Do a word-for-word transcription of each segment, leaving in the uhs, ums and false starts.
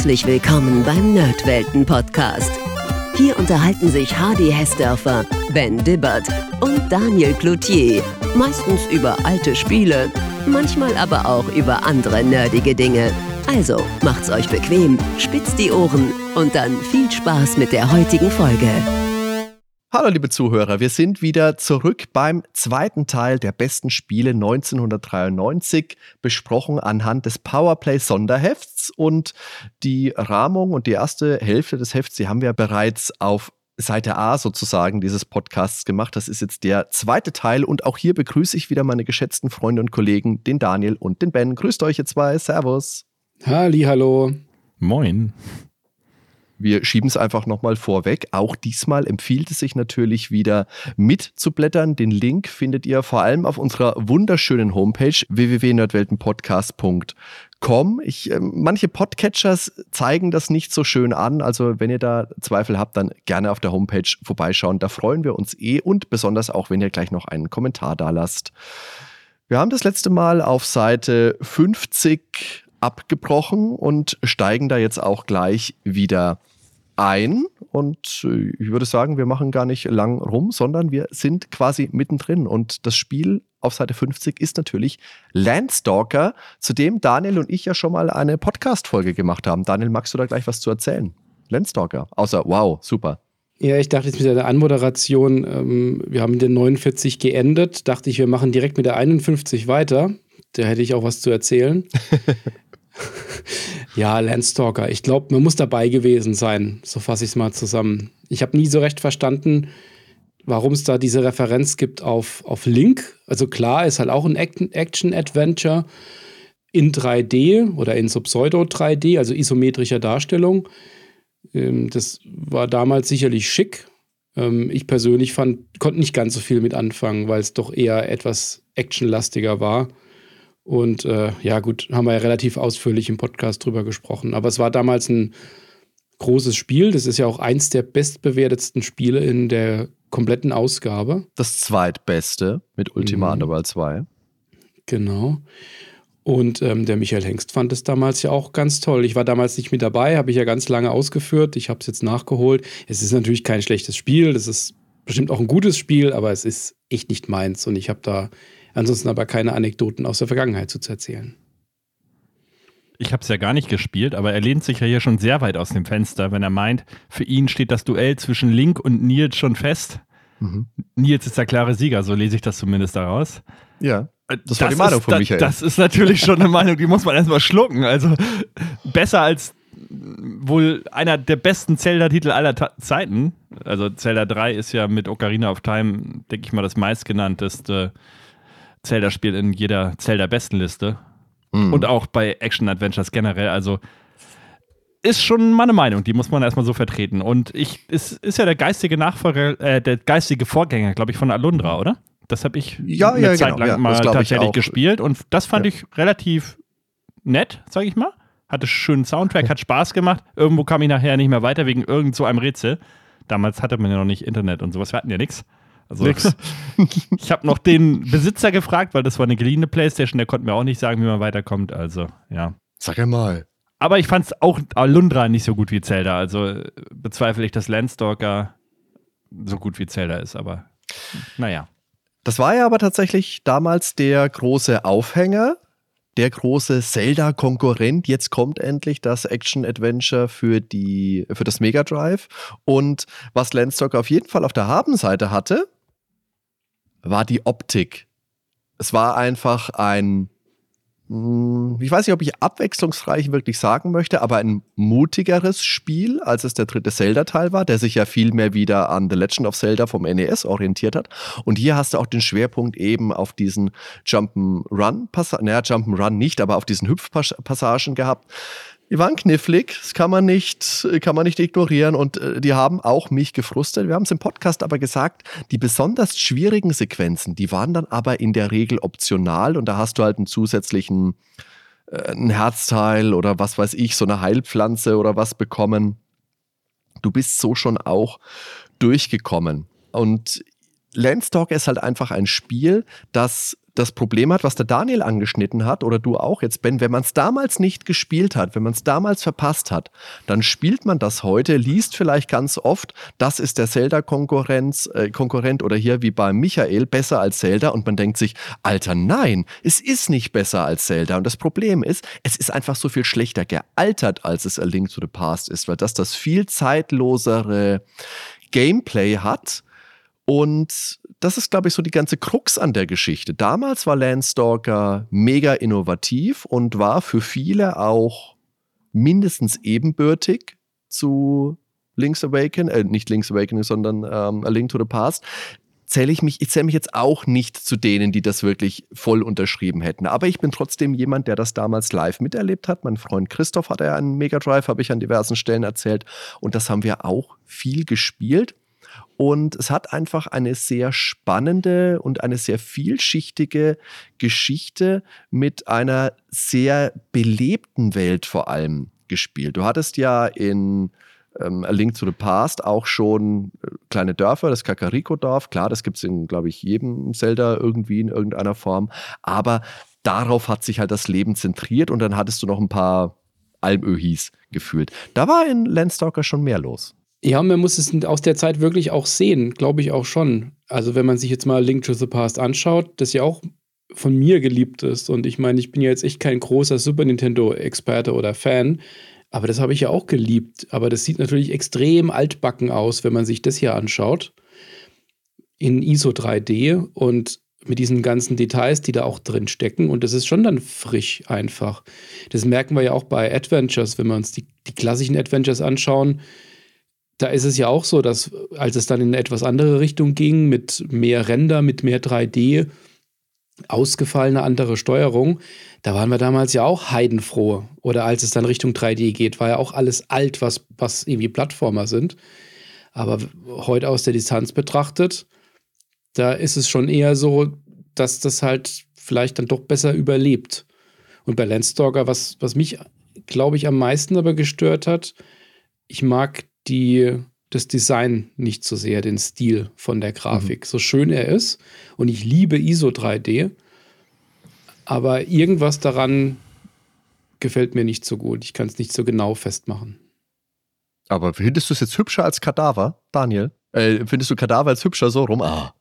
Herzlich willkommen beim Nerdwelten-Podcast. Hier unterhalten sich Hardy Hessdörfer, Ben Dibbert und Daniel Cloutier. Meistens über alte Spiele, manchmal aber auch über andere nerdige Dinge. Also macht's euch bequem, spitzt die Ohren und dann viel Spaß mit der heutigen Folge. Hallo liebe Zuhörer, wir sind wieder zurück beim zweiten Teil der besten Spiele neunzehnhundertdreiundneunzig, besprochen anhand des Powerplay-Sonderhefts, und die Rahmung und die erste Hälfte des Hefts, die haben wir bereits auf Seite A sozusagen dieses Podcasts gemacht. Das ist jetzt der zweite Teil, und auch hier begrüße ich wieder meine geschätzten Freunde und Kollegen, den Daniel und den Ben. Grüßt euch ihr zwei, servus. Hallihallo. Moin. Wir schieben es einfach nochmal vorweg. Auch diesmal empfiehlt es sich natürlich wieder mitzublättern. Den Link findet ihr vor allem auf unserer wunderschönen Homepage w w w punkt nerdweltenpodcast punkt com. Ich, äh, manche Podcatchers zeigen das nicht so schön an. Also wenn ihr da Zweifel habt, dann gerne auf der Homepage vorbeischauen. Da freuen wir uns eh, und besonders auch, wenn ihr gleich noch einen Kommentar da lasst. Wir haben das letzte Mal auf Seite fünfzig abgebrochen und steigen da jetzt auch gleich wieder ein, und ich würde sagen, wir machen gar nicht lang rum, sondern wir sind quasi mittendrin, und das Spiel auf Seite fünfzig ist natürlich Landstalker, zu dem Daniel und ich ja schon mal eine Podcast-Folge gemacht haben. Daniel, magst du da gleich was zu erzählen? Landstalker, außer wow, super. Ja, ich dachte jetzt mit der Anmoderation, ähm, wir haben mit der neunundvierzig geendet, dachte ich, wir machen direkt mit der einundfünfzig weiter, da hätte ich auch was zu erzählen. Ja, Landstalker. Ich glaube, man muss dabei gewesen sein. So fasse ich es mal zusammen. Ich habe nie so recht verstanden, warum es da diese Referenz gibt auf, auf Link. Also klar, ist halt auch ein Action-Adventure in drei D oder in so Pseudo-drei D, also isometrischer Darstellung. Ähm, das war damals sicherlich schick. Ähm, ich persönlich fand, konnte nicht ganz so viel mit anfangen, weil es doch eher etwas actionlastiger war. Und äh, ja gut, haben wir ja relativ ausführlich im Podcast drüber gesprochen. Aber es war damals ein großes Spiel. Das ist ja auch eins der bestbewertetsten Spiele in der kompletten Ausgabe. Das zweitbeste mit Ultima mhm. Underworld zwei. Genau. Und ähm, der Michael Hengst fand es damals ja auch ganz toll. Ich war damals nicht mit dabei, habe ich ja ganz lange ausgeführt. Ich habe es jetzt nachgeholt. Es ist natürlich kein schlechtes Spiel. Das ist bestimmt auch ein gutes Spiel, aber es ist echt nicht meins. Und ich habe da ansonsten aber keine Anekdoten aus der Vergangenheit zu erzählen. Ich habe es ja gar nicht gespielt, aber er lehnt sich ja hier schon sehr weit aus dem Fenster, wenn er meint, für ihn steht das Duell zwischen Link und Nils schon fest. Mhm. Nils ist der klare Sieger, so lese ich das zumindest daraus. Ja, das war das die Meinung ist, von Michael. Das ist natürlich schon eine Meinung, die muss man erstmal schlucken. Also besser als wohl einer der besten Zelda-Titel aller Ta- Zeiten. Also Zelda drei ist ja mit Ocarina of Time, denke ich mal, das meistgenannteste Zelda-Spiel in jeder Zelda-Bestenliste. Mhm. Und auch bei Action-Adventures generell. Also ist schon meine Meinung, die muss man erstmal so vertreten. Und ich ist, ist ja der geistige Nachfolger, äh, der geistige Vorgänger, glaube ich, von Alundra, oder? Das habe ich ja, eine ja, Zeit genau. lang ja, mal tatsächlich gespielt. Und das fand ja. ich relativ nett, sage ich mal. Hatte schönen Soundtrack, hat Spaß gemacht. Irgendwo kam ich nachher nicht mehr weiter wegen irgend so einem Rätsel. Damals hatte man ja noch nicht Internet und sowas. Wir hatten ja nichts. Also, Nix. Ich habe noch den Besitzer gefragt, weil das war eine geliehene Playstation, der konnte mir auch nicht sagen, wie man weiterkommt. Also, ja. Sag ja mal. Aber ich fand es auch Alundra nicht so gut wie Zelda. Also bezweifle ich, dass Landstalker so gut wie Zelda ist. Aber naja. Das war ja aber tatsächlich damals der große Aufhänger, der große Zelda-Konkurrent. Jetzt kommt endlich das Action-Adventure für, die, für das Mega Drive. Und was Landstalker auf jeden Fall auf der Habenseite hatte, war die Optik. Es war einfach ein, ich weiß nicht, ob ich abwechslungsreich wirklich sagen möchte, aber ein mutigeres Spiel, als es der dritte Zelda-Teil war, der sich ja viel mehr wieder an The Legend of Zelda vom N E S orientiert hat. Und hier hast du auch den Schwerpunkt eben auf diesen Jump'n'Run-Passagen, naja, Jump'n'Run nicht, aber auf diesen Hüpfpassagen gehabt. Die waren knifflig, das kann man nicht, kann man nicht ignorieren, und äh, die haben auch mich gefrustet. Wir haben es im Podcast aber gesagt, die besonders schwierigen Sequenzen, die waren dann aber in der Regel optional, und da hast du halt einen zusätzlichen äh, ein Herzteil oder was weiß ich, so eine Heilpflanze oder was bekommen. Du bist so schon auch durchgekommen. Und Landstalker ist halt einfach ein Spiel, das das Problem hat, was der Daniel angeschnitten hat, oder du auch jetzt, Ben, wenn man es damals nicht gespielt hat, wenn man es damals verpasst hat, dann spielt man das heute, liest vielleicht ganz oft, das ist der Zelda-Konkurrenz, äh, Konkurrent oder hier wie bei Michael, besser als Zelda, und man denkt sich, Alter, nein, es ist nicht besser als Zelda. Und das Problem ist, es ist einfach so viel schlechter gealtert, als es A Link to the Past ist, weil das das viel zeitlosere Gameplay hat. Und das ist, glaube ich, so die ganze Krux an der Geschichte. Damals war Landstalker mega innovativ und war für viele auch mindestens ebenbürtig zu Link's Awakening, äh, nicht Link's Awakening, sondern ähm, A Link to the Past. Zähle ich mich, ich zähle mich jetzt auch nicht zu denen, die das wirklich voll unterschrieben hätten. Aber ich bin trotzdem jemand, der das damals live miterlebt hat. Mein Freund Christoph hatte ja einen Mega Drive, habe ich an diversen Stellen erzählt. Und das haben wir auch viel gespielt. Und es hat einfach eine sehr spannende und eine sehr vielschichtige Geschichte mit einer sehr belebten Welt vor allem gespielt. Du hattest ja in ähm, A Link to the Past auch schon äh, kleine Dörfer, das Kakariko-Dorf. Klar, das gibt es in, glaube ich, jedem Zelda irgendwie in irgendeiner Form. Aber darauf hat sich halt das Leben zentriert und dann hattest du noch ein paar Almöhis gefühlt. Da war in Landstalker schon mehr los. Ja, man muss es aus der Zeit wirklich auch sehen, glaube ich auch schon. Also wenn man sich jetzt mal Link to the Past anschaut, das ja auch von mir geliebt ist. Und ich meine, ich bin ja jetzt echt kein großer Super Nintendo-Experte oder Fan, aber das habe ich ja auch geliebt. Aber das sieht natürlich extrem altbacken aus, wenn man sich das hier anschaut. In I S O drei D und mit diesen ganzen Details, die da auch drin stecken. Und das ist schon dann frisch einfach. Das merken wir ja auch bei Adventures, wenn wir uns die, die klassischen Adventures anschauen. Da ist es ja auch so, dass als es dann in eine etwas andere Richtung ging, mit mehr Render, mit mehr drei D, ausgefallene andere Steuerung, da waren wir damals ja auch heidenfroh. Oder als es dann Richtung drei D geht, war ja auch alles alt, was, was irgendwie Plattformer sind. Aber heute aus der Distanz betrachtet, da ist es schon eher so, dass das halt vielleicht dann doch besser überlebt. Und bei Landstalker, was, was mich, glaube ich, am meisten aber gestört hat, ich mag die, das Design nicht so sehr, den Stil von der Grafik. Mhm. So schön er ist und ich liebe I S O drei D, aber irgendwas daran gefällt mir nicht so gut. Ich kann es nicht so genau festmachen. Aber findest du es jetzt hübscher als Kadaver, Daniel? Äh, findest du Kadaver als hübscher so rum? Ah.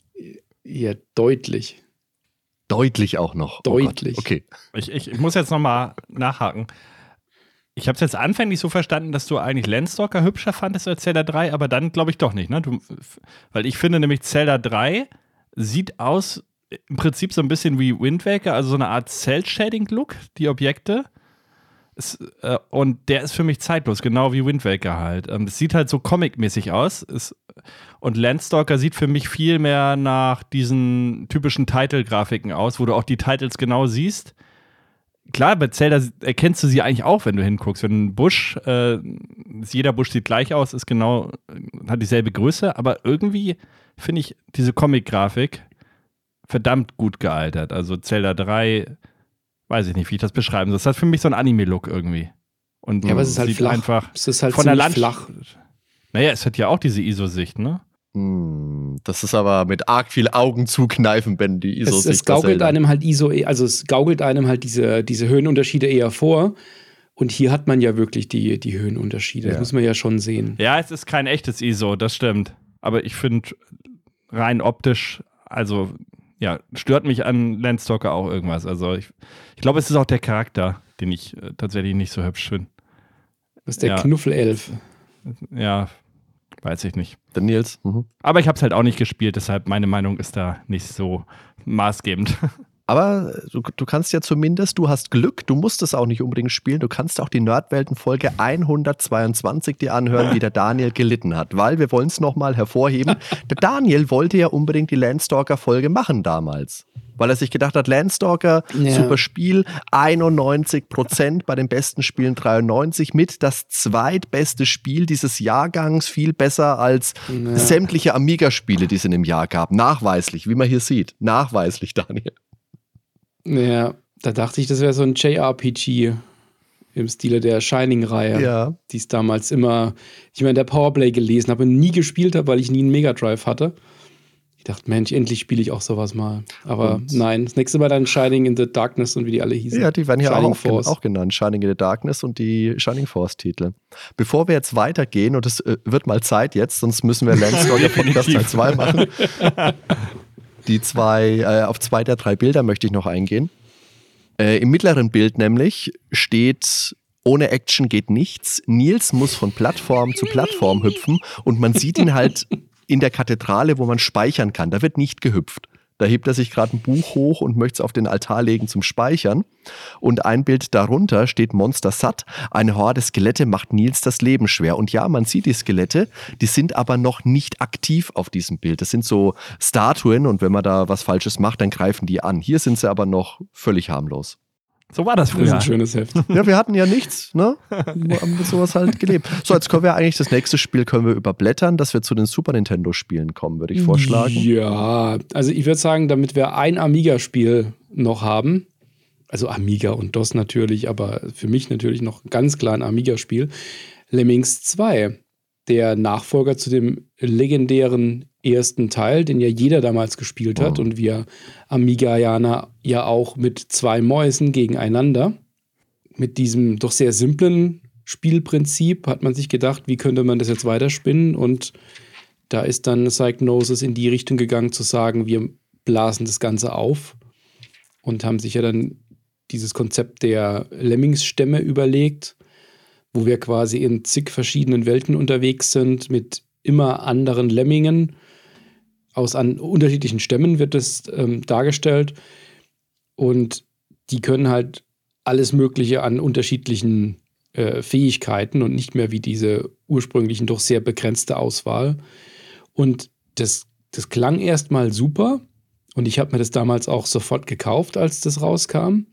Ja, deutlich. Deutlich auch noch. Deutlich. Oh okay. Ich, ich, ich muss jetzt nochmal nachhaken. Ich habe es jetzt anfänglich so verstanden, dass du eigentlich Landstalker hübscher fandest als Zelda drei, aber dann glaube ich doch nicht, ne? Du, weil ich finde nämlich Zelda drei sieht aus im Prinzip so ein bisschen wie Wind Waker, also so eine Art Cell-Shading-Look, die Objekte. Es, äh, und der ist für mich zeitlos, genau wie Wind Waker halt. Ähm, das sieht halt so comic-mäßig aus. Es, und Landstalker sieht für mich viel mehr nach diesen typischen Title-Grafiken aus, wo du auch die Titles genau siehst. Klar, bei Zelda erkennst du sie eigentlich auch, wenn du hinguckst. Wenn ein Busch, äh, jeder Busch sieht gleich aus, ist genau, hat dieselbe Größe, aber irgendwie finde ich diese Comic-Grafik verdammt gut gealtert. Also Zelda drei, weiß ich nicht, wie ich das beschreiben soll. Das hat für mich so einen Anime-Look irgendwie. Und ja, aber es ist halt flach. Einfach es ist halt von der Land flach. Naja, es hat ja auch diese I S O-Sicht, ne? Das ist aber mit arg viel Augen zukneifen, Ben, die I S O-Sicht. Es, es gaukelt einem halt I S O, also es gaukelt einem halt diese, diese Höhenunterschiede eher vor. Und hier hat man ja wirklich die, die Höhenunterschiede. Ja. Das muss man ja schon sehen. Ja, es ist kein echtes I S O, das stimmt. Aber ich finde rein optisch, also ja, stört mich an Landstalker auch irgendwas. Also ich, ich glaube, es ist auch der Charakter, den ich äh, tatsächlich nicht so hübsch finde. Das ist der ja. Knuffelelf. Ja, weiß ich nicht. Der Nils. Mhm. Aber ich habe es halt auch nicht gespielt, deshalb meine Meinung ist da nicht so maßgebend. Aber du, du kannst ja zumindest, du hast Glück, du musst es auch nicht unbedingt spielen, du kannst auch die Nerdwelten-Folge hundertzweiundzwanzig dir anhören, wie der Daniel gelitten hat, weil wir wollen es nochmal hervorheben, der Daniel wollte ja unbedingt die Landstalker-Folge machen damals, weil er sich gedacht hat, Landstalker, ja. Super Spiel, einundneunzig Prozent, bei den besten Spielen dreiundneunzig, mit das zweitbeste Spiel dieses Jahrgangs, viel besser als ja. sämtliche Amiga-Spiele, die es in dem Jahr gab, nachweislich, wie man hier sieht, nachweislich, Daniel. Ja, da dachte ich, das wäre so ein J R P G im Stile der Shining-Reihe, ja. die es damals immer, ich meine, der Powerplay gelesen habe und nie gespielt habe, weil ich nie einen Mega Drive hatte. Ich dachte, Mensch, endlich spiele ich auch sowas mal. Aber und nein, das nächste Mal dann Shining in the Darkness und wie die alle hießen. Ja, die werden ja Shining auch, Force. auch genannt. Shining in the Darkness und die Shining Force-Titel. Bevor wir jetzt weitergehen, und es äh, wird mal Zeit jetzt, sonst müssen wir Landstalker Podcast Teil zwei machen. Die zwei, äh, auf zwei der drei Bilder möchte ich noch eingehen. Äh, Im mittleren Bild nämlich steht: Ohne Action geht nichts. Nils muss von Plattform zu Plattform hüpfen und man sieht ihn halt in der Kathedrale, wo man speichern kann. Da wird nicht gehüpft. Da hebt er sich gerade ein Buch hoch und möchte es auf den Altar legen zum Speichern. Und ein Bild darunter steht Monster satt. Eine Horde Skelette macht Nils das Leben schwer. Und ja, man sieht die Skelette, die sind aber noch nicht aktiv auf diesem Bild. Das sind so Statuen und wenn man da was Falsches macht, dann greifen die an. Hier sind sie aber noch völlig harmlos. So war das Das ist früher. ein schönes Heft. Ja, wir hatten ja nichts, ne? Wir haben mit sowas halt gelebt. So, jetzt können wir eigentlich das nächste Spiel können wir überblättern, dass wir zu den Super Nintendo-Spielen kommen, würde ich vorschlagen. Ja, also ich würde sagen, damit wir ein Amiga-Spiel noch haben, also Amiga und DOS natürlich, aber für mich natürlich noch ganz klar ein Amiga-Spiel, Lemmings zwei, der Nachfolger zu dem legendären ersten Teil, den ja jeder damals gespielt hat, Oh. und wir Amiganer ja auch mit zwei Mäusen gegeneinander. Mit diesem doch sehr simplen Spielprinzip hat man sich gedacht, wie könnte man das jetzt weiterspinnen, und da ist dann Psygnosis in die Richtung gegangen, zu sagen, wir blasen das Ganze auf, und haben sich ja dann dieses Konzept der Lemmings-Stämme überlegt, wo wir quasi in zig verschiedenen Welten unterwegs sind, mit immer anderen Lemmingen. Aus an unterschiedlichen Stämmen wird es ähm, dargestellt. Und die können halt alles Mögliche an unterschiedlichen äh, Fähigkeiten und nicht mehr wie diese ursprünglichen doch sehr begrenzte Auswahl. Und das, das klang erstmal super. Und ich habe mir das damals auch sofort gekauft, als das rauskam.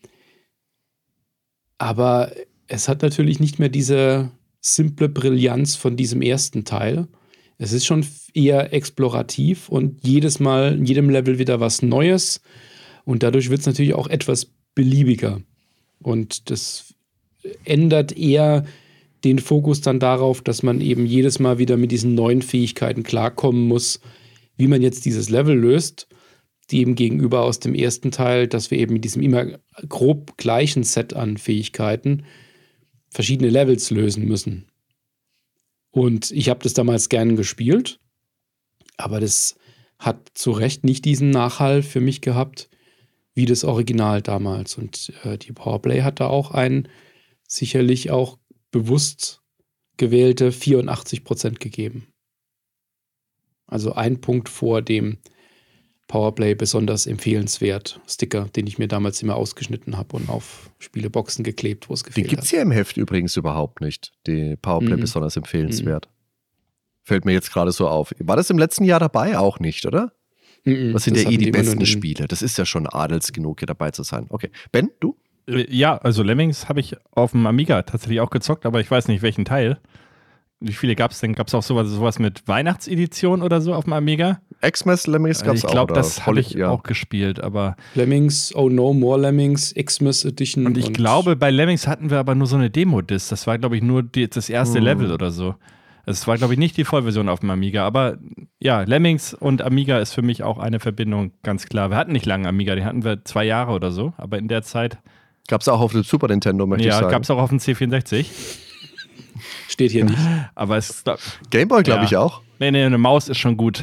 Aber es hat natürlich nicht mehr diese simple Brillanz von diesem ersten Teil. Es ist schon eher explorativ und jedes Mal in jedem Level wieder was Neues. Und dadurch wird es natürlich auch etwas beliebiger. Und das ändert eher den Fokus dann darauf, dass man eben jedes Mal wieder mit diesen neuen Fähigkeiten klarkommen muss, wie man jetzt dieses Level löst, dem gegenüber aus dem ersten Teil, dass wir eben mit diesem immer grob gleichen Set an Fähigkeiten verschiedene Levels lösen müssen. Und ich habe das damals gern gespielt, aber das hat zu Recht nicht diesen Nachhall für mich gehabt, wie das Original damals. Und äh, die Powerplay hat da auch ein sicherlich auch bewusst gewählte vierundachtzig Prozent gegeben. Also ein Punkt vor dem Powerplay besonders empfehlenswert Sticker, den ich mir damals immer ausgeschnitten habe und auf Spieleboxen geklebt, wo es Die gefehlt gibt es hat. hier im Heft übrigens überhaupt nicht. Die Powerplay Mhm. besonders empfehlenswert. Fällt mir jetzt gerade so auf. War das im letzten Jahr dabei? Auch nicht, oder? Mhm, Was sind das ja eh hatten die immer nur besten in- Spiele? Das ist ja schon adels genug, hier dabei zu sein. Okay. Ben, du? Äh, Ja, also Lemmings habe ich auf dem Amiga tatsächlich auch gezockt, aber ich weiß nicht, welchen Teil. Wie viele gab es denn? Gab es auch sowas, sowas mit Weihnachtsedition oder so auf dem Amiga? X-Mess Lemmings gab es ich auch. glaube, oder das habe Holly- ich ja. auch gespielt, aber Lemmings, Oh No, More Lemmings, Xmas Edition. und ich glaube, bei Lemmings hatten wir aber nur so eine Demo-Disc. Das war, glaube ich, nur die, das erste Hm. Level oder so. Es war, glaube ich, nicht die Vollversion auf dem Amiga, aber ja, Lemmings und Amiga ist für mich auch eine Verbindung, ganz klar. Wir hatten nicht lange Amiga, die hatten wir zwei Jahre oder so, aber in der Zeit, Gab es auch auf dem Super Nintendo, möchte ich ja, sagen. gab es auch auf dem C vierundsechzig, steht hier nicht. aber es, Gameboy, glaube Ja. ich, auch. nee, nee, eine Maus ist schon gut.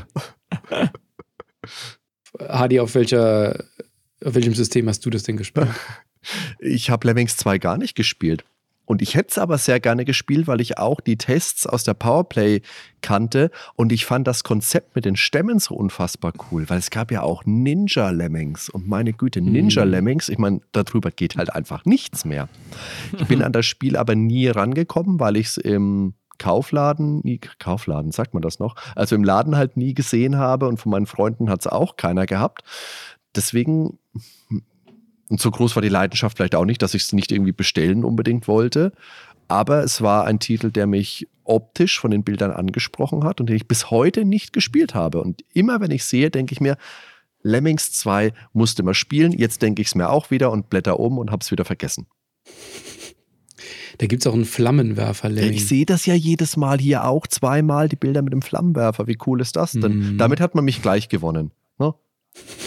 Hadi, auf welcher, auf welchem System hast du das denn gespielt? Ich habe Lemmings zwei gar nicht gespielt. Und ich hätte es aber sehr gerne gespielt, weil ich auch die Tests aus der Powerplay kannte und ich fand das Konzept mit den Stämmen so unfassbar cool, weil es gab ja auch Ninja-Lemmings und meine Güte, Ninja-Lemmings, ich meine, darüber geht halt einfach nichts mehr. Ich bin an das Spiel aber nie rangekommen, weil ich es im Kaufladen, nie, Kaufladen, sagt man das noch, also im Laden halt nie gesehen habe und von meinen Freunden hat es auch keiner gehabt. Deswegen... Und so groß war die Leidenschaft vielleicht auch nicht, dass ich es nicht irgendwie bestellen unbedingt wollte. Aber es war ein Titel, der mich optisch von den Bildern angesprochen hat und den ich bis heute nicht gespielt habe. Und immer wenn ich sehe, denke ich mir, Lemmings zwei musste man spielen. Jetzt denke ich es mir auch wieder und blätter um und habe es wieder vergessen. Da gibt es auch einen Flammenwerfer, Lemming. Ich sehe das ja jedes Mal hier auch zweimal, die Bilder mit dem Flammenwerfer. Wie cool ist das denn? Mhm. Damit hat man mich gleich gewonnen.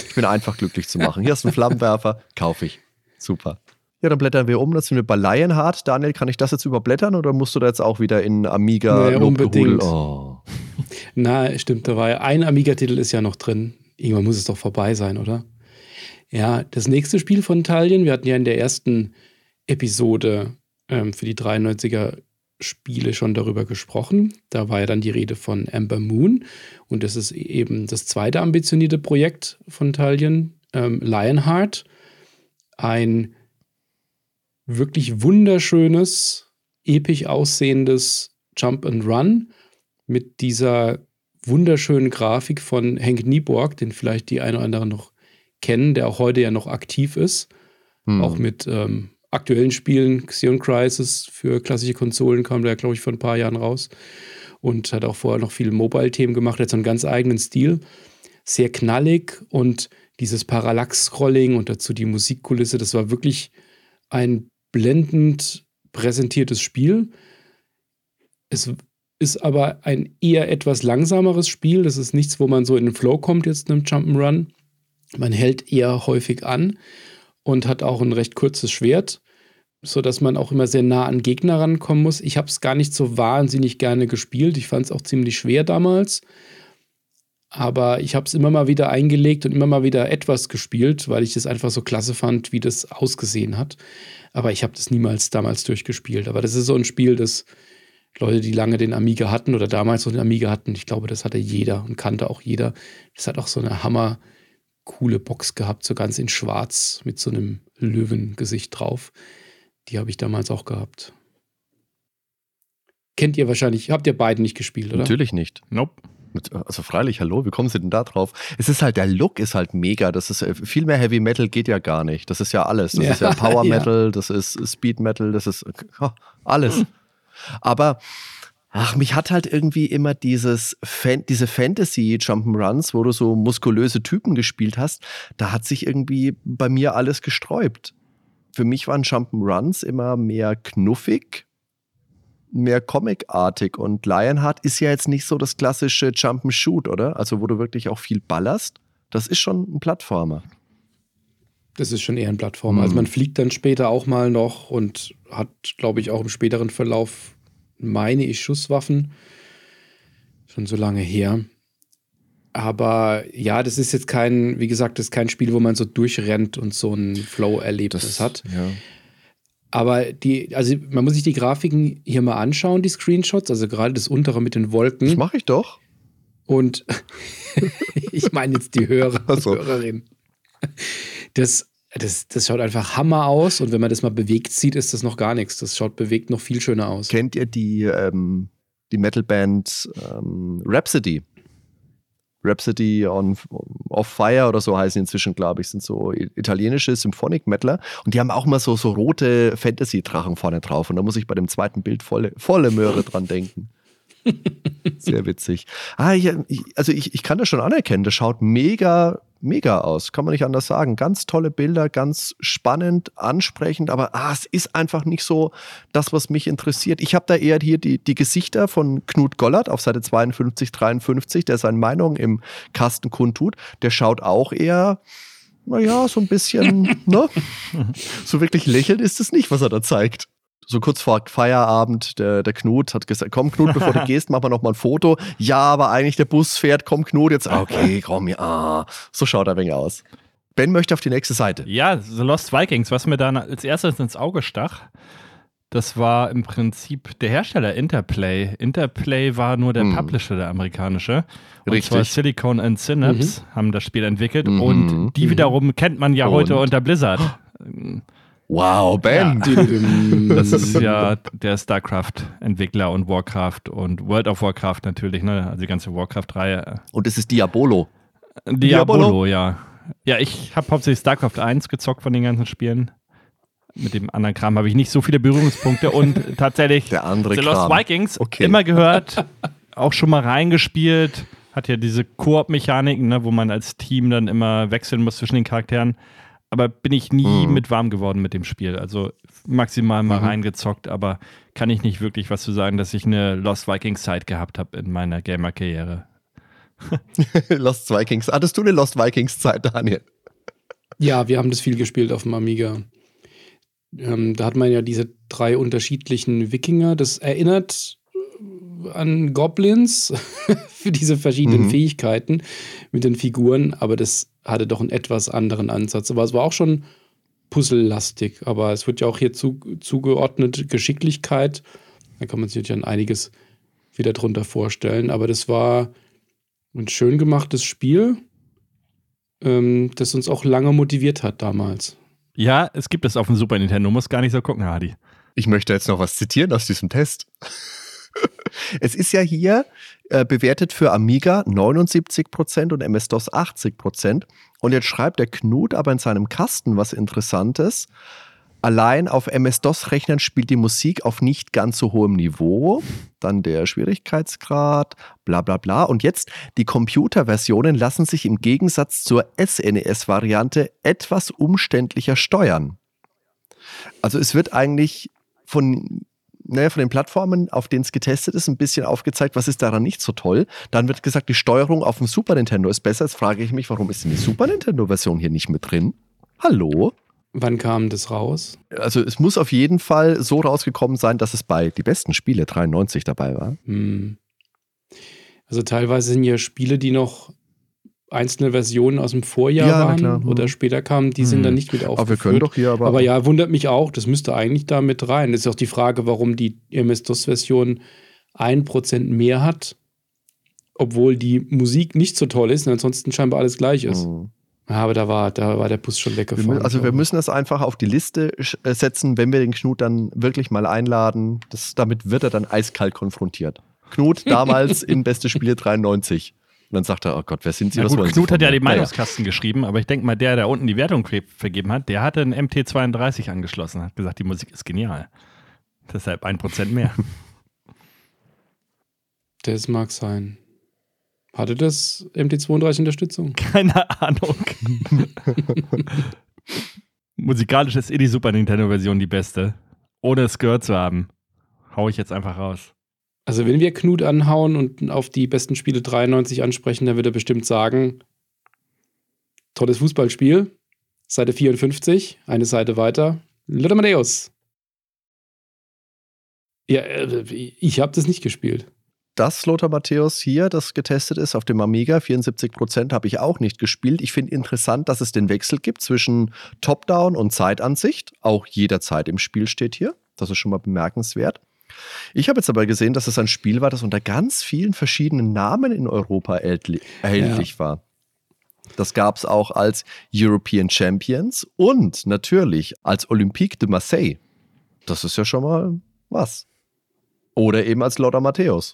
Ich bin einfach glücklich zu machen. Hier ist ein Flammenwerfer, kaufe ich. Super. Ja, dann blättern wir um. Dann sind wir bei Lionheart. Daniel, kann ich das jetzt überblättern oder musst du da jetzt auch wieder in Amiga Nee, unbedingt. Oh. Na, stimmt, da war ja ein Amiga-Titel ist ja noch drin. Irgendwann muss es doch vorbei sein, oder? Ja, das nächste Spiel von Thalien, wir hatten ja in der ersten Episode ähm, für die dreiundneunziger Spiele schon darüber gesprochen. Da war ja dann die Rede von Amber Moon und das ist eben das zweite ambitionierte Projekt von Thalien, ähm, Lionheart. Ein wirklich wunderschönes, episch aussehendes Jump and Run mit dieser wunderschönen Grafik von Henk Nieborg, den vielleicht die einen oder anderen noch kennen, der auch heute ja noch aktiv ist. Hm. Auch mit ähm, aktuellen Spielen, Xeon Crisis für klassische Konsolen kam der, glaube ich, vor ein paar Jahren raus. Und hat auch vorher noch viele Mobile-Themen gemacht, hat so einen ganz eigenen Stil. Sehr knallig und dieses Parallax-Scrolling und dazu die Musikkulisse, das war wirklich ein blendend präsentiertes Spiel. Es ist aber ein eher etwas langsameres Spiel. Das ist nichts, wo man so in den Flow kommt jetzt in einem Jump'n'Run. Man hält eher häufig an und hat auch ein recht kurzes Schwert, sodass man auch immer sehr nah an Gegner rankommen muss. Ich habe es gar nicht so wahnsinnig gerne gespielt. Ich fand es auch ziemlich schwer damals. Aber ich habe es immer mal wieder eingelegt und immer mal wieder etwas gespielt, weil ich das einfach so klasse fand, wie das ausgesehen hat. Aber ich habe das niemals damals durchgespielt. Aber das ist so ein Spiel, das Leute, die lange den Amiga hatten oder damals so den Amiga hatten, ich glaube, das hatte jeder und kannte auch jeder. Das hat auch so eine hammer coole Box gehabt, so ganz in schwarz mit so einem Löwengesicht drauf. Die habe ich damals auch gehabt. Kennt ihr wahrscheinlich, habt ihr beiden nicht gespielt, oder? Natürlich nicht. Nope. Also freilich, hallo, wie kommen Sie denn da drauf? Es ist halt, der Look ist halt mega, das ist, viel mehr Heavy Metal geht ja gar nicht. Das ist ja alles. Das ja, ist ja Power Metal, ja. Das ist Speed Metal, das ist oh, alles. Aber ach, mich hat halt irgendwie immer dieses Fan- diese Fantasy-Jump'n'Runs, wo du so muskulöse Typen gespielt hast, da hat sich irgendwie bei mir alles gesträubt. Für mich waren Jump'n'Runs immer mehr knuffig, mehr comicartig und Lionheart ist ja jetzt nicht so das klassische Jump'n'Shoot, oder? Also wo du wirklich auch viel ballerst. Das ist schon ein Plattformer. Das ist schon eher ein Plattformer. Mhm. Also man fliegt dann später auch mal noch und hat, glaube ich, auch im späteren Verlauf, meine ich, Schusswaffen. Schon so lange her. Aber ja, das ist jetzt kein, wie gesagt, das ist kein Spiel, wo man so durchrennt und so ein Flow-Erlebnis das, hat. Ja. Aber die, also man muss sich die Grafiken hier mal anschauen, die Screenshots, also gerade das untere mit den Wolken. Das mache ich doch. Und ich meine jetzt die Hörer und so. Hörerinnen. Das, das, das schaut einfach Hammer aus und wenn man das mal bewegt sieht, ist das noch gar nichts. Das schaut bewegt noch viel schöner aus. Kennt ihr die, ähm, die Metalband ähm, Rhapsody? Rhapsody on, of Fire oder so heißen inzwischen, glaube ich, sind so italienische Symphonic-Metaler und die haben auch mal so, so rote Fantasy-Drachen vorne drauf und da muss ich bei dem zweiten Bild volle, volle Möhre dran denken. Sehr witzig. Ah, ich, also ich, ich kann das schon anerkennen, das schaut mega, mega aus, kann man nicht anders sagen. Ganz tolle Bilder, ganz spannend, ansprechend, aber ah, es ist einfach nicht so das, was mich interessiert. Ich habe da eher hier die, die Gesichter von Knut Gollert auf Seite zweiundfünfzig, dreiundfünfzig, der seine Meinung im Kasten kundtut. Der schaut auch eher, naja, so ein bisschen, ne? So wirklich lächelnd ist es nicht, was er da zeigt. So kurz vor Feierabend, der, der Knut hat gesagt, komm Knut, bevor du gehst, machen wir noch mal ein Foto. Ja, aber eigentlich der Bus fährt, komm Knut, jetzt, okay, komm, ja. Ah. So schaut er ein wenig aus. Ben möchte auf die nächste Seite. Ja, The Lost Vikings, was mir da als erstes ins Auge stach, das war im Prinzip der Hersteller Interplay. Interplay war nur der hm. Publisher, der amerikanische. Und Richtig. zwar Silicon and Synapse mhm. haben das Spiel entwickelt mhm. und die wiederum kennt man ja und? heute unter Blizzard. Wow, Ben! Ja. Das ist ja der StarCraft-Entwickler und Warcraft und World of Warcraft natürlich, ne? Also die ganze Warcraft-Reihe. Und es ist Diabolo. Diabolo, Diabolo? ja. Ja, ich habe hauptsächlich StarCraft eins gezockt von den ganzen Spielen. Mit dem anderen Kram habe ich nicht so viele Berührungspunkte und tatsächlich der andere The Lost Kram. Vikings okay. immer gehört, auch schon mal reingespielt. Hat ja diese Koop-Mechaniken, ne, wo man als Team dann immer wechseln muss zwischen den Charakteren. Aber bin ich nie mhm. mit warm geworden mit dem Spiel. Also maximal mal mhm. reingezockt, aber kann ich nicht wirklich was zu sagen, dass ich eine Lost Vikings Zeit gehabt habe in meiner Gamer-Karriere. Lost Vikings. Hattest du eine Lost Vikings-Zeit, Daniel? Ja, wir haben das viel gespielt auf dem Amiga. Ähm, da hat man ja diese drei unterschiedlichen Wikinger. Das erinnert an Goblins für diese verschiedenen mhm. Fähigkeiten mit den Figuren, aber das hatte doch einen etwas anderen Ansatz. Aber es war auch schon puzzlelastig, aber es wird ja auch hier zu, zugeordnet Geschicklichkeit. Da kann man sich natürlich an einiges wieder drunter vorstellen, aber das war ein schön gemachtes Spiel, ähm, das uns auch lange motiviert hat damals. Ja, es gibt es auf dem Super Nintendo, muss gar nicht so gucken, Hardy. Ich möchte jetzt noch was zitieren aus diesem Test. Es ist ja hier äh, bewertet für Amiga neunundsiebzig Prozent und M S-DOS achtzig Prozent. Und jetzt schreibt der Knut aber in seinem Kasten was Interessantes. Allein auf M S-DOS-Rechnern spielt die Musik auf nicht ganz so hohem Niveau. Dann der Schwierigkeitsgrad, bla bla bla. Und jetzt, die Computerversionen lassen sich im Gegensatz zur S N E S-Variante etwas umständlicher steuern. Also es wird eigentlich von... Naja, von den Plattformen, auf denen es getestet ist, ein bisschen aufgezeigt, was ist daran nicht so toll. Dann wird gesagt, die Steuerung auf dem Super Nintendo ist besser. Jetzt frage ich mich, warum ist denn die Super Nintendo-Version hier nicht mit drin? Hallo? Wann kam das raus? Also es muss auf jeden Fall so rausgekommen sein, dass es bei die besten Spiele dreiundneunzig dabei war. Hm. Also teilweise sind ja Spiele, die noch einzelne Versionen aus dem Vorjahr ja, waren klar. oder später kamen, die hm. sind dann nicht mit aufgeführt. Aber wir können doch hier aber... Aber ja, wundert mich auch, das müsste eigentlich da mit rein. Das ist auch die Frage, warum die M S-DOS-Version ein Prozent mehr hat, obwohl die Musik nicht so toll ist und ansonsten scheinbar alles gleich ist. Hm. Ja, aber da war, da war der Bus schon weggefahren. Wir, also wir müssen das einfach auf die Liste setzen, wenn wir den Knut dann wirklich mal einladen. Das, damit wird er dann eiskalt konfrontiert. Knut, damals in Beste Spiele dreiundneunzig. Und dann sagt er, oh Gott, wer sind Sie? Ja, was gut, wollen Knut Sie hat ja mir? den Meinungskasten naja. geschrieben, aber ich denke mal, der, der unten die Wertung vergeben hat, der hatte einen M T zweiunddreißig angeschlossen, hat gesagt, die Musik ist genial. Deshalb ein Prozent mehr. Das mag sein. Hatte das M T zweiunddreißig Unterstützung? Keine Ahnung. Musikalisch ist eh die Super Nintendo-Version die beste. Ohne es gehört zu haben. Hau ich jetzt einfach raus. Also wenn wir Knut anhauen und auf die besten Spiele dreiundneunzig ansprechen, dann wird er bestimmt sagen, tolles Fußballspiel, Seite vierundfünfzig, eine Seite weiter, Lothar Matthäus. Ja, ich habe das nicht gespielt. Das Lothar Matthäus hier, das getestet ist auf dem Amiga, vierundsiebzig Prozent habe ich auch nicht gespielt. Ich finde interessant, dass es den Wechsel gibt zwischen Top-Down und Zeitansicht. Auch jederzeit im Spiel steht hier. Das ist schon mal bemerkenswert. Ich habe jetzt aber gesehen, dass es ein Spiel war, das unter ganz vielen verschiedenen Namen in Europa erhältlich ja. war. Das gab es auch als European Champions und natürlich als Olympique de Marseille. Das ist ja schon mal was. Oder eben als Lothar Matthäus.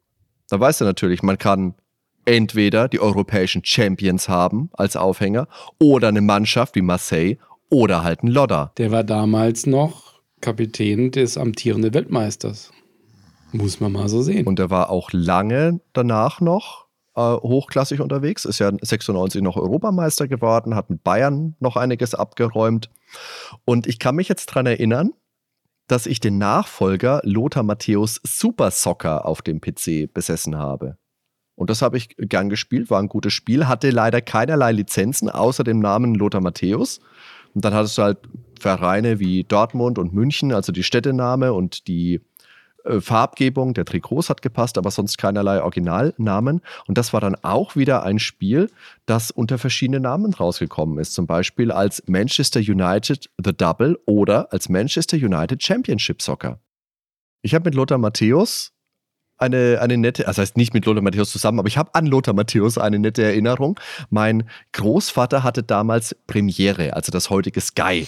Da weißt du natürlich, man kann entweder die europäischen Champions haben als Aufhänger oder eine Mannschaft wie Marseille oder halt ein Lothar. Der war damals noch Kapitän des amtierenden Weltmeisters. Muss man mal so sehen. Und er war auch lange danach noch äh, hochklassig unterwegs. Ist ja sechsundneunzig noch Europameister geworden, hat mit Bayern noch einiges abgeräumt. Und ich kann mich jetzt daran erinnern, dass ich den Nachfolger Lothar Matthäus Super Soccer auf dem P C besessen habe. Und das habe ich gern gespielt, war ein gutes Spiel, hatte leider keinerlei Lizenzen außer dem Namen Lothar Matthäus. Und dann hattest du halt Vereine wie Dortmund und München, also die Städtename und die äh, Farbgebung der Trikots hat gepasst, aber sonst keinerlei Originalnamen. Und das war dann auch wieder ein Spiel, das unter verschiedenen Namen rausgekommen ist. Zum Beispiel als Manchester United The Double oder als Manchester United Championship Soccer. Ich habe mit Lothar Matthäus Eine, eine nette, also heißt nicht mit Lothar Matthäus zusammen, aber ich habe an Lothar Matthäus eine nette Erinnerung. Mein Großvater hatte damals Premiere, also das heutige Sky.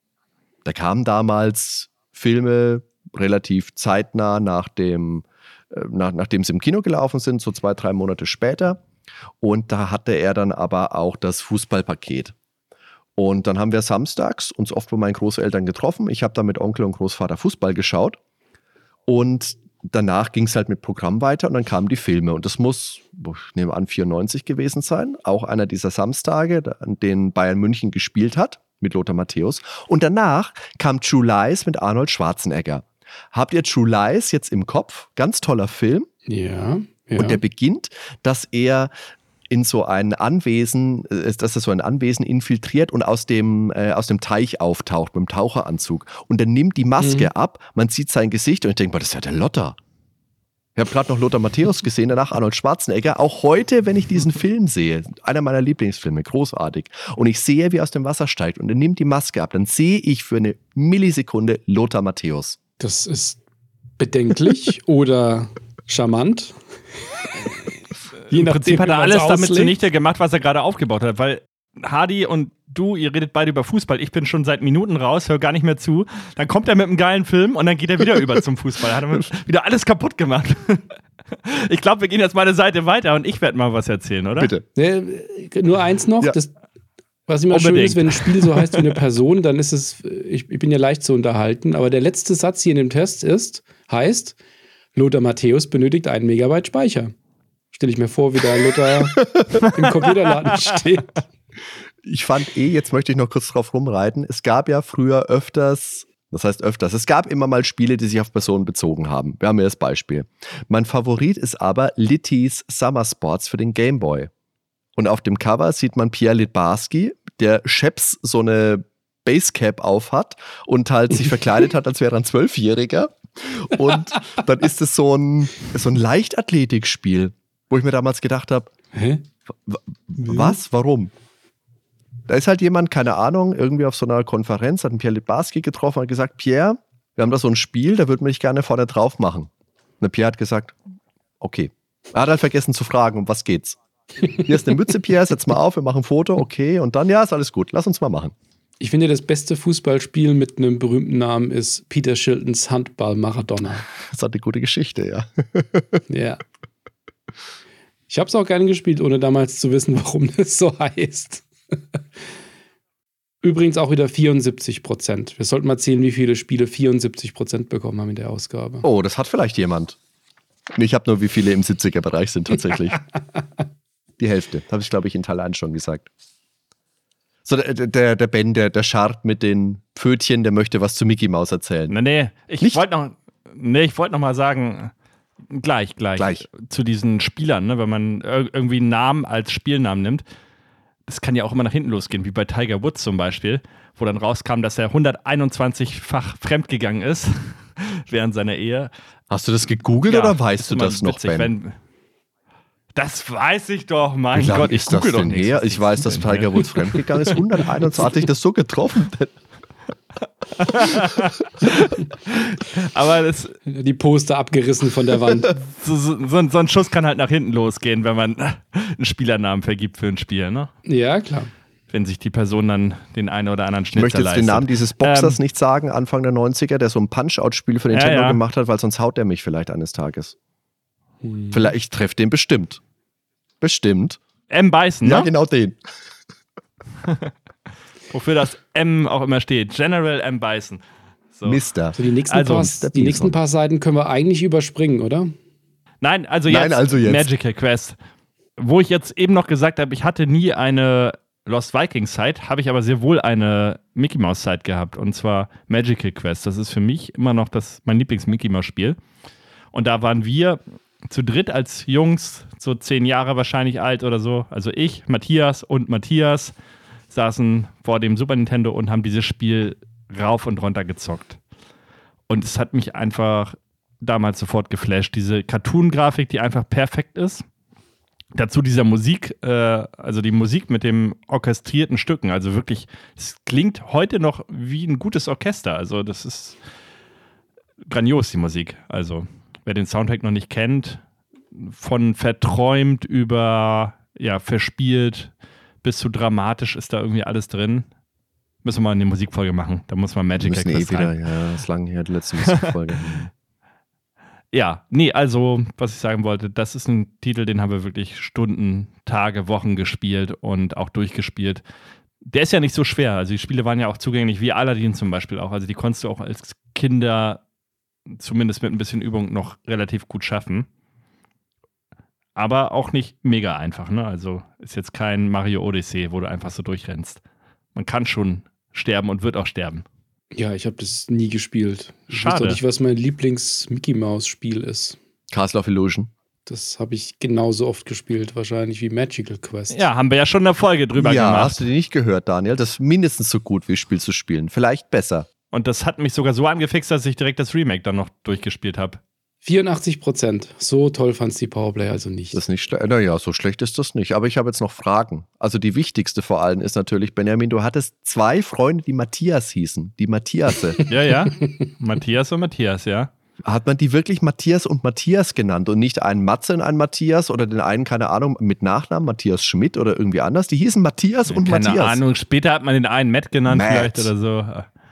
Da kamen damals Filme relativ zeitnah nach dem, nach, nachdem sie im Kino gelaufen sind, so zwei, drei Monate später. Und da hatte er dann aber auch das Fußballpaket. Und dann haben wir samstags uns oft bei meinen Großeltern getroffen. Ich habe da mit Onkel und Großvater Fußball geschaut. Und danach ging es halt mit Programm weiter und dann kamen die Filme. Und das muss, ich nehme an, vierundneunzig gewesen sein. Auch einer dieser Samstage, an denen Bayern München gespielt hat, mit Lothar Matthäus. Und danach kam True Lies mit Arnold Schwarzenegger. Habt ihr True Lies jetzt im Kopf? Ganz toller Film. Ja, Ja. Und der beginnt, dass er in so ein Anwesen, dass er so ein Anwesen infiltriert und aus dem, äh, aus dem Teich auftaucht mit dem Taucheranzug. Und dann nimmt die Maske Mhm. ab, man sieht sein Gesicht und ich denke, das ist ja der Lothar. Ich habe gerade noch Lothar Matthäus gesehen, danach Arnold Schwarzenegger. Auch heute, wenn ich diesen Film sehe, einer meiner Lieblingsfilme, großartig, und ich sehe, wie er aus dem Wasser steigt und er nimmt die Maske ab, dann sehe ich für eine Millisekunde Lothar Matthäus. Das ist bedenklich oder charmant. Je Im nachdem, Prinzip hat wie er man's alles damit auslegt. zunichte gemacht, was er gerade aufgebaut hat, weil Hardy und du, ihr redet beide über Fußball, ich bin schon seit Minuten raus, höre gar nicht mehr zu. Dann kommt er mit einem geilen Film und dann geht er wieder über zum Fußball. Hat er wieder alles kaputt gemacht. Ich glaube, wir gehen jetzt mal eine Seite weiter und ich werde mal was erzählen, oder? Bitte. Ne, nur eins noch, Ja. das, was immer schön Unbedingt. ist, wenn ein Spiel so heißt wie eine Person, dann ist es, ich, ich bin ja leicht zu unterhalten, aber der letzte Satz hier in dem Test ist, heißt, Lothar Matthäus benötigt einen Megabyte Speicher. Stelle ich mir vor, wie da Lothar im Computerladen steht. Ich fand eh, jetzt möchte ich noch kurz drauf rumreiten, es gab ja früher öfters, das heißt öfters, es gab immer mal Spiele, die sich auf Personen bezogen haben. Wir haben hier das Beispiel. Mein Favorit ist aber Litty's Summer Sports für den Game Boy. Und auf dem Cover sieht man Pierre Littbarski, der Scheps so eine Basecap auf hat und halt sich verkleidet hat, als wäre er ein Zwölfjähriger. Und dann ist es so ein, so ein Leichtathletikspiel, wo ich mir damals gedacht habe, Hä? w- was, warum? Da ist halt jemand, keine Ahnung, irgendwie auf so einer Konferenz, hat einen Pierre Littbarski getroffen und hat gesagt, Pierre, wir haben da so ein Spiel, da würden wir dich gerne vorne drauf machen. Und der Pierre hat gesagt, okay. Er hat halt vergessen zu fragen, um was geht's. Hier ist eine Mütze, Pierre, setz mal auf, wir machen ein Foto, okay. Und dann, ja, ist alles gut, lass uns mal machen. Ich finde, das beste Fußballspiel mit einem berühmten Namen ist Peter Shiltons Handball-Maradona. Das hat eine gute Geschichte, ja. Ja. Ich habe es auch gerne gespielt, ohne damals zu wissen, warum das so heißt. Übrigens auch wieder vierundsiebzig Prozent. Wir sollten mal zählen, wie viele Spiele vierundsiebzig Prozent bekommen haben in der Ausgabe. Oh, das hat vielleicht jemand. Ich habe nur, wie viele im siebziger-Bereich sind tatsächlich. Die Hälfte, habe ich, glaube ich, in Thailand schon gesagt. So, der, der, der Ben, der, der scharrt mit den Pfötchen, der möchte was zu Mickey Mouse erzählen. Nee, nee, ich Nicht? wollte noch, nee, ich wollte noch mal sagen, gleich, gleich, Gleich. zu diesen Spielern, ne, wenn man ir- irgendwie einen Namen als Spielnamen nimmt, das kann ja auch immer nach hinten losgehen, wie bei Tiger Woods zum Beispiel, wo dann rauskam, dass er hunderteinundzwanzig-fach fremdgegangen ist während seiner Ehe. Hast du das gegoogelt Ja, oder ist weißt du immer das noch, witzig, Ben? wenn- Das weiß ich doch, mein Wie lange Gott, ich ist das google doch denn nichts. her? Was Ich ist weiß, das dass denn Tiger her? Woods fremdgegangen ist. hunderteinundzwanzig, das so getroffen. Aber das, Die Poster abgerissen von der Wand. so, so, so, ein- so ein Schuss kann halt nach hinten losgehen, wenn man einen Spielernamen vergibt für ein Spiel, ne? Ja, klar. Wenn sich die Person dann den einen oder anderen Ich Schnitzer möchte jetzt leistet. den Namen dieses Boxers Ähm, nicht sagen, Anfang der neunziger, der so ein Punch-Out-Spiel für Nintendo Ja, ja. gemacht hat, weil sonst haut er mich vielleicht eines Tages. Vielleicht, ich treffe den bestimmt. Bestimmt. M. Bison, Ja, ne? genau den. Wofür das M auch immer steht. General M. Bison. So. Mister. So, die nächsten, Also, paar, Mister die nächsten Bison. paar Seiten können wir eigentlich überspringen, oder? Nein, also jetzt, Nein, also jetzt. Magical Quest. Wo ich jetzt eben noch gesagt habe, ich hatte nie eine Lost Vikings Site, habe ich aber sehr wohl eine Mickey Mouse Site gehabt. Und zwar Magical Quest. Das ist für mich immer noch das, mein Lieblings-Mickey Mouse Spiel. Und da waren wir zu dritt als Jungs, so zehn Jahre wahrscheinlich alt oder so. Also ich, Matthias und Matthias saßen vor dem Super Nintendo und haben dieses Spiel rauf und runter gezockt. Und es hat mich einfach damals sofort geflasht. Diese Cartoon-Grafik, die einfach perfekt ist. Dazu dieser Musik, äh, also die Musik mit dem orchestrierten Stücken. Also wirklich, es klingt heute noch wie ein gutes Orchester. Also das ist grandios, die Musik. Also wer den Soundtrack noch nicht kennt, von verträumt über ja, verspielt bis zu dramatisch ist da irgendwie alles drin. Müssen wir mal eine Musikfolge machen. Da muss man Wir Magic müssen eh Quest wieder, rein. ja, ist lang her, die letzte Musikfolge. Ja, nee, also, was ich sagen wollte, das ist ein Titel, den haben wir wirklich Stunden, Tage, Wochen gespielt und auch durchgespielt. Der ist ja nicht so schwer. Also, die Spiele waren ja auch zugänglich, wie Aladdin zum Beispiel auch. Also, die konntest du auch als Kinder zumindest mit ein bisschen Übung noch relativ gut schaffen. Aber auch nicht mega einfach, ne? Also, ist jetzt kein Mario Odyssey, wo du einfach so durchrennst. Man kann schon sterben und wird auch sterben. Ja, ich habe das nie gespielt. Ich Schade. weiß doch nicht, was mein Lieblings-Mickey-Mouse-Spiel ist. Castle of Illusion. Das habe ich genauso oft gespielt, wahrscheinlich wie Magical Quest. Ja, haben wir ja schon eine Folge drüber ja, gemacht. hast du die nicht gehört, Daniel? Das ist mindestens so gut wie Spiel zu spielen. Vielleicht besser. Und das hat mich sogar so angefixt, dass ich direkt das Remake dann noch durchgespielt habe. vierundachtzig Prozent. So toll fand es die Powerplay also nicht. Das ist nicht schlecht. Naja, so schlecht ist das nicht. Aber ich habe jetzt noch Fragen. Also die wichtigste vor allem ist natürlich, Benjamin, du hattest zwei Freunde, die Matthias hießen. Die Matthiasse. Ja, ja. Matthias und Matthias, ja. Hat man die wirklich Matthias und Matthias genannt und nicht einen Matze und einen Matthias oder den einen, keine Ahnung, mit Nachnamen, Matthias Schmidt oder irgendwie anders? Die hießen Matthias und Keine Matthias. Keine Ahnung, später hat man den einen Matt genannt Matt. vielleicht oder so.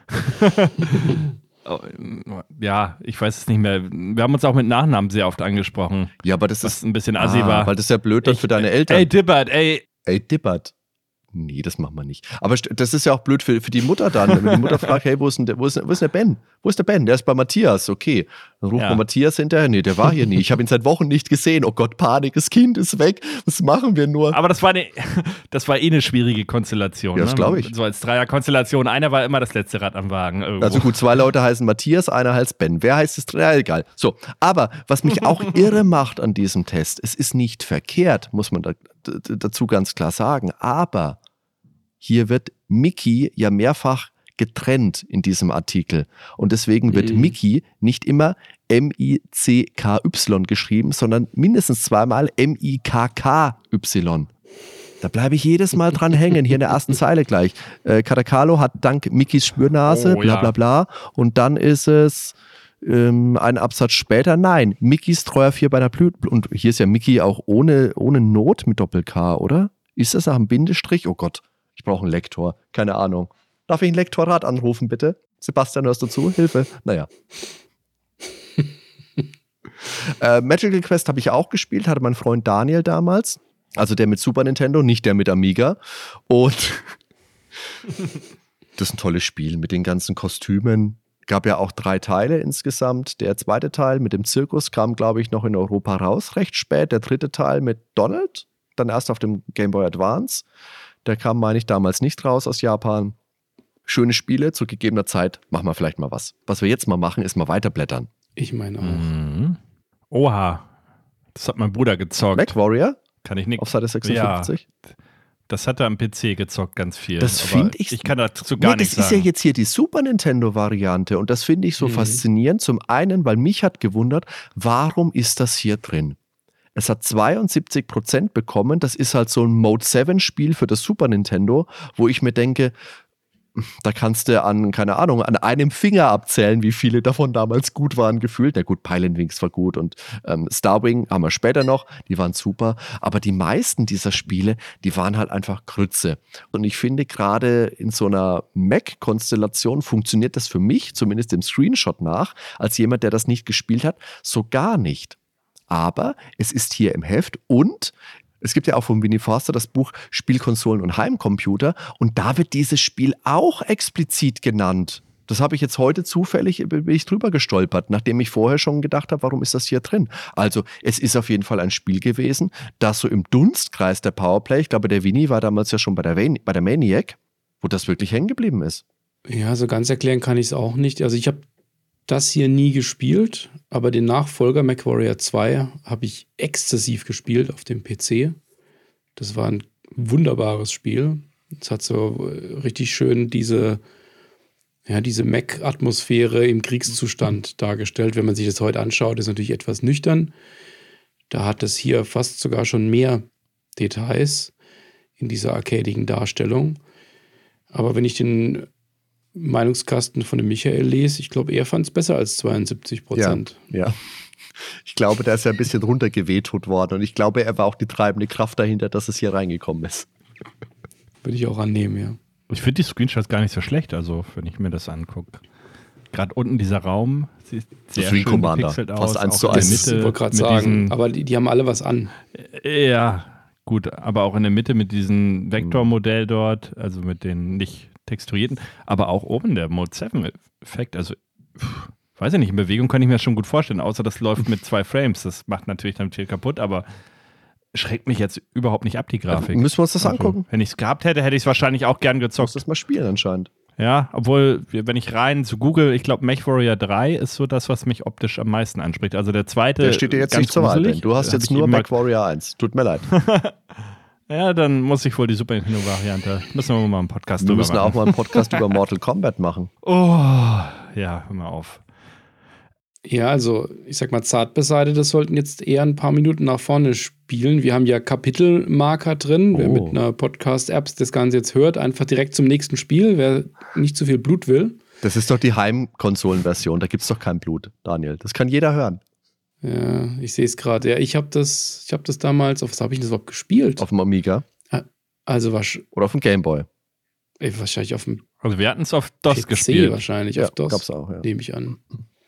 Ja, ich weiß es nicht mehr. Wir haben uns auch mit Nachnamen sehr oft angesprochen. Ja, aber das Was ist ein bisschen assi ah, war. weil das ja blöd dann Ich- für deine Eltern. Ey, Dippert, ey. Ey, Dippert. Nee, das machen wir nicht. Aber st- das ist ja auch blöd für, für die Mutter dann. Wenn die Mutter fragt, hey, wo ist denn der, wo ist, denn- wo ist denn der Ben? Wo ist der Ben? Der ist bei Matthias. Okay. Dann ruft Ja. man Matthias hinterher. Nee, der war hier nie. Ich habe ihn seit Wochen nicht gesehen. Oh Gott, Panik, das Kind ist weg. Was machen wir nur? Aber das war, eine, das war eh eine schwierige Konstellation. Ja, das ne? glaub ich. So als Dreierkonstellation. Einer war immer das letzte Rad am Wagen. Irgendwo. Also gut, zwei Leute heißen Matthias, einer heißt Ben. Wer heißt es? Ja, egal. So, aber was mich auch irre macht an diesem Test, es ist nicht verkehrt, muss man da, d- d- dazu ganz klar sagen, aber hier wird Mickey ja mehrfach getrennt in diesem Artikel. Und deswegen wird Mhm. Mickey nicht immer M I C K Y geschrieben, sondern mindestens zweimal M I K K Y. Da bleibe ich jedes Mal dran hängen, hier in der ersten Zeile gleich. Äh, Katakalo hat dank Mickys Spürnase, Oh, bla ja. bla bla. Und dann ist es ähm, ein Absatz später, nein, Mickys treuer Vierbeiner Blüt. Und hier ist ja Mickey auch ohne, ohne Not mit Doppel-K, oder? Ist das nach einem Bindestrich? Oh Gott, ich brauche einen Lektor. Keine Ahnung. Darf ich ein Lektorat anrufen, bitte? Sebastian, hörst du zu? Hilfe. Naja. äh, Magical Quest habe ich auch gespielt, hatte mein Freund Daniel damals. Also der mit Super Nintendo, nicht der mit Amiga. Und das ist ein tolles Spiel mit den ganzen Kostümen. Gab ja auch drei Teile insgesamt. Der zweite Teil mit dem Zirkus kam, glaube ich, noch in Europa raus, recht spät. Der dritte Teil mit Donald, dann erst auf dem Game Boy Advance. Der kam, meine ich, damals nicht raus aus Japan. Schöne Spiele, zu gegebener Zeit machen wir vielleicht mal was. Was wir jetzt mal machen, ist mal weiterblättern. Ich meine auch. Mhm. Oha. Das hat mein Bruder gezockt. Mac Warrior Kann ich nicht. auf Seite sechsundfünfzig. Das hat er am P C gezockt, ganz viel. Das Aber find ich- Ich kann dazu gar Nee, das nichts ist sagen. ja jetzt hier die Super Nintendo-Variante und das finde ich so Mhm. faszinierend. Zum einen, weil mich hat gewundert, warum ist das hier drin? Es hat zweiundsiebzig Prozent bekommen. Das ist halt so ein Mode sieben Spiel für das Super Nintendo, wo ich mir denke, da kannst du an, keine Ahnung, an einem Finger abzählen, wie viele davon damals gut waren gefühlt. Na gut, Pilot Wings war gut und ähm, Starwing haben wir später noch, die waren super. Aber die meisten dieser Spiele, die waren halt einfach Grütze. Und ich finde, gerade in so einer Mac-Konstellation funktioniert das für mich, zumindest im Screenshot nach, als jemand, der das nicht gespielt hat, so gar nicht. Aber es ist hier im Heft und es gibt ja auch von Winnie Forster das Buch Spielkonsolen und Heimcomputer und da wird dieses Spiel auch explizit genannt. Das habe ich jetzt heute zufällig, bin ich drüber gestolpert, nachdem ich vorher schon gedacht habe, warum ist das hier drin? Also es ist auf jeden Fall ein Spiel gewesen, das so im Dunstkreis der Powerplay, ich glaube der Winnie war damals ja schon bei der, Van- bei der Maniac, wo das wirklich hängen geblieben ist. Ja, so ganz erklären kann ich es auch nicht. Also ich habe das hier nie gespielt, aber den Nachfolger MacWarrior zwei habe ich exzessiv gespielt auf dem P C. Das war ein wunderbares Spiel. Es hat so äh, richtig schön diese, ja, diese Mac-Atmosphäre im Kriegszustand dargestellt. Wenn man sich das heute anschaut, ist natürlich etwas nüchtern. Da hat es hier fast sogar schon mehr Details in dieser arcadigen Darstellung. Aber wenn ich den Meinungskasten von dem Michael lese, ich glaube, er fand es besser als zweiundsiebzig Prozent. Ja. Ich glaube, der ist ja ein bisschen runtergewehtut worden und ich glaube, er war auch die treibende Kraft dahinter, dass es hier reingekommen ist. Würde ich auch annehmen, ja. Ich finde die Screenshots gar nicht so schlecht, also wenn ich mir das angucke. Gerade unten dieser Raum sieht sehr Wing schön Commander, gepixelt fast aus. eins auch zu in der eins. Ich Mitte wollte gerade mit sagen, diesen- aber die, die haben alle was an. Ja, gut, aber auch in der Mitte mit diesem Vektormodell dort, also mit den nicht texturierten, aber auch oben der Mode sieben Effekt, also pff, weiß ich nicht, in Bewegung kann ich mir das schon gut vorstellen, außer das läuft mit zwei Frames, das macht natürlich dann viel kaputt, aber schreckt mich jetzt überhaupt nicht ab, die Grafik. Müssen wir uns das Also, angucken? wenn ich es gehabt hätte, hätte ich es wahrscheinlich auch gern Muss gezockt. das mal spielen anscheinend. Ja, obwohl, wenn ich rein zu Google, ich glaube, MechWarrior drei ist so das, was mich optisch am meisten anspricht. Also der zweite. Der steht dir jetzt nicht zur Wahl, Ben. Du hast jetzt nur MechWarrior eins. Tut mir leid. Ja, dann muss ich wohl die Super Nintendo-Variante. Müssen wir mal einen Podcast drüber machen. Wir müssen auch mal einen Podcast über Mortal Kombat machen. Oh, ja, hör mal auf. Ja, also ich sag mal, zart beseitigt, das sollten jetzt eher ein paar Minuten nach vorne spielen. Wir haben ja Kapitelmarker drin. Oh. Wer mit einer Podcast-App das Ganze jetzt hört, einfach direkt zum nächsten Spiel, wer nicht zu viel Blut will. Das ist doch die Heimkonsolenversion, da gibt es doch kein Blut, Daniel. Das kann jeder hören. Ja, ich sehe es gerade. Ja, ich habe das, ich hab das damals, auf was habe ich das überhaupt gespielt? Auf dem Amiga. Also was? Oder auf dem Gameboy. Ey, wahrscheinlich auf dem Also wir hatten es auf DOS P C gespielt. Wahrscheinlich, ja, auf DOS. Gab's auch, ja. Nehme ich an.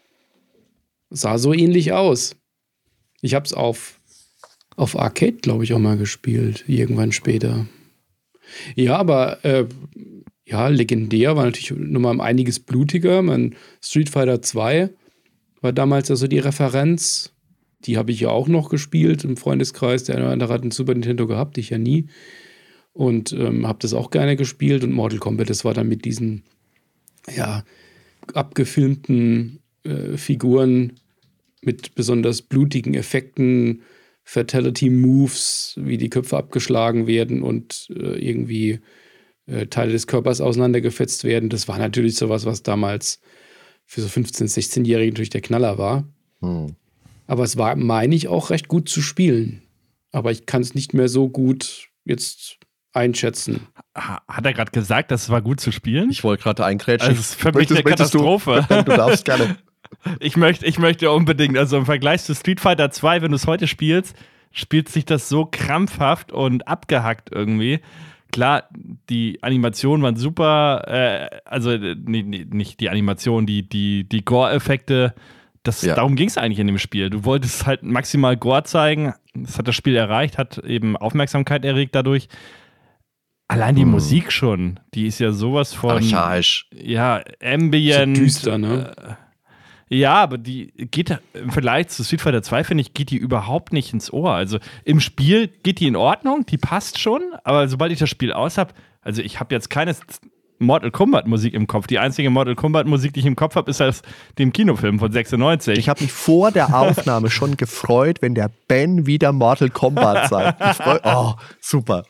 Sah so ähnlich aus. Ich habe es auf, auf Arcade, glaube ich, auch mal gespielt. Irgendwann später. Ja, aber äh, ja, legendär, war natürlich nochmal einiges blutiger. Mein Street Fighter zwei war damals also die Referenz. Die habe ich ja auch noch gespielt im Freundeskreis. Der eine oder andere hat einen Super Nintendo gehabt, ich ja nie. Und ähm, habe das auch gerne gespielt. Und Mortal Kombat, das war dann mit diesen ja, abgefilmten äh, Figuren mit besonders blutigen Effekten, Fatality-Moves, wie die Köpfe abgeschlagen werden und äh, irgendwie äh, Teile des Körpers auseinandergefetzt werden. Das war natürlich sowas, was damals für so fünfzehn-, sechzehnjährige natürlich der Knaller war. Hm. Aber es war, meine ich, auch recht gut zu spielen. Aber ich kann es nicht mehr so gut jetzt einschätzen. Hat er gerade gesagt, das war gut zu spielen? Ich wollte gerade eingrätschen. Also das ist für mich eine Katastrophe. Du, du darfst gerne. Ich möchte, ich möchte unbedingt, also im Vergleich zu Street Fighter zwei, wenn du es heute spielst, spielt sich das so krampfhaft und abgehackt irgendwie. Klar, die Animationen waren super, äh, also nee, nee, nicht die Animationen, die, die, die Gore-Effekte, das, ja. Darum ging es eigentlich in dem Spiel. Du wolltest halt maximal Gore zeigen, das hat das Spiel erreicht, hat eben Aufmerksamkeit erregt dadurch. Allein die hm. Musik schon, die ist ja sowas von archaisch. Ja, ambient. So düster, ne? Äh, Ja, aber die geht im Vergleich zu Street Fighter zwei, finde ich, geht die überhaupt nicht ins Ohr. Also im Spiel geht die in Ordnung, die passt schon, aber sobald ich das Spiel aus habe, also ich habe jetzt keine Mortal Kombat Musik im Kopf. Die einzige Mortal Kombat Musik, die ich im Kopf habe, ist aus dem Kinofilm von sechsundneunzig. Ich habe mich vor der Aufnahme schon gefreut, wenn der Ben wieder Mortal Kombat sagt. Ich freu, oh, super.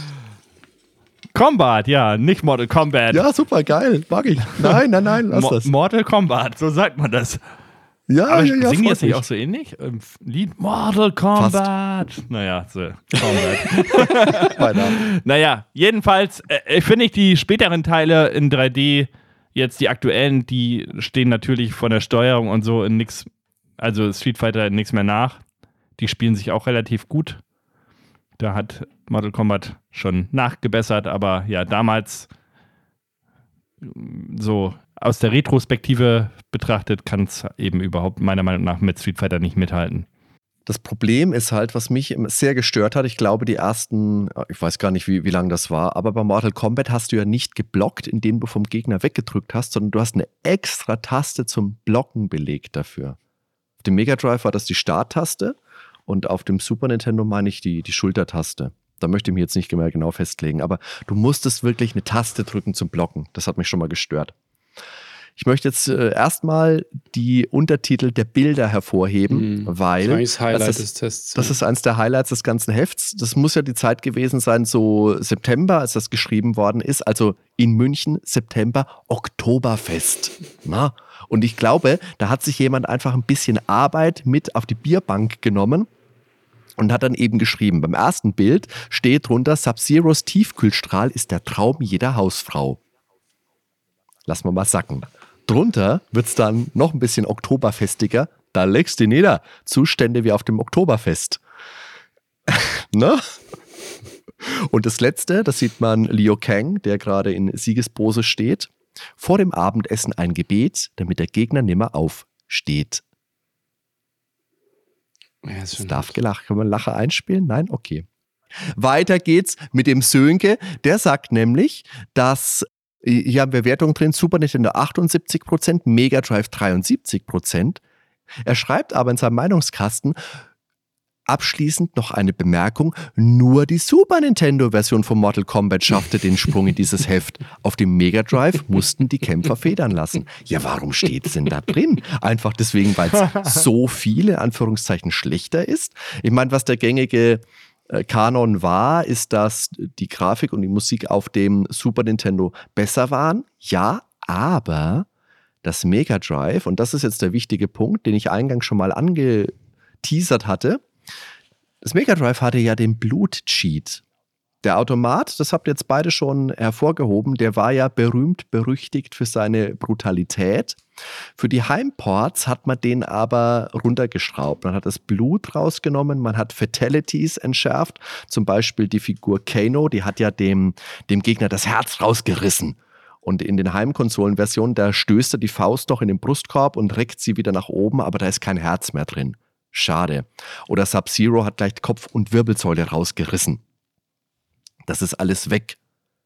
Kombat, ja, nicht Mortal Kombat. Ja, super, geil, mag ich. Nein, nein, nein, lass Mo- das. Mortal Kombat, so sagt man das. Ja, aber ja, ja. Singen die jetzt nicht mich. auch so ähnlich? Ähm, Lied Mortal Kombat. Fast. Naja, so. Kombat. Naja, jedenfalls äh, finde ich die späteren Teile in drei D, jetzt die aktuellen, die stehen natürlich von der Steuerung und so in nix, also Street Fighter in nichts mehr nach. Die spielen sich auch relativ gut. Da hat Mortal Kombat schon nachgebessert, aber ja, damals so aus der Retrospektive betrachtet, kann es eben überhaupt meiner Meinung nach mit Street Fighter nicht mithalten. Das Problem ist halt, was mich sehr gestört hat, ich glaube die ersten, ich weiß gar nicht, wie, wie lange das war, aber bei Mortal Kombat hast du ja nicht geblockt, indem du vom Gegner weggedrückt hast, sondern du hast eine extra Taste zum Blocken belegt dafür. Auf dem Mega Drive war das die Starttaste und auf dem Super Nintendo meine ich die, die Schultertaste. Da möchte ich mich jetzt nicht mehr genau festlegen, aber du musstest wirklich eine Taste drücken zum Blocken. Das hat mich schon mal gestört. Ich möchte jetzt äh, erstmal die Untertitel der Bilder hervorheben, mhm. weil das, Highlight das, des ist, Tests, das ja. ist eins der Highlights des ganzen Hefts. Das muss ja die Zeit gewesen sein, so September, als das geschrieben worden ist. Also in München, September, Oktoberfest. Na? Und ich glaube, da hat sich jemand einfach ein bisschen Arbeit mit auf die Bierbank genommen und hat dann eben geschrieben, beim ersten Bild steht drunter, Sub-Zeros Tiefkühlstrahl ist der Traum jeder Hausfrau. Lass mal mal sacken. Drunter wird es dann noch ein bisschen oktoberfestiger. Da legst du nieder. Zustände wie auf dem Oktoberfest. Ne? Und das letzte, das sieht man Liu Kang, der gerade in Siegespose steht. Vor dem Abendessen ein Gebet, damit der Gegner nimmer aufsteht. Ja, es darf gelacht. Kann man Lache einspielen? Nein? Okay. Weiter geht's mit dem Sönke. Der sagt nämlich, dass hier haben wir Wertungen drin, Super Nintendo achtundsiebzig Prozent, Mega Drive dreiundsiebzig Prozent. Er schreibt aber in seinem Meinungskasten, Abschließend noch eine Bemerkung. Nur die Super Nintendo-Version von Mortal Kombat schaffte den Sprung in dieses Heft. Auf dem Mega Drive mussten die Kämpfer federn lassen. Ja, warum steht es denn da drin? Einfach deswegen, weil es so viele, in Anführungszeichen, schlechter ist. Ich meine, was der gängige äh, Kanon war, ist, dass die Grafik und die Musik auf dem Super Nintendo besser waren. Ja, aber das Mega Drive, und das ist jetzt der wichtige Punkt, den ich eingangs schon mal angeteasert hatte, das Mega Drive hatte ja den Blut-Cheat. Der Automat, das habt ihr jetzt beide schon hervorgehoben, der war ja berühmt, berüchtigt für seine Brutalität. Für die Heimports hat man den aber runtergeschraubt. Man hat das Blut rausgenommen, man hat Fatalities entschärft. Zum Beispiel die Figur Kano, die hat ja dem, dem Gegner das Herz rausgerissen. Und in den Heimkonsolenversionen, da stößt er die Faust doch in den Brustkorb und reckt sie wieder nach oben, aber da ist kein Herz mehr drin. Schade. Oder Sub-Zero hat gleich Kopf und Wirbelsäule rausgerissen. Das ist alles weg.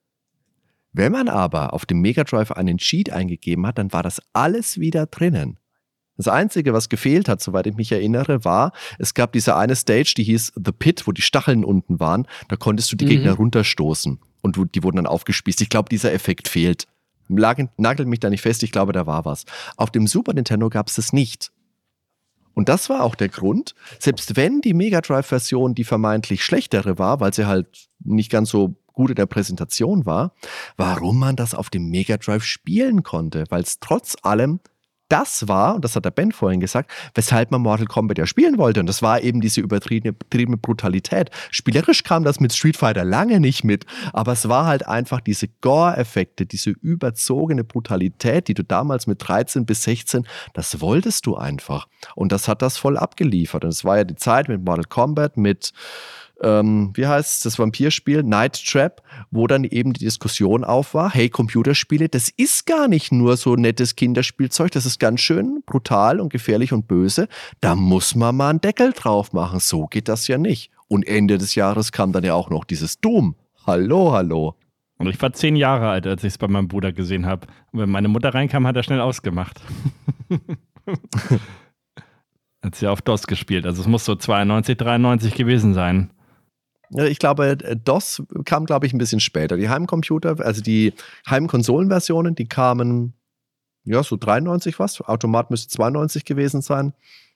Wenn man aber auf dem Mega Drive einen Cheat eingegeben hat, dann war das alles wieder drinnen. Das Einzige, was gefehlt hat, soweit ich mich erinnere, war, es gab diese eine Stage, die hieß The Pit, wo die Stacheln unten waren. Da konntest du die mhm. Gegner runterstoßen und du, die wurden dann aufgespießt. Ich glaube, dieser Effekt fehlt. Nagelt mich da nicht fest, ich glaube, da war was. Auf dem Super Nintendo gab es das nicht. Und das war auch der Grund, selbst wenn die Mega Drive-Version die vermeintlich schlechtere war, weil sie halt nicht ganz so gut in der Präsentation war, warum man das auf dem Mega Drive spielen konnte, weil es trotz allem das war, und das hat der Ben vorhin gesagt, weshalb man Mortal Kombat ja spielen wollte. Und das war eben diese übertriebene, übertriebene Brutalität. Spielerisch kam das mit Street Fighter lange nicht mit, aber es war halt einfach diese Gore-Effekte, diese überzogene Brutalität, die du damals mit dreizehn bis sechzehn, das wolltest du einfach. Und das hat das voll abgeliefert. Und es war ja die Zeit mit Mortal Kombat, mit Ähm, wie heißt es, das Vampirspiel, Night Trap, wo dann eben die Diskussion auf war, hey, Computerspiele, das ist gar nicht nur so nettes Kinderspielzeug, das ist ganz schön brutal und gefährlich und böse, da muss man mal einen Deckel drauf machen, so geht das ja nicht. Und Ende des Jahres kam dann ja auch noch dieses Doom. Hallo, hallo. Und ich war zehn Jahre alt, als ich es bei meinem Bruder gesehen habe. Und wenn meine Mutter reinkam, hat er schnell ausgemacht. Hat sie auf DOS gespielt, also es muss so zweiundneunzig, dreiundneunzig gewesen sein. Ich glaube, DOS kam, glaube ich, ein bisschen später. Die Heimcomputer, also die Heimkonsolenversionen, die kamen, ja, so dreiundneunzig was. Automat müsste zweiundneunzig gewesen sein.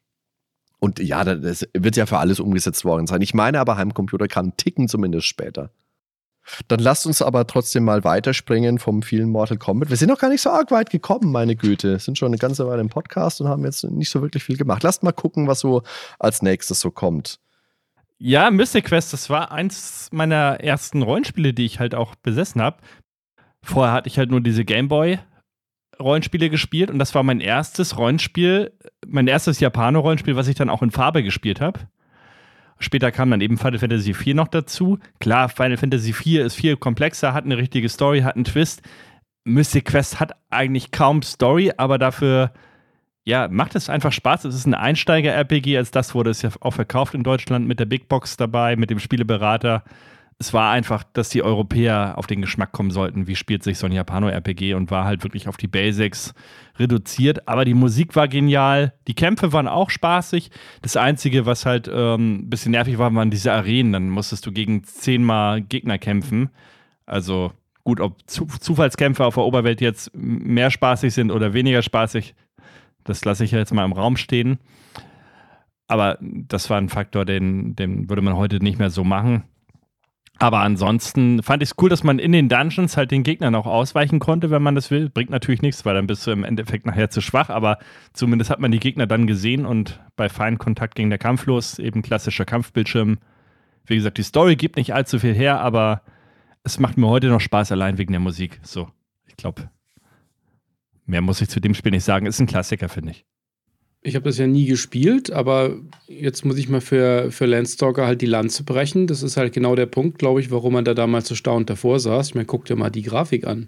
Und ja, das wird ja für alles umgesetzt worden sein. Ich meine aber, Heimcomputer kamen einen Ticken zumindest später. Dann lasst uns aber trotzdem mal weiterspringen vom vielen Mortal Kombat. Wir sind noch gar nicht so arg weit gekommen, meine Güte. Sind schon eine ganze Weile im Podcast und haben jetzt nicht so wirklich viel gemacht. Lasst mal gucken, was so als nächstes so kommt. Ja, Mystic Quest, das war eins meiner ersten Rollenspiele, die ich halt auch besessen habe. Vorher hatte ich halt nur diese Gameboy-Rollenspiele gespielt und das war mein erstes Rollenspiel, mein erstes Japaner-Rollenspiel, was ich dann auch in Farbe gespielt habe. Später kam dann eben Final Fantasy vier noch dazu. Klar, Final Fantasy vier ist viel komplexer, hat eine richtige Story, hat einen Twist. Mystic Quest hat eigentlich kaum Story, aber dafür ja, macht es einfach Spaß. Es ist ein Einsteiger-R P G, als das wurde es ja auch verkauft in Deutschland mit der Big Box dabei, mit dem Spieleberater. Es war einfach, dass die Europäer auf den Geschmack kommen sollten, wie spielt sich so ein Japano-R P G und war halt wirklich auf die Basics reduziert. Aber die Musik war genial, die Kämpfe waren auch spaßig. Das Einzige, was halt ähm, ein bisschen nervig war, waren diese Arenen. Dann musstest du gegen zehnmal Gegner kämpfen. Also gut, ob Zu- Zufallskämpfe auf der Oberwelt jetzt mehr spaßig sind oder weniger spaßig, das lasse ich ja jetzt mal im Raum stehen. Aber das war ein Faktor, den, den würde man heute nicht mehr so machen. Aber ansonsten fand ich es cool, dass man in den Dungeons halt den Gegnern auch ausweichen konnte, wenn man das will. Bringt natürlich nichts, weil dann bist du im Endeffekt nachher zu schwach. Aber zumindest hat man die Gegner dann gesehen und bei Feindkontakt ging der Kampf los. Eben klassischer Kampfbildschirm. Wie gesagt, die Story gibt nicht allzu viel her, aber es macht mir heute noch Spaß, allein wegen der Musik. So, ich glaube, mehr muss ich zu dem Spiel nicht sagen. Ist ein Klassiker, finde ich. Ich habe das ja nie gespielt, aber jetzt muss ich mal für, für Landstalker halt die Lanze brechen. Das ist halt genau der Punkt, glaube ich, warum man da damals so staunend davor saß. Ich meine, guck dir mal die Grafik an.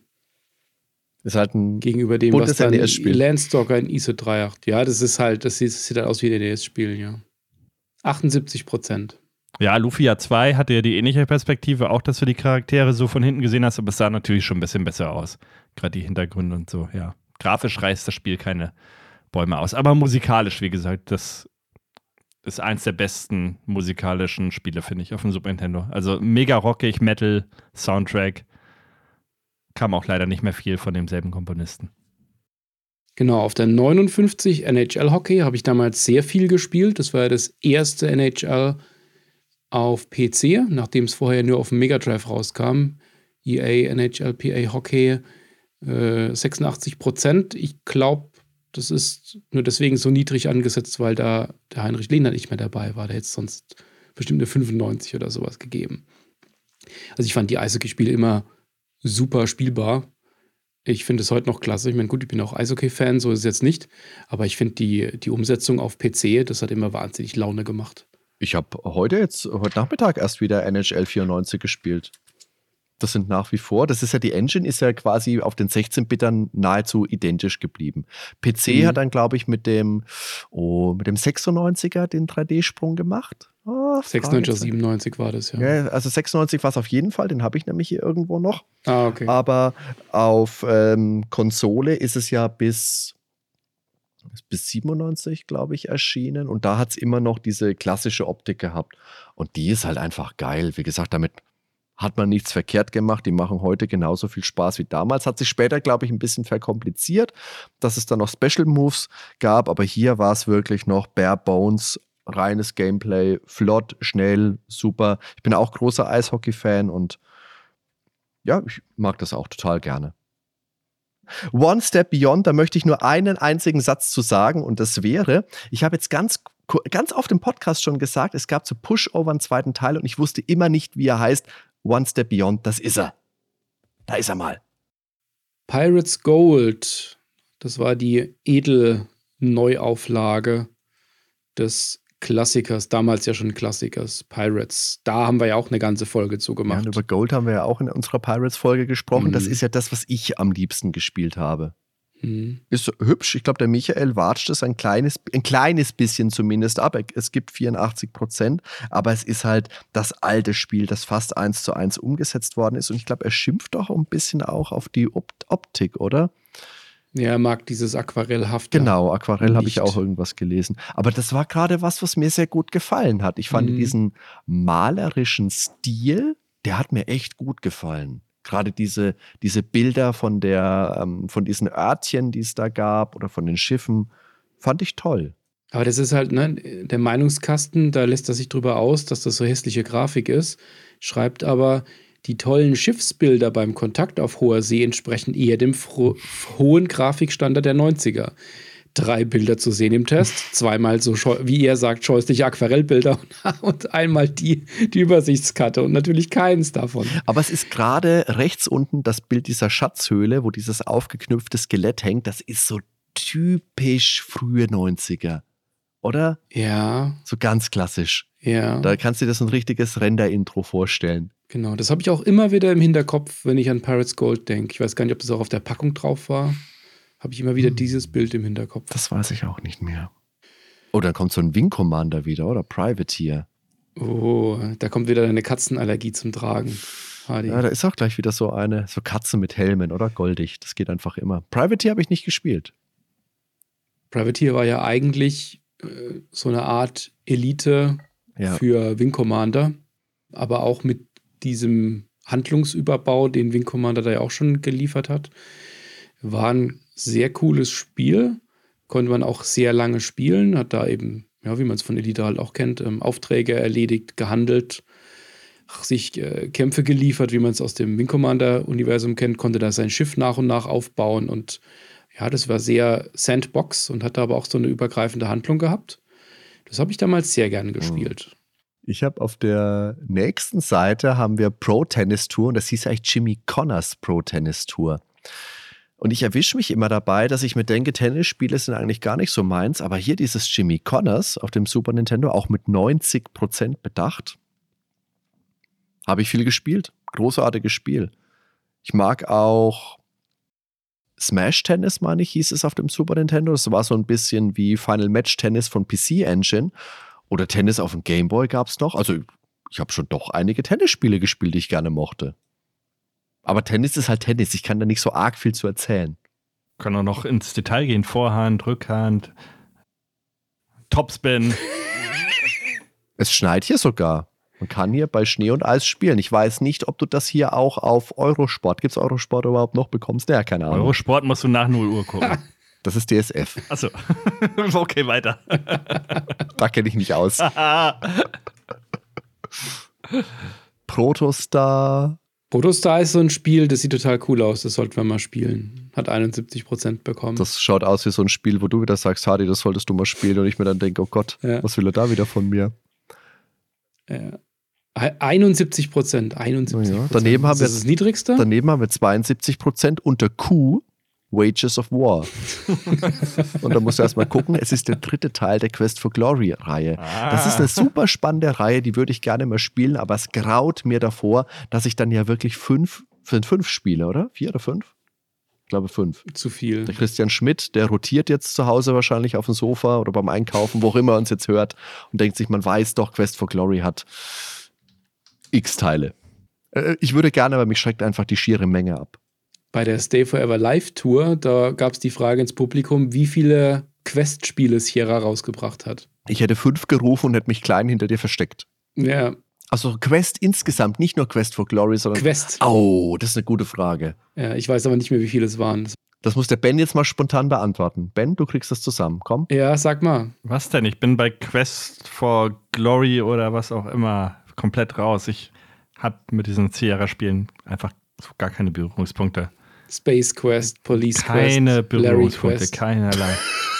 Das ist halt ein gegenüber dem, was dann N E S-Spiel. Landstalker in I S O drei Punkt acht. Ja, das ist halt, das sieht, das sieht halt aus wie ein N E S-Spiel, ja. achtundsiebzig Prozent. Ja, Lufia zwei hatte ja die ähnliche Perspektive, auch dass du die Charaktere so von hinten gesehen hast, aber es sah natürlich schon ein bisschen besser aus. Gerade die Hintergründe und so, ja. Grafisch reißt das Spiel keine Bäume aus. Aber musikalisch, wie gesagt, das ist eins der besten musikalischen Spiele, finde ich, auf dem Super Nintendo. Also mega rockig, Metal, Soundtrack. Kam auch leider nicht mehr viel von demselben Komponisten. Genau, auf der neunundfünfzig N H L Hockey habe ich damals sehr viel gespielt. Das war ja das erste N H L auf P C, nachdem es vorher nur auf dem Mega Drive rauskam. E A, N H L P A Hockey, äh, sechsundachtzig Prozent. Ich glaube, das ist nur deswegen so niedrig angesetzt, weil da der Heinrich Lehner nicht mehr dabei war. Der hätte es sonst bestimmt eine fünfundneunzig oder sowas gegeben. Also ich fand die Eishockey-Spiele immer super spielbar. Ich finde es heute noch klasse. Ich meine, gut, ich bin auch Eishockey-Fan, so ist es jetzt nicht. Aber ich finde die, die Umsetzung auf P C, das hat immer wahnsinnig Laune gemacht. Ich habe heute jetzt, heute Nachmittag erst wieder N H L vierundneunzig gespielt. Das sind nach wie vor, das ist ja die Engine, ist ja quasi auf den sechzehn-Bitern nahezu identisch geblieben. P C Mhm. hat dann, glaube ich, mit dem, oh, mit dem sechsundneunziger den drei D-Sprung gemacht. Oh, sechsundneunzig, Fragezeichen. siebenundneunzig war das, ja. Ja, also sechsundneunzig war es auf jeden Fall, den habe ich nämlich hier irgendwo noch. Ah, okay. Aber auf ähm, Konsole ist es ja bis, bis siebenundneunzig, glaube ich, erschienen. Und da hat es immer noch diese klassische Optik gehabt. Und die ist halt einfach geil. Wie gesagt, damit hat man nichts verkehrt gemacht. Die machen heute genauso viel Spaß wie damals. Hat sich später, glaube ich, ein bisschen verkompliziert, dass es dann noch Special Moves gab. Aber hier war es wirklich noch bare bones, reines Gameplay, flott, schnell, super. Ich bin auch großer Eishockey-Fan und ja, ich mag das auch total gerne. One Step Beyond, da möchte ich nur einen einzigen Satz zu sagen und das wäre, ich habe jetzt ganz, ganz oft im Podcast schon gesagt, es gab zu Pushover einen zweiten Teil und ich wusste immer nicht, wie er heißt. One Step Beyond, das ist er. Da ist er mal. Pirates Gold, das war die Edel-Neuauflage des Klassikers, damals ja schon Klassikers, Pirates. Da haben wir ja auch eine ganze Folge zu Ja, gemacht. und über Gold haben wir ja auch in unserer Pirates-Folge gesprochen. Mhm. Das ist ja das, was ich am liebsten gespielt habe. Mhm. Ist hübsch. Ich glaube, der Michael watscht es ein kleines, ein kleines bisschen zumindest ab. Es gibt vierundachtzig Prozent, aber es ist halt das alte Spiel, das fast eins zu eins umgesetzt worden ist. Und ich glaube, er schimpft doch ein bisschen auch auf die Opt- Optik, oder? Ja, er mag dieses Aquarellhafte. Genau, Aquarell habe ich Nicht. auch irgendwas gelesen. Aber das war gerade was, was mir sehr gut gefallen hat. Ich fand Mhm. diesen malerischen Stil, der hat mir echt gut gefallen. Gerade diese, diese Bilder von, der, ähm, von diesen Örtchen, die es da gab oder von den Schiffen, fand ich toll. Aber das ist halt, ne, der Meinungskasten, da lässt er sich drüber aus, dass das so hässliche Grafik ist, schreibt aber, die tollen Schiffsbilder beim Kontakt auf hoher See entsprechen eher dem fro- hohen Grafikstandard der neunziger. Drei Bilder zu sehen im Test, zweimal so, scheu- wie er sagt, scheußliche Aquarellbilder und einmal die, die Übersichtskarte und natürlich keins davon. Aber es ist gerade rechts unten das Bild dieser Schatzhöhle, wo dieses aufgeknüpfte Skelett hängt. Das ist so typisch frühe neunziger, oder? Ja, So ganz klassisch. ja. Da kannst du dir das ein richtiges Render-Intro vorstellen. Genau, das habe ich auch immer wieder im Hinterkopf, wenn ich an Pirates Gold denke. Ich weiß gar nicht, ob das auch auf der Packung drauf war. Habe ich immer wieder dieses Bild im Hinterkopf. Das weiß ich auch nicht mehr. Oh, dann kommt so ein Wing Commander wieder, oder? Privateer. Oh, da kommt wieder deine Katzenallergie zum Tragen, Hardy. Ja, da ist auch gleich wieder so eine, so Katze mit Helmen, oder? Goldig. Das geht einfach immer. Privateer habe ich nicht gespielt. Privateer war ja eigentlich äh, so eine Art Elite Ja. für Wing Commander, aber auch mit diesem Handlungsüberbau, den Wing Commander da ja auch schon geliefert hat. War ein sehr cooles Spiel, konnte man auch sehr lange spielen, hat da eben, ja, wie man es von Elite halt auch kennt, ähm, Aufträge erledigt, gehandelt, sich äh, Kämpfe geliefert, wie man es aus dem Wing Commander-Universum kennt, konnte da sein Schiff nach und nach aufbauen und ja, das war sehr Sandbox und hat da aber auch so eine übergreifende Handlung gehabt. Das habe ich damals sehr gerne gespielt. Ich habe auf der nächsten Seite haben wir Pro Tennis Tour und das hieß eigentlich Jimmy Connors Pro Tennis Tour. Und ich erwische mich immer dabei, dass ich mir denke, Tennisspiele sind eigentlich gar nicht so meins, aber hier dieses Jimmy Connors auf dem Super Nintendo auch mit neunzig Prozent bedacht. Habe ich viel gespielt. Großartiges Spiel. Ich mag auch Smash Tennis, meine ich, hieß es auf dem Super Nintendo. Das war so ein bisschen wie Final Match Tennis von P C Engine. Oder Tennis auf dem Game Boy gab es noch. Also ich habe schon doch einige Tennisspiele gespielt, die ich gerne mochte. Aber Tennis ist halt Tennis. Ich kann da nicht so arg viel zu erzählen. Kann auch noch ins Detail gehen. Vorhand, Rückhand, Topspin. Es schneit hier sogar. Man kann hier bei Schnee und Eis spielen. Ich weiß nicht, ob du das hier auch auf Eurosport, gibt es Eurosport überhaupt noch, bekommst? Ja, keine Ahnung. Eurosport musst du nach null Uhr gucken. Das ist D S F. Achso. Okay, weiter. Da kenne ich mich aus. Protostar. Protostar ist so ein Spiel, das sieht total cool aus. Das sollten wir mal spielen. Hat einundsiebzig Prozent bekommen. Das schaut aus wie so ein Spiel, wo du wieder sagst, Hardy, das solltest du mal spielen. Und ich mir dann denke, oh Gott, ja. Was will er da wieder von mir? Ja. einundsiebzig Prozent. einundsiebzig Prozent. Ja, daneben haben wir, das ist das Niedrigste? Daneben haben wir zweiundsiebzig Prozent unter Q, Wages of War. Und da musst du erstmal gucken, es ist der dritte Teil der Quest for Glory-Reihe. Ah. Das ist eine super spannende Reihe, die würde ich gerne mal spielen, aber es graut mir davor, dass ich dann ja wirklich fünf, sind fünf Spiele, oder? Vier oder fünf? Ich glaube fünf. Zu viel. Der Christian Schmidt, der rotiert jetzt zu Hause wahrscheinlich auf dem Sofa oder beim Einkaufen, wo auch immer er uns jetzt hört und denkt sich, man weiß doch, Quest for Glory hat x Teile. Ich würde gerne, aber mich schreckt einfach die schiere Menge ab. Bei der Stay Forever Live Tour, da gab es die Frage ins Publikum, wie viele Quest-Spiele Sierra rausgebracht hat. Ich hätte fünf gerufen und hätte mich klein hinter dir versteckt. Ja. Also Quest insgesamt, nicht nur Quest for Glory, sondern... Quest. Oh, das ist eine gute Frage. Ja, ich weiß aber nicht mehr, wie viele es waren. Das muss der Ben jetzt mal spontan beantworten. Ben, du kriegst das zusammen, komm. Ja, sag mal. Was denn? Ich bin bei Quest for Glory oder was auch immer komplett raus. Ich habe mit diesen Sierra-Spielen einfach so gar keine Berührungspunkte. Space Quest, Police keine Quest, Keine Berührungspunkte, Quest. Keinerlei.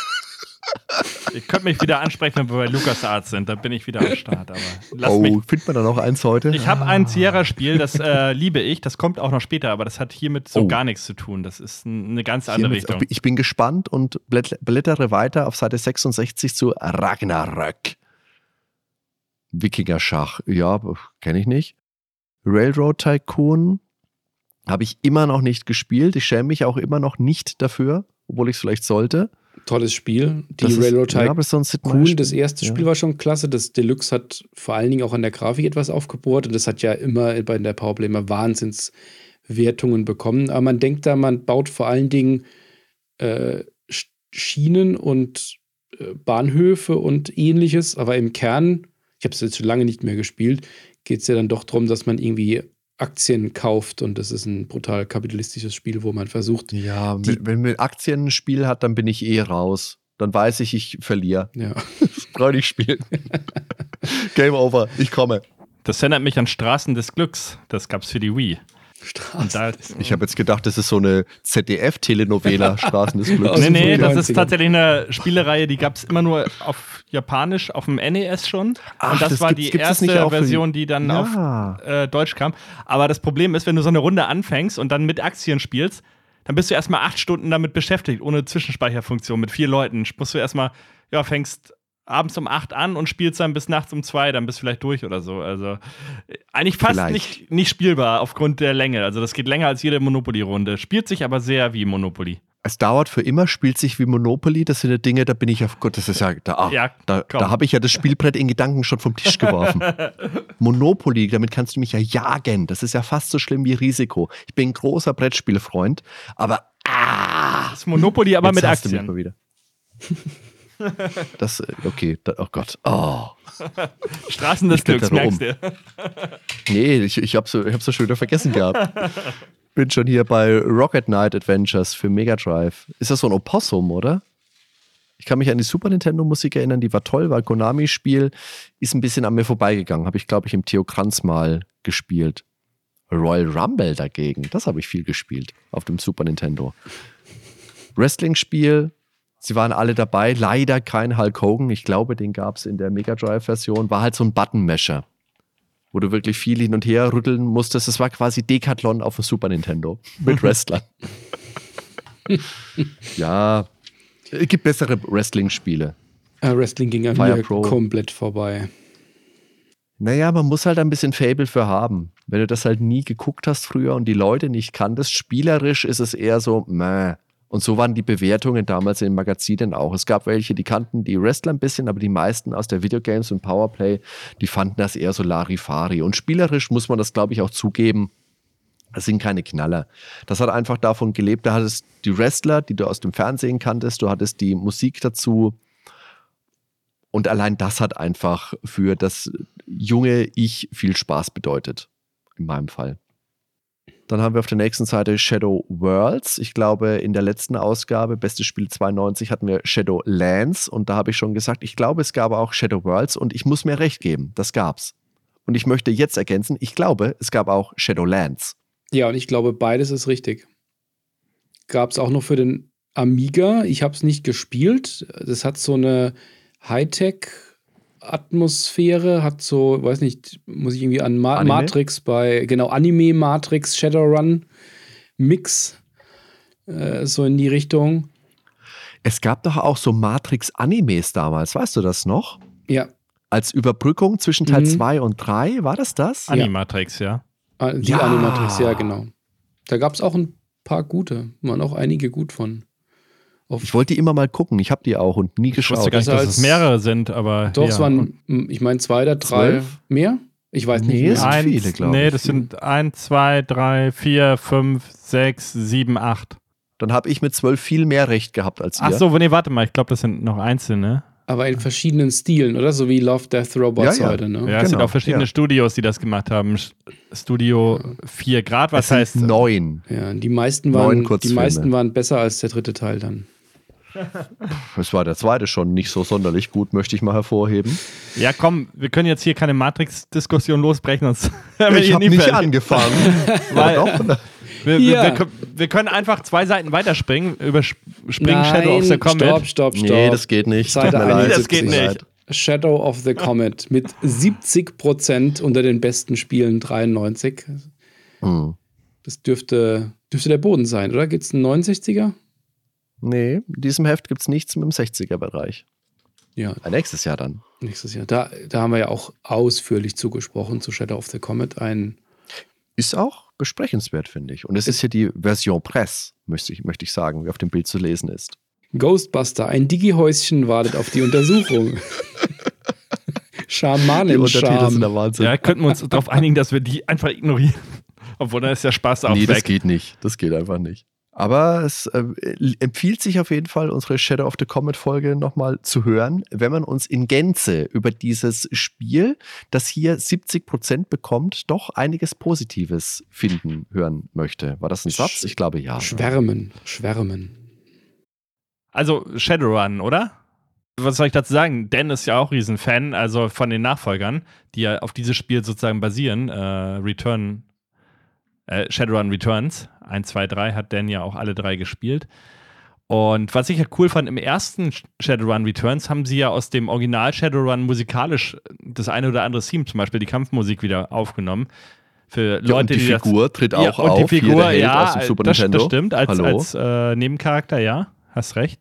Ihr könnt mich wieder ansprechen, wenn wir bei LucasArts sind, dann bin ich wieder am Start. Aber lasst oh, mich. Findet man da noch eins heute? Ich habe ein Sierra-Spiel, das äh, liebe ich, das kommt auch noch später, aber das hat hiermit so oh. gar nichts zu tun. Das ist n- eine ganz andere hiermit, Richtung. Ich bin gespannt und blättere weiter auf Seite sechsundsechzig zu Ragnarök. Wikinger-Schach, ja, kenne ich nicht. Railroad Tycoon habe ich immer noch nicht gespielt. Ich schäme mich auch immer noch nicht dafür, obwohl ich es vielleicht sollte. Tolles Spiel. Die das Railroad ist, Tycoon, ja, so das erste ja. Spiel war schon klasse. Das Deluxe hat vor allen Dingen auch an der Grafik etwas aufgebohrt und das hat ja immer bei der Powerplay immer Wahnsinnswertungen bekommen. Aber man denkt da, man baut vor allen Dingen äh, Schienen und äh, Bahnhöfe und ähnliches, aber im Kern, ich habe es jetzt schon lange nicht mehr gespielt, geht es ja dann doch darum, dass man irgendwie Aktien kauft und das ist ein brutal kapitalistisches Spiel, wo man versucht. Ja, die, wenn man Aktien ein Spiel hat, dann bin ich eh raus. Dann weiß ich, ich verliere. Ja. Das brauche ich nicht spielen. Game over, ich komme. Das erinnert mich an Straßen des Glücks. Das gab's für die Wii. Da, ich habe jetzt gedacht, das ist so eine Z D F-Telenovela, Straßen des Glücks. Nee, nee, das ist tatsächlich eine Spielereihe, die gab es immer nur auf Japanisch, auf dem N E S schon. Ach, und das, das war gibt's, die gibt's erste Version, die dann ja. auf äh, Deutsch kam. Aber das Problem ist, wenn du so eine Runde anfängst und dann mit Aktien spielst, dann bist du erstmal acht Stunden damit beschäftigt, ohne Zwischenspeicherfunktion, mit vier Leuten. Musst du erstmal, ja, fängst abends um acht an und spielst dann bis nachts um zwei, dann bist du vielleicht durch oder so. Also eigentlich fast nicht, nicht spielbar aufgrund der Länge. Also das geht länger als jede Monopoly-Runde. Spielt sich aber sehr wie Monopoly. Es dauert für immer, spielt sich wie Monopoly. Das sind ja Dinge, da bin ich auf Gott, das ist ja, da, ah, ja, da, da habe ich ja das Spielbrett in Gedanken schon vom Tisch geworfen. Monopoly, damit kannst du mich ja jagen. Das ist ja fast so schlimm wie Risiko. Ich bin ein großer Brettspielfreund, aber ah, das ist Monopoly, aber mit Aktien. Mal wieder. Das, okay, da, oh Gott. Oh. Straßen des Glücks, merkst du? Nee, ich, ich hab's so, ich hab's so schon wieder vergessen gehabt. Bin schon hier bei Rocket Knight Adventures für Mega Drive. Ist das so ein Opossum, oder? Ich kann mich an die Super Nintendo Musik erinnern, die war toll, war ein Konami-Spiel, ist ein bisschen an mir vorbeigegangen. Habe ich, glaube ich, im Theo Kranz mal gespielt. Royal Rumble dagegen, das habe ich viel gespielt auf dem Super Nintendo. Wrestling-Spiel. Sie waren alle dabei, leider kein Hulk Hogan. Ich glaube, den gab es in der Mega Drive-Version. War halt so ein Button-Masher, wo du wirklich viel hin und her rütteln musstest. Das war quasi Decathlon auf dem Super Nintendo mit Wrestlern. Ja, es gibt bessere Wrestling-Spiele. Uh, Wrestling ging an Fire mir Pro. komplett vorbei. Naja, man muss halt ein bisschen Fable für haben. Wenn du das halt nie geguckt hast früher und die Leute nicht kanntest, spielerisch ist es eher so, meh. Und so waren die Bewertungen damals in den Magazinen auch. Es gab welche, die kannten die Wrestler ein bisschen, aber die meisten aus der Videogames und Powerplay, die fanden das eher so Larifari. Und spielerisch muss man das, glaube ich, auch zugeben, das sind keine Knaller. Das hat einfach davon gelebt, da hattest die Wrestler, die du aus dem Fernsehen kanntest, du hattest die Musik dazu Und allein das hat einfach für das junge Ich viel Spaß bedeutet. In meinem Fall. Dann haben wir auf der nächsten Seite Shadow Worlds. Ich glaube, in der letzten Ausgabe, Bestes Spiel zweiundneunzig, hatten wir Shadow Lands. Und da habe ich schon gesagt, ich glaube, es gab auch Shadow Worlds. Und ich muss mir recht geben, das gab's. Und ich möchte jetzt ergänzen, ich glaube, es gab auch Shadow Lands. Ja, und ich glaube, beides ist richtig. Gab es auch noch für den Amiga. Ich habe es nicht gespielt. Das hat so eine Hightech-Atmosphäre, hat so, weiß nicht, muss ich irgendwie an Ma- Matrix bei, genau, Anime, Matrix, Shadowrun, Mix, äh, so in die Richtung. Es gab doch auch so Matrix-Animes damals, weißt du das noch? Ja. Als Überbrückung zwischen Teil Mhm. zwei und drei, war das das? Animatrix, ja. Ah, Die Ja. Animatrix, ja, genau. Da gab es auch ein paar gute, waren auch einige gut von. Auf Ich wollte die immer mal gucken, ich habe die auch und nie Ich wusste geschaut. gar nicht, Besser dass es als- mehrere sind, aber. Doch, ja. es waren, m, ich meine, zwei oder drei Zwölf? mehr? Ich weiß nicht Nee, mehr. es sind Eins, viele, glaub nee, ich. das sind eins, zwei, drei, vier, fünf, sechs, sieben, acht. Dann habe ich mit zwölf viel mehr Recht gehabt als ihr. Ach so, nee, warte mal, ich glaube, das sind noch einzelne. Aber in verschiedenen Stilen, oder? So wie Love, Death, Robots Ja, ja. heute, ne? Ja, es sind Genau, auch verschiedene ja. Studios, die das gemacht haben. S- Studio vier Grad, was Es sind heißt. neun. Ja, die meisten Neun waren, die Kurzfilme. meisten waren besser als der dritte Teil dann. Es war der zweite schon nicht so sonderlich gut, möchte ich mal hervorheben. Ja, komm, wir können jetzt hier keine Matrix-Diskussion losbrechen, sonst hören wir Ich hier habe nie nicht fertig. angefangen. Weil- Ja, doch. Wir, wir, Ja. wir, können- wir können einfach zwei Seiten weiterspringen, überspringen Nein, Shadow of the Comet. stopp, stopp, stopp. Nee, das geht nicht. Seite Tut mir leid. einundsiebzig. Das geht Tut mir nicht. leid. Shadow of the Comet mit siebzig Prozent unter den besten Spielen dreiundneunzig. Hm. Das dürfte, dürfte der Boden sein, oder? Gibt es einen neunundsechziger? Nee, in diesem Heft gibt es nichts mit dem sechziger-Bereich. Ja, Nächstes Jahr dann. nächstes Jahr. Da, da haben wir ja auch ausführlich zugesprochen zu Shadow of the Comet. Ein Ist auch besprechenswert, finde ich. Und es ist hier die Version Presse, möchte ich, möchte ich sagen, wie auf dem Bild zu lesen ist. Ghostbuster, ein Digi-Häuschen wartet auf die Untersuchung. Die Untertitel sind Schamanen-Charme. der Wahnsinn. Ja, könnten wir uns darauf einigen, dass wir die einfach ignorieren. Obwohl, dann ist ja Spaß auch nee, das weg. geht nicht. Das geht einfach nicht. Aber es äh, empfiehlt sich auf jeden Fall, unsere Shadow of the Comet-Folge nochmal zu hören, wenn man uns in Gänze über dieses Spiel, das hier siebzig Prozent bekommt, doch einiges Positives finden hören möchte. War das ein Satz? Ich glaube ja. Schwärmen, schwärmen. Also Shadowrun, oder? Was soll ich dazu sagen? Dan ist ja auch Riesenfan, also von den Nachfolgern, die ja auf dieses Spiel sozusagen basieren. Äh, Return, äh, Shadowrun Returns, eins, zwei, drei hat Dan ja auch alle drei gespielt. Und was ich ja cool fand, im ersten Shadowrun Returns haben sie ja aus dem Original Shadowrun musikalisch das eine oder andere Theme, zum Beispiel die Kampfmusik, wieder aufgenommen. Für Ja, Leute, und die das- Figur tritt auch ja, und auf. die Figur, Hier der Held ja, aus dem Super das, Nintendo. das stimmt, als, Hallo. als äh, Nebencharakter, ja, hast recht.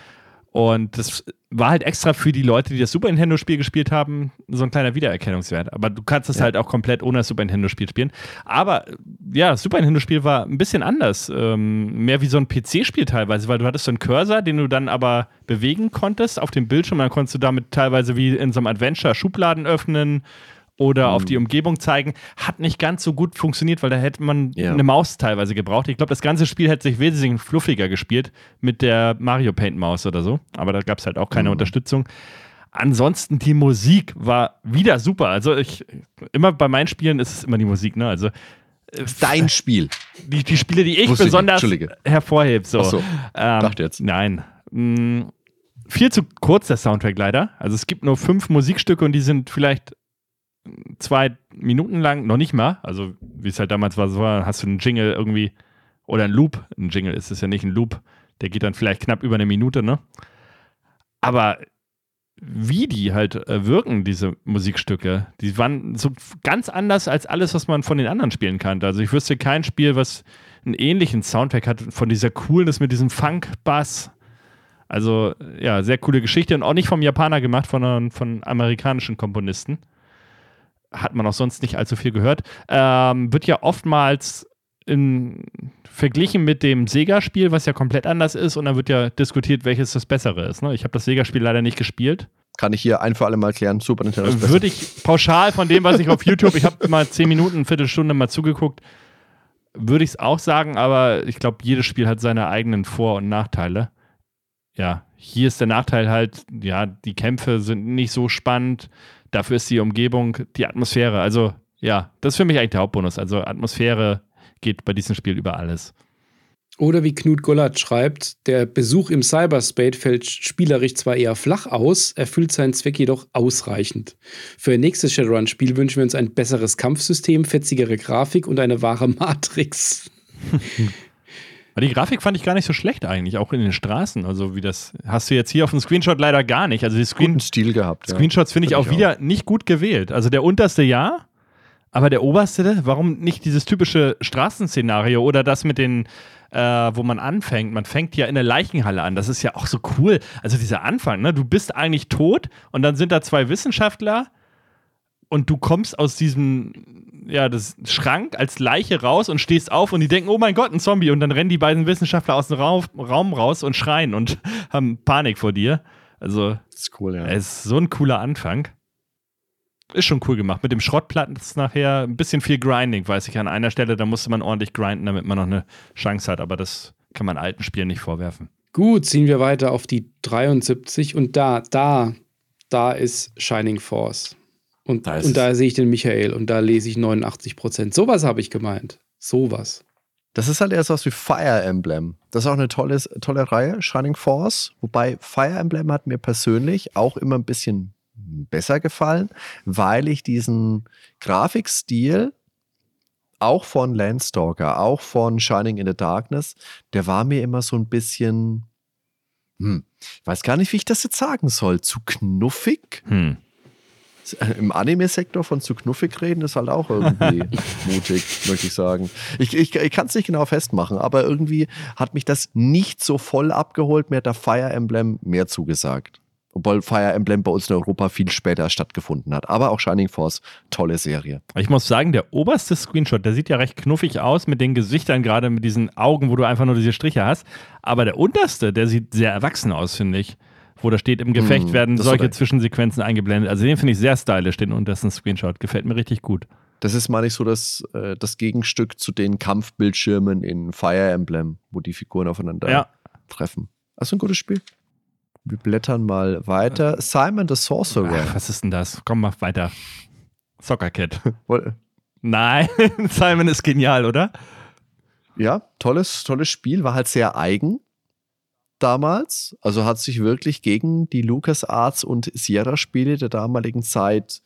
Und das war halt extra für die Leute, die das Super Nintendo-Spiel gespielt haben, so ein kleiner Wiedererkennungswert. Aber du kannst es Ja. halt auch komplett ohne das Super Nintendo-Spiel spielen. Aber ja, das Super Nintendo-Spiel war ein bisschen anders. Ähm, mehr wie so ein P C-Spiel teilweise, weil du hattest so einen Cursor, den du dann aber bewegen konntest auf dem Bildschirm. Dann konntest du damit teilweise wie in so einem Adventure Schubladen öffnen oder auf die Umgebung zeigen. Hat nicht ganz so gut funktioniert, weil da hätte man Ja. eine Maus teilweise gebraucht. Ich glaube, das ganze Spiel hätte sich wesentlich fluffiger gespielt mit der Mario Paint Maus oder so. Aber da gab es halt auch keine Mhm. Unterstützung. Ansonsten die Musik war wieder super. Also ich immer bei meinen Spielen ist es immer die Musik, ne? Also Dein Spiel. die, die Spiele, die ich Wusste ich nicht. besonders Entschuldige. hervorhebe. So. Ach so, ähm, dachte jetzt. Nein. Mm, viel zu kurz der Soundtrack leider. Also es gibt nur fünf Musikstücke und die sind vielleicht zwei Minuten lang, noch nicht mal. Also wie es halt damals war, so war, hast du einen Jingle irgendwie oder einen Loop. Ein Jingle ist es ja nicht, ein Loop. Der geht dann vielleicht knapp über eine Minute, ne? Aber wie die halt äh, wirken, diese Musikstücke, die waren so ganz anders als alles, was man von den anderen Spielen kannte. Also ich wüsste kein Spiel, was einen ähnlichen Soundtrack hat, von dieser Coolness mit diesem Funk-Bass. Also ja, sehr coole Geschichte und auch nicht vom Japaner gemacht, von, von amerikanischen Komponisten. Hat man auch sonst nicht allzu viel gehört. Ähm, wird ja oftmals in, verglichen mit dem Sega-Spiel, was ja komplett anders ist, und dann wird ja diskutiert, welches das Bessere ist. Ne? Ich habe das Sega-Spiel leider nicht gespielt. Kann ich hier ein für alle Mal klären. Super Nintendo ist besser. Würde ich pauschal von dem, was ich auf YouTube, ich habe mal zehn Minuten, eine Viertelstunde mal zugeguckt, würde ich es auch sagen, aber ich glaube, jedes Spiel hat seine eigenen Vor- und Nachteile. Ja, Hier ist der Nachteil halt, ja, die Kämpfe sind nicht so spannend. Dafür ist die Umgebung, die Atmosphäre. Also, ja, das ist für mich eigentlich der Hauptbonus. Also, Atmosphäre geht bei diesem Spiel über alles. Oder wie Knut Gollert schreibt, der Besuch im Cyberspace fällt spielerisch zwar eher flach aus, erfüllt seinen Zweck jedoch ausreichend. Für ein nächstes Shadowrun-Spiel wünschen wir uns ein besseres Kampfsystem, fetzigere Grafik und eine wahre Matrix. Die Grafik fand ich gar nicht so schlecht eigentlich, auch in den Straßen. Also wie das hast du jetzt hier auf dem Screenshot leider gar nicht. Also die Screen- Guten Stil gehabt. Screenshots ja. finde ich auch, ich auch wieder nicht gut gewählt. Also der unterste ja, aber der oberste, warum nicht dieses typische Straßenszenario oder das mit den, äh, wo man anfängt. Man fängt ja in der Leichenhalle an. Das ist ja auch so cool. Also dieser Anfang, ne? Du bist eigentlich tot und dann sind da zwei Wissenschaftler und du kommst aus diesem, ja, das Schrank als Leiche raus und stehst auf und die denken, oh mein Gott, ein Zombie. Und dann rennen die beiden Wissenschaftler aus dem Raum, Raum raus und schreien und haben Panik vor dir. Also, das ist cool, ja. Es ist so ein cooler Anfang. Ist schon cool gemacht. Mit dem Schrottplatten ist nachher ein bisschen viel Grinding, weiß ich an einer Stelle. Da musste man ordentlich grinden, damit man noch eine Chance hat. Aber das kann man alten Spielen nicht vorwerfen. Gut, ziehen wir weiter auf die dreiundsiebzig und da, da, da ist Shining Force. Und da, und da sehe ich den Michael und da lese ich neunundachtzig Prozent. Sowas habe ich gemeint. Sowas. Das ist halt erst was wie Fire Emblem. Das ist auch eine tolle, tolle Reihe, Shining Force. Wobei Fire Emblem hat mir persönlich auch immer ein bisschen besser gefallen, weil ich diesen Grafikstil auch von Landstalker, auch von Shining in the Darkness, der war mir immer so ein bisschen, hm, ich weiß gar nicht, wie ich das jetzt sagen soll, zu knuffig. Hm. Im Anime-Sektor von zu knuffig reden ist halt auch irgendwie mutig, möchte ich sagen. Ich, ich, ich kann es nicht genau festmachen, aber irgendwie hat mich das nicht so voll abgeholt. Mir hat der Fire Emblem mehr zugesagt. Obwohl Fire Emblem bei uns in Europa viel später stattgefunden hat. Aber auch Shining Force, tolle Serie. Ich muss sagen, der oberste Screenshot, der sieht ja recht knuffig aus mit den Gesichtern, gerade mit diesen Augen, wo du einfach nur diese Striche hast. Aber der unterste, der sieht sehr erwachsen aus, finde ich. Wo da steht, im Gefecht hm, werden solche Zwischensequenzen eingeblendet. Also den finde ich sehr stylisch, den untersten Screenshot. Gefällt mir richtig gut. Das ist, meine ich, so das, äh, das Gegenstück zu den Kampfbildschirmen in Fire Emblem, wo die Figuren aufeinander ja. treffen. Also ein gutes Spiel. Wir blättern mal weiter. Simon the Sorcerer. Ach, was ist denn das? Komm mal weiter. Soccer Kid. Nein, Simon ist genial, oder? Ja, tolles, tolles Spiel. War halt sehr eigen damals. Also hat sich wirklich gegen die LucasArts und Sierra-Spiele der damaligen Zeit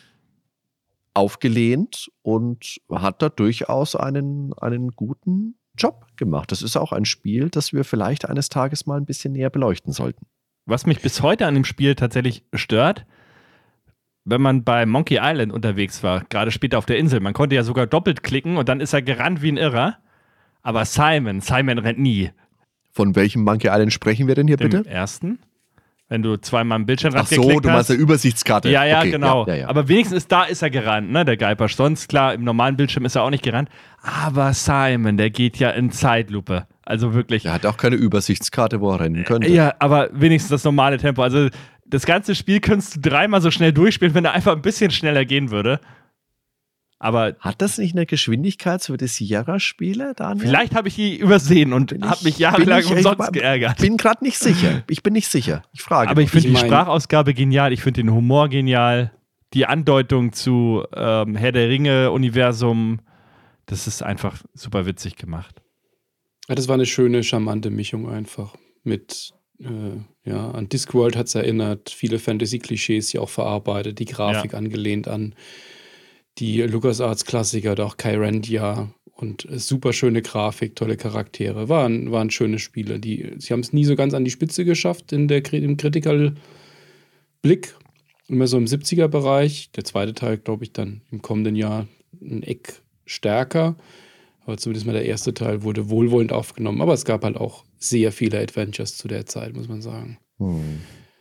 aufgelehnt und hat da durchaus einen, einen guten Job gemacht. Das ist auch ein Spiel, das wir vielleicht eines Tages mal ein bisschen näher beleuchten sollten. Was mich bis heute an dem Spiel tatsächlich stört, wenn man bei Monkey Island unterwegs war, gerade später auf der Insel, man konnte ja sogar doppelt klicken und dann ist er gerannt wie ein Irrer. Aber Simon, Simon rennt nie. Von welchem Monkey Island sprechen wir denn hier bitte? Im ersten. Wenn du zweimal am Bildschirm Ach so, du meinst eine Übersichtskarte. Ja, ja, okay, genau. Ja, ja, ja. Aber wenigstens ist, da ist er gerannt, ne, der Guybrush. Sonst, klar, im normalen Bildschirm ist er auch nicht gerannt. Aber Simon, der geht ja in Zeitlupe. Also wirklich. Er hat auch keine Übersichtskarte, wo er rennen könnte. Ja, aber wenigstens das normale Tempo. Also das ganze Spiel könntest du dreimal so schnell durchspielen, wenn er einfach ein bisschen schneller gehen würde. Aber hat das nicht eine Geschwindigkeit für die Sierra-Spiele, Daniel? Vielleicht habe ich die übersehen und habe mich jahrelang umsonst ich, geärgert. Ich bin gerade nicht sicher. Ich bin nicht sicher. Ich frage. Aber ich finde die mein, Sprachausgabe genial. Ich finde den Humor genial. Die Andeutung zu ähm, Herr der Ringe-Universum, das ist einfach super witzig gemacht. Ja, das war eine schöne, charmante Mischung einfach. Mit, äh, ja, an Discworld hat es erinnert, viele Fantasy-Klischees hier auch verarbeitet, die Grafik ja. angelehnt an die LucasArts-Klassiker, auch Kyrandia und super schöne Grafik, tolle Charaktere. Waren, waren schöne Spiele. Die, sie haben es nie so ganz an die Spitze geschafft in der, im Critical-Blick. Immer so im siebziger-Bereich. Der zweite Teil, glaube ich, dann im kommenden Jahr ein Eck stärker. Aber zumindest mal der erste Teil wurde wohlwollend aufgenommen. Aber es gab halt auch sehr viele Adventures zu der Zeit, muss man sagen. Hm.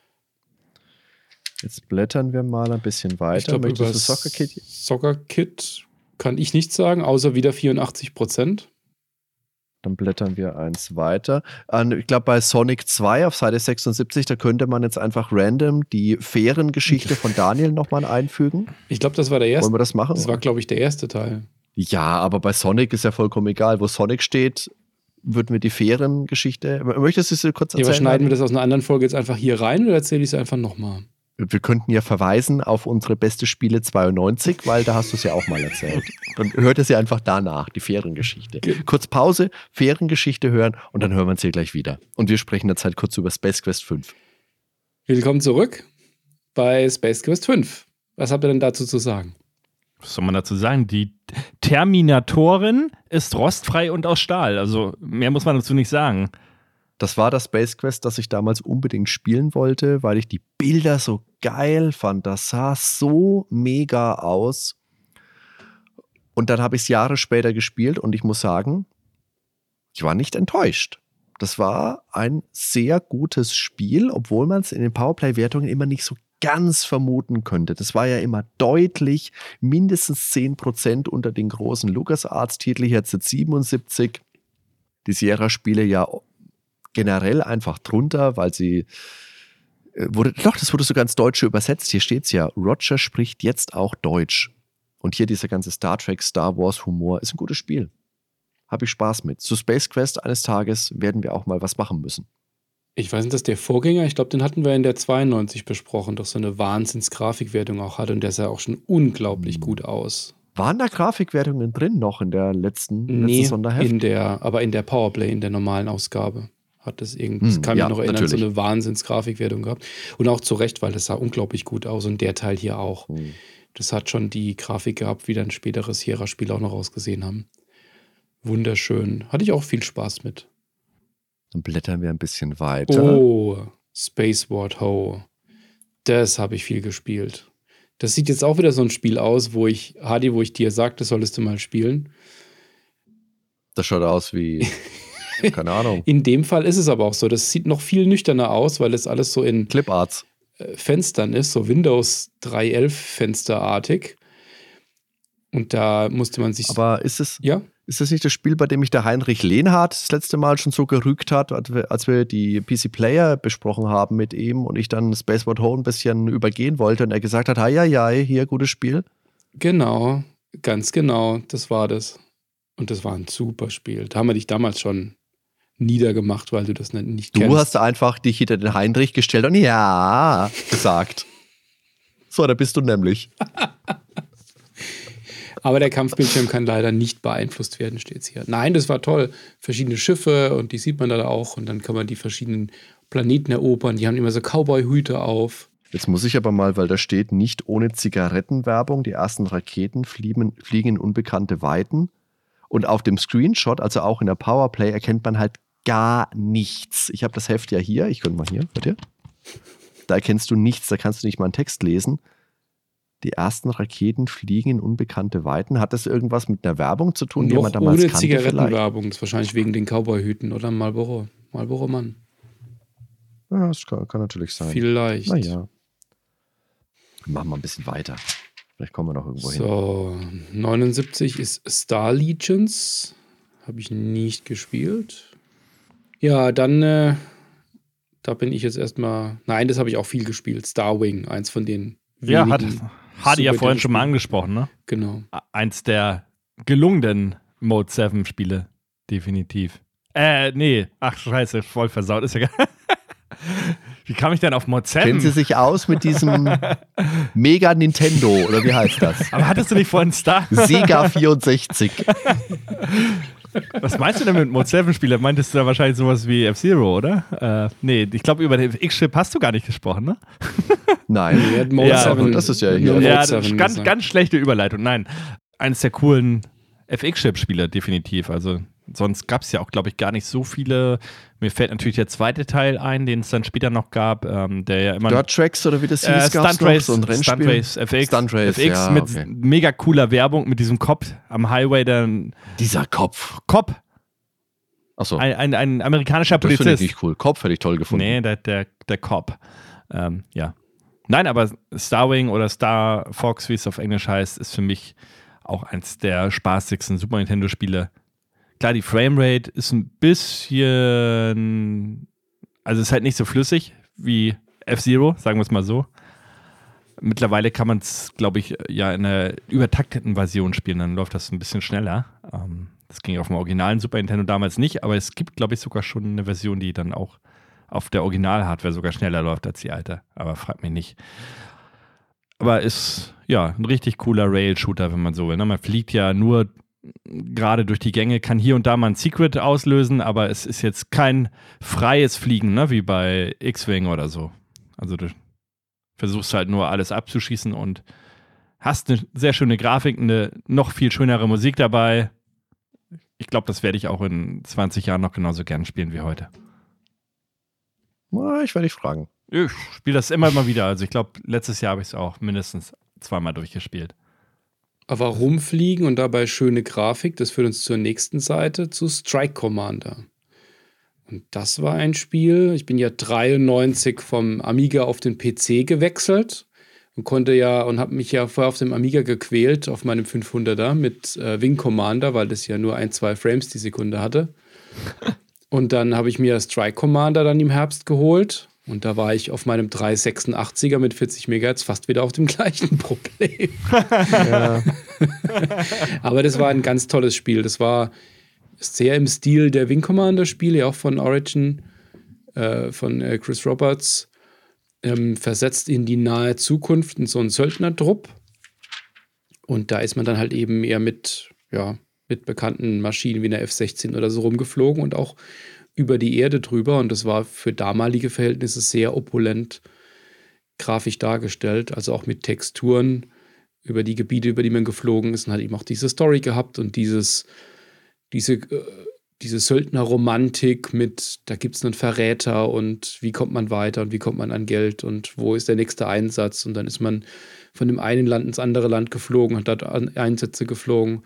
Jetzt blättern wir mal ein bisschen weiter. Ich glaube, über Soccer Kid? Soccer Kid kann ich nichts sagen, außer wieder vierundachtzig Prozent. Dann blättern wir eins weiter. Ich glaube, bei Sonic zwei auf Seite sechsundsiebzig, da könnte man jetzt einfach random die Fährengeschichte von Daniel nochmal einfügen. Ich glaube, das war der erste. Wollen wir das machen? Das war, glaube ich, der erste Teil. Ja, aber bei Sonic ist ja vollkommen egal. Wo Sonic steht, würden wir die Fährengeschichte, möchtest du sie kurz erzählen? Ja, aber schneiden wir das aus einer anderen Folge jetzt einfach hier rein oder erzähle ich es einfach nochmal? Wir könnten ja verweisen auf unsere beste Spiele zweiundneunzig, weil da hast du es ja auch mal erzählt. Dann hört es ja einfach danach, die Fährengeschichte. Kurz Pause, Fährengeschichte hören und dann hören wir uns hier gleich wieder. Und wir sprechen in der Zeit kurz über Space Quest fünf. Willkommen zurück bei Space Quest fünf. Was habt ihr denn dazu zu sagen? Was soll man dazu sagen? Die Terminatorin ist rostfrei und aus Stahl. Also mehr muss man dazu nicht sagen. Das war das Space Quest, das ich damals unbedingt spielen wollte, weil ich die Bilder so geil fand. Das sah so mega aus. Und dann habe ich es Jahre später gespielt und ich muss sagen, ich war nicht enttäuscht. Das war ein sehr gutes Spiel, obwohl man es in den Powerplay-Wertungen immer nicht so ganz vermuten könnte. Das war ja immer deutlich, mindestens zehn Prozent unter den großen LucasArts-Titeln, jetzt siebenundsiebzig. Die Sierra-Spiele ja generell einfach drunter, weil sie äh, wurde, doch, das wurde sogar ins Deutsche übersetzt. Hier steht es ja, Roger spricht jetzt auch Deutsch. Und hier dieser ganze Star Trek, Star Wars Humor ist ein gutes Spiel. Habe ich Spaß mit. Zu Space Quest eines Tages werden wir auch mal was machen müssen. Ich weiß nicht, dass der Vorgänger, ich glaube, den hatten wir in der zweiundneunzig besprochen, doch so eine Wahnsinns-Grafikwertung auch hat und der sah auch schon unglaublich Hm. gut aus. Waren da Grafikwertungen drin noch in der letzten, Nee, letzten Sonderheft? in der, aber in der Powerplay, in der normalen Ausgabe. Hat das irgendwie, das Hm, kann ja, mich noch erinnern, natürlich. so eine Wahnsinns-Grafikwertung gehabt. Und auch zu Recht, weil das sah unglaublich gut aus und der Teil hier auch. Hm. Das hat schon die Grafik gehabt, wie dann spätere Sierra-Spiele auch noch ausgesehen haben. Wunderschön. Hatte ich auch viel Spaß mit. Dann blättern wir ein bisschen weiter. Oh, Space Ward Ho. Das habe ich viel gespielt. Das sieht jetzt auch wieder so ein Spiel aus, wo ich, Hadi, wo ich dir sagte, solltest du mal spielen. Das schaut aus wie, keine Ahnung, In dem Fall ist es aber auch so. Das sieht noch viel nüchterner aus, weil es alles so in Cliparts. äh, Fenstern ist, so Windows drei Punkt elf Fensterartig. Und da musste man sich. Aber ist es, ja? ist das nicht das Spiel, bei dem mich der Heinrich Lehnhardt das letzte Mal schon so gerügt hat, als wir, als wir die P C Player besprochen haben mit ihm und ich dann Spaceward Ho ein bisschen übergehen wollte und er gesagt hat, hei, hei, hei, hier, gutes Spiel. Genau, ganz genau, das war das. Und das war ein super Spiel. Da haben wir dich damals schon niedergemacht, weil du das nicht, nicht Du kennst. hast einfach dich hinter den Heinrich gestellt und ja gesagt. So, da bist du nämlich. Aber der Kampfbildschirm kann leider nicht beeinflusst werden, steht es hier. Nein, das war toll. Verschiedene Schiffe und die sieht man da auch. Und dann kann man die verschiedenen Planeten erobern. Die haben immer so Cowboy-Hüte auf. Jetzt muss ich aber mal, weil da steht, nicht ohne Zigarettenwerbung, die ersten Raketen fliegen, fliegen in unbekannte Weiten. Und auf dem Screenshot, also auch in der Powerplay, erkennt man halt gar nichts. Ich habe das Heft ja hier, ich könnte mal hier, hört ihr? Da erkennst du nichts, da kannst du nicht mal einen Text lesen. Die ersten Raketen fliegen in unbekannte Weiten. Hat das irgendwas mit einer Werbung zu tun, die Noch man damals ohne kannte vielleicht? Zigarettenwerbung. Das ist wahrscheinlich wegen den Cowboy-Hüten oder Marlboro. Marlboro Mann. Ja, das kann, kann natürlich sein. Vielleicht. Naja. Machen wir ein bisschen weiter. Vielleicht kommen wir noch irgendwo hin. So, neunundsiebzig ist Star Legions. Habe ich nicht gespielt. Ja, dann, äh, da bin ich jetzt erstmal. Nein, das habe ich auch viel gespielt. Star Wing, eins von den Ja, hat wenigen Hardy ja super vorhin schon mal Spiele. angesprochen, ne? Genau. Eins der gelungenen Mode sieben Spiele, definitiv. Äh, nee, ach scheiße, voll versaut, ist ja geil. Wie kam ich denn auf Mode sieben? Kennen Sie sich aus mit diesem Mega Nintendo oder wie heißt das? Aber hattest du nicht vorhin Star? Sega vierundsechzig. Was meinst du denn mit Mode sieben Spieler? Meintest du da wahrscheinlich sowas wie F-Zero, oder? Äh, nee, ich glaube, über den X-Chip hast du gar nicht gesprochen, ne? Nein. Nee, hat Mode Ja, sieben, das ist ja hier. nur Mode Ja, das sieben ist ganz, gesagt. ganz schlechte Überleitung. Nein, eines der coolen F X-Chip-Spieler, definitiv. Also sonst gab es ja auch, glaube ich, gar nicht so viele. Mir fällt natürlich der zweite Teil ein, den es dann später noch gab, ähm, der ja immer Dirt Tracks oder wie das äh, hieß, gab's Stunt noch? Race, So ein Rennspiel? Stunt Race F X, Stunt Race, F X ja, mit okay. mega cooler Werbung mit diesem Cop am Highway, der Dieser Kopf. Cop, Achso, ein, ein, ein amerikanischer das finde ich Polizist. nicht cool. Kopf hätte ich toll gefunden. Nee, der, der, der Cop. Ähm, ja. Nein, aber Starwing oder Star Fox, wie es auf Englisch heißt, ist für mich auch eins der spaßigsten Super Nintendo-Spiele. Klar, die Framerate ist ein bisschen, also ist halt nicht so flüssig wie F-Zero, sagen wir es mal so. Mittlerweile kann man es, glaube ich, ja in einer übertakteten Version spielen, dann läuft das ein bisschen schneller. Ähm, Das ging auf dem originalen Super Nintendo damals nicht, aber es gibt, glaube ich, sogar schon eine Version, die dann auch auf der Original-Hardware sogar schneller läuft als die alte. Aber frag mich nicht. Aber ist, ja, ein richtig cooler Rail-Shooter, wenn man so will. Ne? Man fliegt ja nur gerade durch die Gänge, kann hier und da mal ein Secret auslösen, aber es ist jetzt kein freies Fliegen, ne? Wie bei X-Wing oder so. Also du versuchst halt nur alles abzuschießen und hast eine sehr schöne Grafik, eine noch viel schönere Musik dabei. Ich glaube, das werde ich auch in zwanzig Jahren noch genauso gern spielen wie heute. Ich werde dich fragen. Ich spiele das immer mal wieder. Also ich glaube, letztes Jahr habe ich es auch mindestens zweimal durchgespielt. Aber rumfliegen und dabei schöne Grafik, das führt uns zur nächsten Seite, zu Strike Commander. Und das war ein Spiel, ich bin ja dreiundneunzig vom Amiga auf den P C gewechselt und konnte ja und habe mich ja vorher auf dem Amiga gequält, auf meinem fünfhunderter mit äh, Wing Commander, weil das ja nur ein, zwei Frames die Sekunde hatte. Und dann habe ich mir Strike Commander dann im Herbst geholt. Und da war ich auf meinem dreihundertsechsundachtziger mit vierzig Megahertz fast wieder auf dem gleichen Problem. Ja. Aber das war ein ganz tolles Spiel. Das war sehr im Stil der Wing Commander Spiele, auch von Origin, äh, von äh, Chris Roberts, ähm, versetzt in die nahe Zukunft in so einen Söldnertrupp. Und da ist man dann halt eben eher mit, ja, mit bekannten Maschinen wie einer F sechzehn oder so rumgeflogen und auch über die Erde drüber, und das war für damalige Verhältnisse sehr opulent grafisch dargestellt, also auch mit Texturen über die Gebiete, über die man geflogen ist, und hat eben auch diese Story gehabt und dieses, diese, äh, diese Söldnerromantik mit, da gibt es einen Verräter und wie kommt man weiter und wie kommt man an Geld und wo ist der nächste Einsatz, und dann ist man von dem einen Land ins andere Land geflogen, hat dort Einsätze geflogen,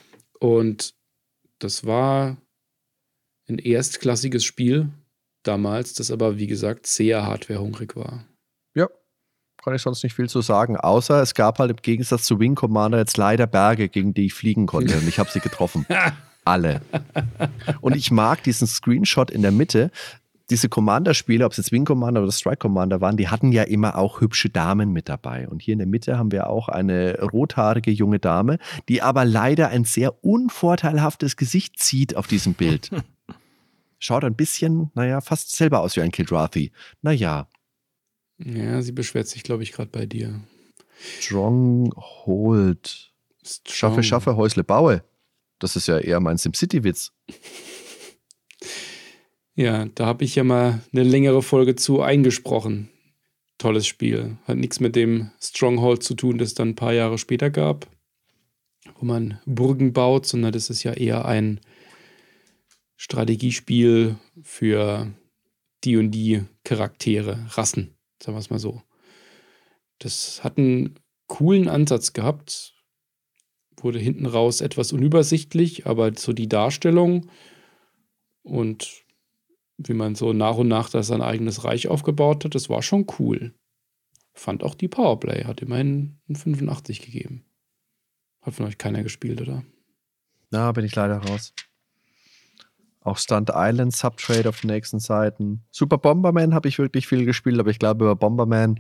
und das war ein erstklassiges Spiel damals, das aber, wie gesagt, sehr hardwarehungrig war. Ja, kann ich sonst nicht viel zu sagen, außer es gab halt im Gegensatz zu Wing Commander jetzt leider Berge, gegen die ich fliegen konnte, und ich habe sie getroffen. Alle. Und ich mag diesen Screenshot in der Mitte. Diese Commander-Spiele, ob es jetzt Wing Commander oder Strike Commander waren, die hatten ja immer auch hübsche Damen mit dabei. Und hier in der Mitte haben wir auch eine rothaarige junge Dame, die aber leider ein sehr unvorteilhaftes Gesicht zieht auf diesem Bild. Schaut ein bisschen, naja, fast selber aus wie ein Kildrathi. Naja. Ja, sie beschwert sich, glaube ich, gerade bei dir. Stronghold. Strong. Schaffe, schaffe, Häusle, baue. Das ist ja eher mein SimCity-Witz. Ja, da habe ich ja mal eine längere Folge zu eingesprochen. Tolles Spiel. Hat nichts mit dem Stronghold zu tun, das es dann ein paar Jahre später gab, wo man Burgen baut, sondern das ist ja eher ein Strategiespiel für die und die Charaktere, Rassen, sagen wir es mal so. Das hat einen coolen Ansatz gehabt, wurde hinten raus etwas unübersichtlich, aber so die Darstellung und wie man so nach und nach da sein eigenes Reich aufgebaut hat, das war schon cool. Fand auch die Powerplay, hat immerhin ein fünfundachtzig gegeben. Hat von euch keiner gespielt, oder? Da bin ich leider raus. Auch Stunt Island, Subtrade auf den nächsten Seiten. Super Bomberman habe ich wirklich viel gespielt, aber ich glaube, über Bomberman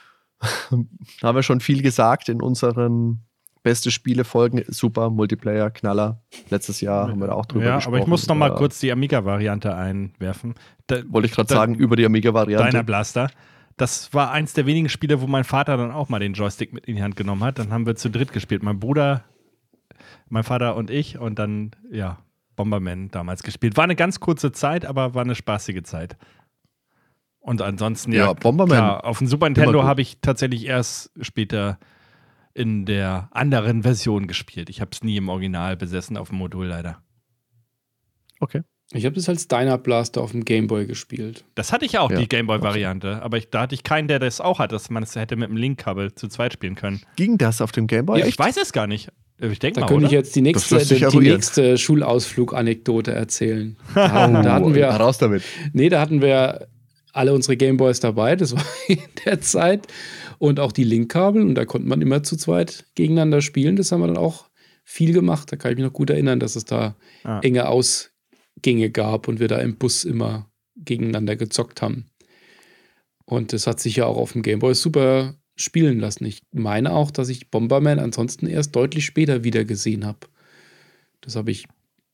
haben wir schon viel gesagt in unseren beste Spiele-Folgen. Super, Multiplayer, Knaller. Letztes Jahr haben wir da auch drüber ja, gesprochen. Aber ich muss noch mal ja. kurz die Amiga-Variante einwerfen. Da, Wollte ich gerade sagen, über die Amiga-Variante. Deiner Blaster. Das war eins der wenigen Spiele, wo mein Vater dann auch mal den Joystick mit in die Hand genommen hat. Dann haben wir zu dritt gespielt. Mein Bruder, mein Vater und ich. Und dann, ja, Bomberman damals gespielt. War eine ganz kurze Zeit, aber war eine spaßige Zeit. Und ansonsten, ja, ja Bomberman. Klar, auf dem Super Nintendo habe ich tatsächlich erst später in der anderen Version gespielt. Ich habe es nie im Original besessen, auf dem Modul leider. Okay. Ich habe das als Dyna Blaster auf dem Gameboy gespielt. Das hatte ich auch, ja. die Gameboy-Variante. Aber ich, da hatte ich keinen, der das auch hat, dass man es hätte mit dem Link-Kabel zu zweit spielen können. Ging das auf dem Gameboy? Ja, ich weiß es gar nicht. Ich denke Da mal, könnte oder? ich jetzt die nächste, Das lässt sich die eruieren. nächste Schulausflug-Anekdote erzählen. Da, da hatten wir, raus damit. nee, da hatten wir alle unsere Gameboys dabei. Das war in der Zeit. Und auch die Linkkabel. Und da konnte man immer zu zweit gegeneinander spielen. Das haben wir dann auch viel gemacht. Da kann ich mich noch gut erinnern, dass es da Ah. enge Ausgänge gab und wir da im Bus immer gegeneinander gezockt haben. Und das hat sich ja auch auf dem Gameboy super spielen lassen. Ich meine auch, dass ich Bomberman ansonsten erst deutlich später wieder gesehen habe. Das habe ich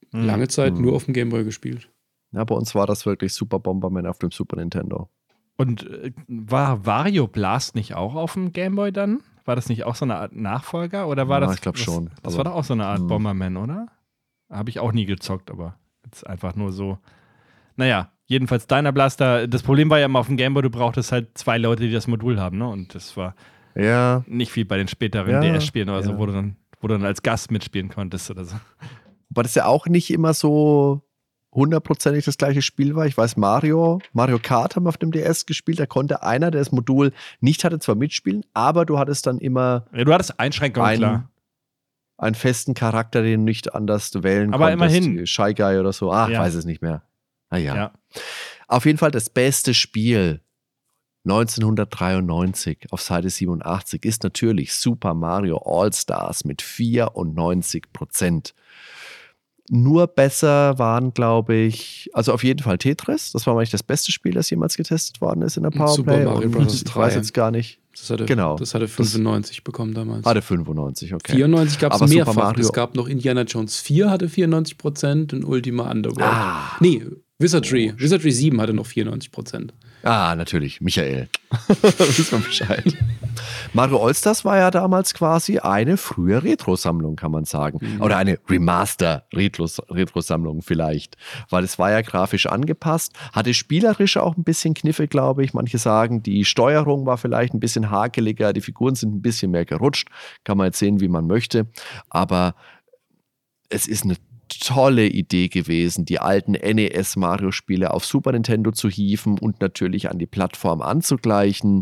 Lange Zeit Mhm. nur auf dem Gameboy gespielt. Ja, bei uns war das wirklich Super Bomberman auf dem Super Nintendo. Und äh, war Wario Blast nicht auch auf dem Gameboy dann? War das nicht auch so eine Art Nachfolger? Oder war Ja, das. ich glaub was- schon, Das aber- war doch auch so eine Art hm. Bomberman, oder? Habe ich auch nie gezockt, aber jetzt einfach nur so. Naja, jedenfalls Dyna Blaster. Das Problem war ja immer auf dem Gameboy, du brauchtest halt zwei Leute, die das Modul haben, ne? Und das war Ja, nicht wie bei den späteren Ja, D S-Spielen oder so, ja. wo du, dann, wo du dann als Gast mitspielen konntest oder so. aber das ja auch nicht immer so hundertprozentig das gleiche Spiel war. Ich weiß, Mario, Mario Kart haben wir auf dem D S gespielt. Da konnte einer, der das Modul nicht hatte, zwar mitspielen, aber du hattest dann immer Ja, du hattest Einschränkungen, einen, klar. einen festen Charakter, den du nicht anders wählen Aber konntest. immerhin. Shy Guy oder so. Ah, Ja. weiß es nicht mehr. Ah ja. Ja. Auf jeden Fall das beste Spiel neunzehnhundertdreiundneunzig auf Seite siebenundachtzig ist natürlich Super Mario All-Stars mit vierundneunzig Prozent. Nur besser waren, glaube ich, also auf jeden Fall Tetris. Das war eigentlich das beste Spiel, das jemals getestet worden ist in der Und Super Powerplay. Mario Und Bros. ich drei. weiß jetzt gar nicht. Das hatte, Genau. das hatte fünfundneunzig bekommen damals. Hatte fünfundneunzig, okay. vierundneunzig gab es Aber Super mehrfach. Mario- Es gab noch Indiana Jones vier, hatte vierundneunzig Prozent und Ultima Underworld. Ah. Nee, Wizardry. Wizardry sieben hatte noch vierundneunzig Prozent. Ah, natürlich, Michael. Wissen wir Bescheid. Mario All-Stars war ja damals quasi eine frühe Retro-Sammlung, kann man sagen. Mhm. Oder eine Remaster-Retro-Sammlung vielleicht. Weil es war ja grafisch angepasst, hatte spielerisch auch ein bisschen Kniffe, glaube ich. Manche sagen, die Steuerung war vielleicht ein bisschen hakeliger, die Figuren sind ein bisschen mehr gerutscht. Kann man jetzt sehen, wie man möchte. Aber es ist eine tolle Idee gewesen, die alten N E S-Mario-Spiele auf Super Nintendo zu hieven und natürlich an die Plattform anzugleichen.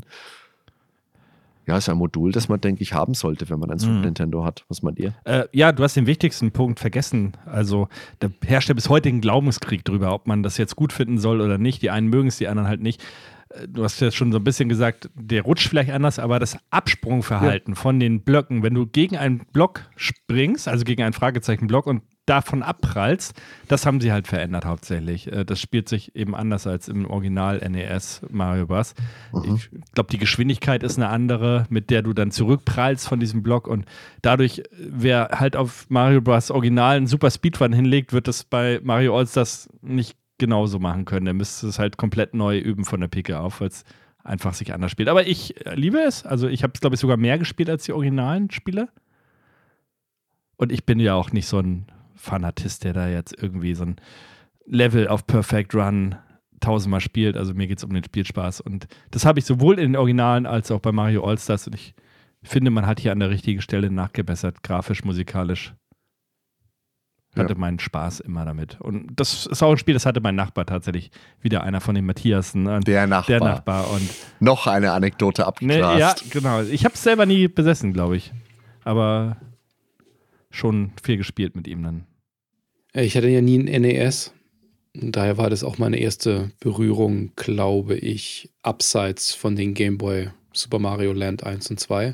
Ja, ist ein Modul, das man, denke ich, haben sollte, wenn man ein Super Mhm. Nintendo hat. Was meint ihr? Äh, ja, du hast den wichtigsten Punkt vergessen. Also, da herrscht ja bis heute ein Glaubenskrieg drüber, ob man das jetzt gut finden soll oder nicht. Die einen mögen es, die anderen halt nicht. Äh, Du hast ja schon so ein bisschen gesagt, der rutscht vielleicht anders, aber das Absprungverhalten von den Blöcken, wenn du gegen einen Block springst, also gegen einen Fragezeichenblock und davon abprallst, das haben sie halt verändert hauptsächlich. Äh, Das spielt sich eben anders als im Original N E S Mario Bros. Mhm. Ich glaube, die Geschwindigkeit ist eine andere, mit der du dann zurückprallst von diesem Block und dadurch, wer halt auf Mario Bros. Original einen super Speedrun hinlegt, wird das bei Mario All-Stars nicht genauso machen können. Der müsste es halt komplett neu üben von der Pike auf, weil es einfach sich anders spielt. Aber ich äh, liebe es. Also ich habe es, glaube ich, sogar mehr gespielt als die originalen Spiele. Und ich bin ja auch nicht so ein Fanatist, der da jetzt irgendwie so ein Level auf Perfect Run tausendmal spielt. Also mir geht es um den Spielspaß. Und das habe ich sowohl in den Originalen als auch bei Mario All-Stars. Und ich finde, man hat hier an der richtigen Stelle nachgebessert, grafisch, musikalisch. Hatte Ja. meinen Spaß immer damit. Und das ist auch ein Spiel, das hatte mein Nachbar tatsächlich. Wieder einer von den Matthiasen. Ne? Der Nachbar. Der Nachbar. Und Noch eine Anekdote ne, abgegrast. ja, genau. Ich habe es selber nie besessen, glaube ich. Aber schon viel gespielt mit ihm dann. Ich hatte ja nie ein N E S. Und daher war das auch meine erste Berührung, glaube ich, abseits von den Game Boy Super Mario Land eins und zwei.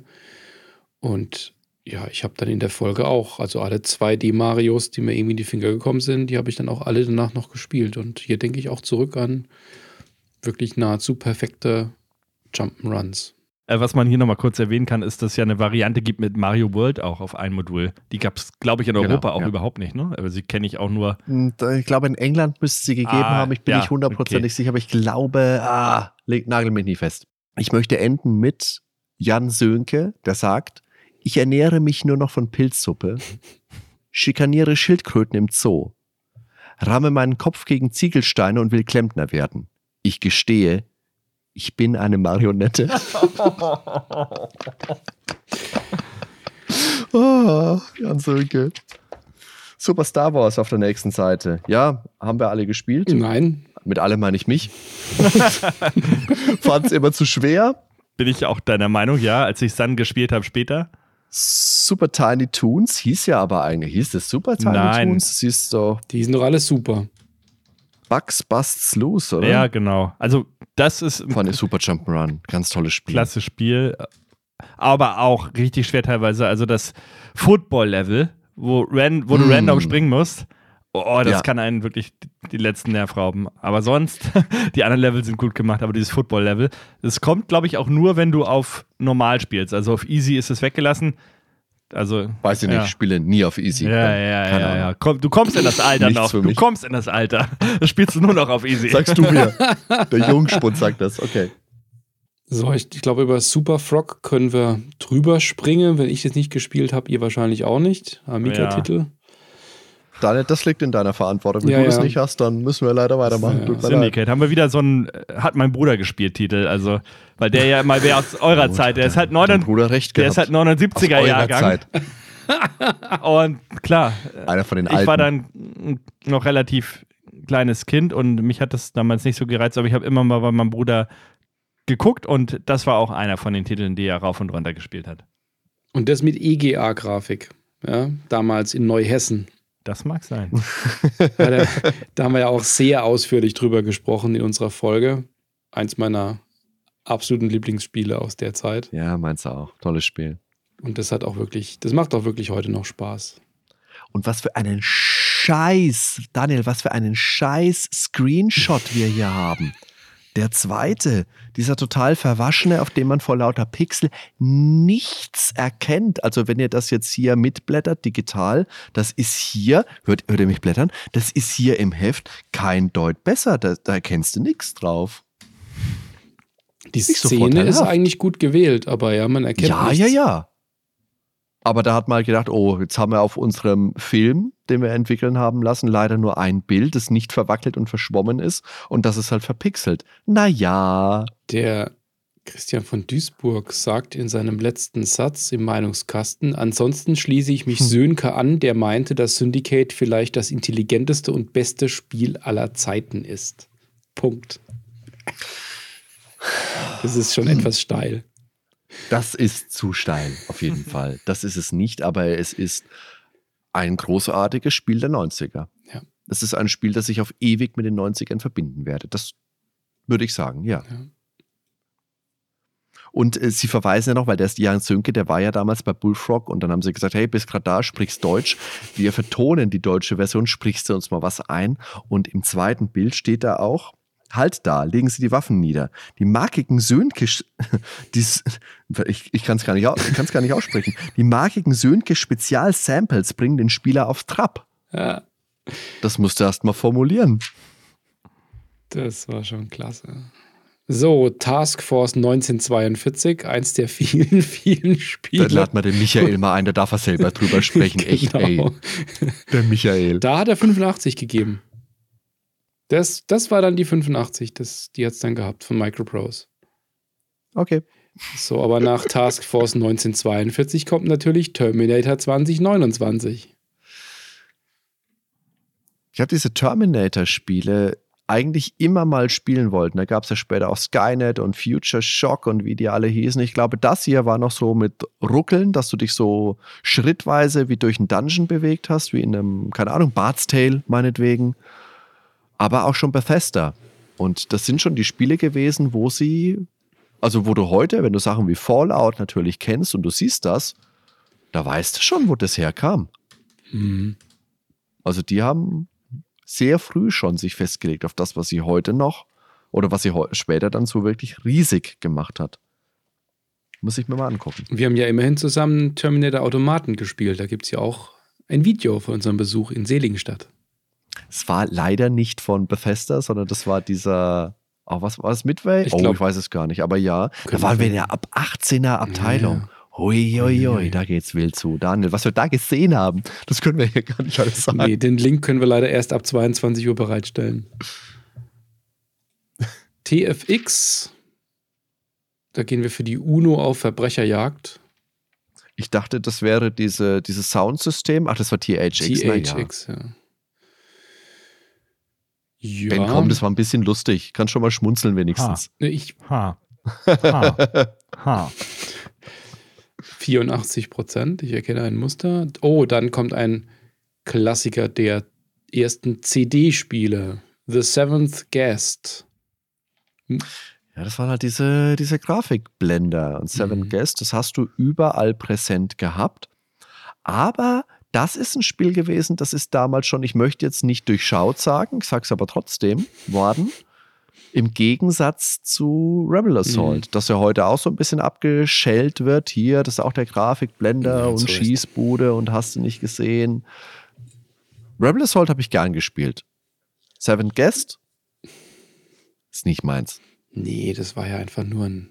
Und ja, ich habe dann in der Folge auch, also alle zwei D-Marios, die mir irgendwie in die Finger gekommen sind, die habe ich dann auch alle danach noch gespielt. Und hier denke ich auch zurück an wirklich nahezu perfekte Jump'n'Runs. Äh, was man hier nochmal kurz erwähnen kann, ist, dass es ja eine Variante gibt mit Mario World auch auf ein Modul. Die gab es, glaube ich, in Genau, Europa auch ja. überhaupt nicht, ne? Aber sie kenne ich auch nur. Und, äh, Ich glaube, in England müsste es sie gegeben Ah, haben. Ich bin ja, nicht hundertprozentig okay. sicher, aber ich glaube, ah, leg, nagel mich nie fest. Ich möchte enden mit Jan Sönke, der sagt, ich ernähre mich nur noch von Pilzsuppe, schikaniere Schildkröten im Zoo, ramme meinen Kopf gegen Ziegelsteine und will Klempner werden. Ich gestehe, ich bin eine Marionette. Oh, Jan Sönke. Super Star Wars auf der nächsten Seite. Ja, haben wir alle gespielt. Nein, Mit allem meine ich mich. Fand es immer zu schwer. Bin ich auch deiner Meinung, ja, als ich Sun gespielt habe später. Super Tiny Toons hieß ja aber eigentlich. Hieß das Super Tiny Nein. Toons? Das hieß doch die sind doch alles super. Bugs Busts Loose, oder? Ja, genau. Also, das ist ein Von dem Super Jump'n'Run. Ganz tolles Spiel. klasse Spiel. Aber auch richtig schwer teilweise. Also, das Football-Level, wo, ran, wo du Mm. random springen musst. Oh, das Ja. kann einen wirklich die letzten Nerv rauben. Aber sonst, die anderen Level sind gut gemacht, aber dieses Football-Level, das kommt, glaube ich, auch nur, wenn du auf normal spielst. Also auf easy ist es weggelassen. Also, Weiß ich nicht, ja. ich spiele nie auf Easy. Ja, ja, Keine ja, Ahnung. ja. Komm, du kommst in das Alter Nichts noch. für Du mich. kommst in das Alter. Das spielst du nur noch auf Easy. Sagst du mir. Der Jungspund sagt das, okay. So, ich, ich glaube, über Super Frog können wir drüber springen. Wenn ich das nicht gespielt habe, ihr wahrscheinlich auch nicht. Amiga-Titel. Daniel, das liegt in deiner Verantwortung. Wenn Ja, du das ja. nicht hast, dann müssen wir leider weitermachen. Ja. Tut mir leid. Syndicate. Haben wir wieder so einen, hat mein Bruder gespielt, Titel. Also, weil der ja mal wer aus eurer Gut, Zeit, der ist halt hat dein neun, Bruder recht der gehabt. ist halt neunundsiebziger Aus eurer Jahrgang. Zeit. Und klar, Einer von den ich Alten. war dann noch relativ kleines Kind und mich hat das damals nicht so gereizt, aber ich habe immer mal bei meinem Bruder geguckt und das war auch einer von den Titeln, die er rauf und runter gespielt hat. Und das mit E G A-Grafik. Ja, damals in Neuhessen. Das mag sein. Ja, da, da haben wir ja auch sehr ausführlich drüber gesprochen in unserer Folge. Eins meiner absoluten Lieblingsspiele aus der Zeit. Ja, meinst du auch. Tolles Spiel. Und das hat auch wirklich, das macht auch wirklich heute noch Spaß. Und was für einen Scheiß, Daniel, was für einen Scheiß Screenshot wir hier haben. Der zweite, dieser total verwaschene, auf dem man vor lauter Pixel nichts erkennt. Also wenn ihr das jetzt hier mitblättert, digital, das ist hier, hört, hört ihr mich blättern, das ist hier im Heft kein Deut besser, da, da erkennst du nichts drauf. Die Nicht so Szene ist vorteilhaft. eigentlich gut gewählt, aber ja, man erkennt Ja, nichts. ja, ja. Aber da hat man gedacht, oh, jetzt haben wir auf unserem Film, den wir entwickeln haben lassen, leider nur ein Bild, das nicht verwackelt und verschwommen ist und das ist halt verpixelt. Naja. Der Christian von Duisburg sagt in seinem letzten Satz im Meinungskasten, ansonsten schließe ich mich Hm. Sönke an, der meinte, dass Syndicate vielleicht das intelligenteste und beste Spiel aller Zeiten ist. Punkt. Das ist schon etwas steil. Das ist zu steil, auf jeden Fall. Das ist es nicht, aber es ist ein großartiges Spiel der neunziger. Ja. Es ist ein Spiel, das ich auf ewig mit den neunzigern verbinden werde. Das würde ich sagen, ja. Ja. Und äh, sie verweisen ja noch, weil der ist Jan Sönke, der war ja damals bei Bullfrog und dann haben sie gesagt, hey, bist gerade da, sprichst Deutsch. Wir vertonen die deutsche Version, sprichst du uns mal was ein. Und im zweiten Bild steht da auch, halt da, legen Sie die Waffen nieder. Die markigen Sönke, dies, ich, ich kann es gar, nicht au- ich kann's gar nicht aussprechen, die markigen Sönke Spezial-Samples bringen den Spieler auf Trab. Ja, Das musst du erst mal formulieren. das war schon klasse. So, Task Force neunzehnhundertzweiundvierzig, eins der vielen, vielen Spiele. Dann laden wir den Michael mal ein, da darf er selber drüber sprechen. Echt, ey. Genau. Der Michael. Da hat er fünfundachtzig gegeben. Das, das war dann die fünfundachtzig, das, die hat es dann gehabt von Microprose. Okay. So, aber nach Task Force neunzehnhundertzweiundvierzig kommt natürlich Terminator zwanzig neunundzwanzig. Ich habe diese Terminator-Spiele eigentlich immer mal spielen wollten. Da gab es ja später auch Skynet und Future Shock und wie die alle hießen. Ich glaube, das hier war noch so mit Ruckeln, dass du dich so schrittweise wie durch einen Dungeon bewegt hast, wie in einem, keine Ahnung, Bard's Tale meinetwegen. Aber auch schon Bethesda. Und das sind schon die Spiele gewesen, wo sie, also wo du heute, wenn du Sachen wie Fallout natürlich kennst und du siehst das, da weißt du schon, wo das herkam. Mhm. Also die haben sehr früh schon sich festgelegt auf das, was sie heute noch oder was sie heu- später dann so wirklich riesig gemacht hat. Muss ich mir mal angucken. Wir haben ja immerhin zusammen Terminator Automaten gespielt. Da gibt es ja auch ein Video von unserem Besuch in Seligenstadt. Es war leider nicht von Bethesda, sondern das war dieser, oh, was war das, Midway? Ich oh, glaub- ich weiß es gar nicht, aber ja, da Könnte waren wir in sein. der ab achtzehner Abteilung. Ja. Hui, hui, hui, Ui. da geht's wild zu. Daniel, was wir da gesehen haben, das können wir hier gar nicht alles sagen. Nee, den Link können wir leider erst ab zweiundzwanzig Uhr bereitstellen. T F X, da gehen wir für die UNO auf Verbrecherjagd. Ich dachte, das wäre diese, dieses Soundsystem. Ach, das war T H X. na ja. T H X, ja. Ja, Ben, komm, das war ein bisschen lustig. Kann schon mal schmunzeln wenigstens. Ne, ich Ha. Ha. Ha. vierundachtzig Prozent, ich erkenne ein Muster. Oh, dann kommt ein Klassiker der ersten C D-Spiele. The Seventh Guest. Ja, das waren halt diese, diese Grafikblender. Und Seven Mhm. Guest, das hast du überall präsent gehabt. Aber das ist ein Spiel gewesen, das ist damals schon, ich möchte jetzt nicht durchschaut sagen, ich sage es aber trotzdem, worden. Im Gegensatz zu Rebel Assault, mhm. das ja heute auch so ein bisschen abgeschellt wird. Hier, das ist auch der Grafikblender ja, und so Schießbude und hast du nicht gesehen. Rebel Assault habe ich gern gespielt. Seventh Guest ist nicht meins. Nee, das war ja einfach nur ein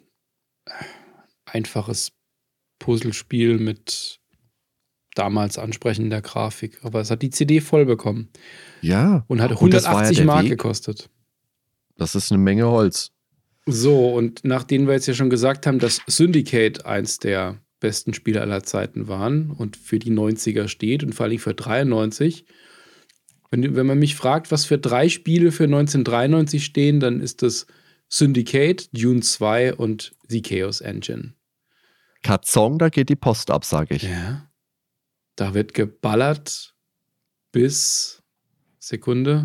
einfaches Puzzlespiel mit damals ansprechender Grafik. Aber es hat die C D voll bekommen. Ja. Und hat hundertachtzig ja Mark Weg. gekostet. Das ist eine Menge Holz. So, und nachdem wir jetzt ja schon gesagt haben, dass Syndicate eins der besten Spiele aller Zeiten waren und für die neunziger steht und vor allem für dreiundneunzig, wenn, wenn man mich fragt, was für drei Spiele für neunzehnhundertdreiundneunzig stehen, dann ist das Syndicate, Dune zwei und The Chaos Engine. Katzong, da geht die Post ab, sage ich. Ja. Da wird geballert bis Sekunde.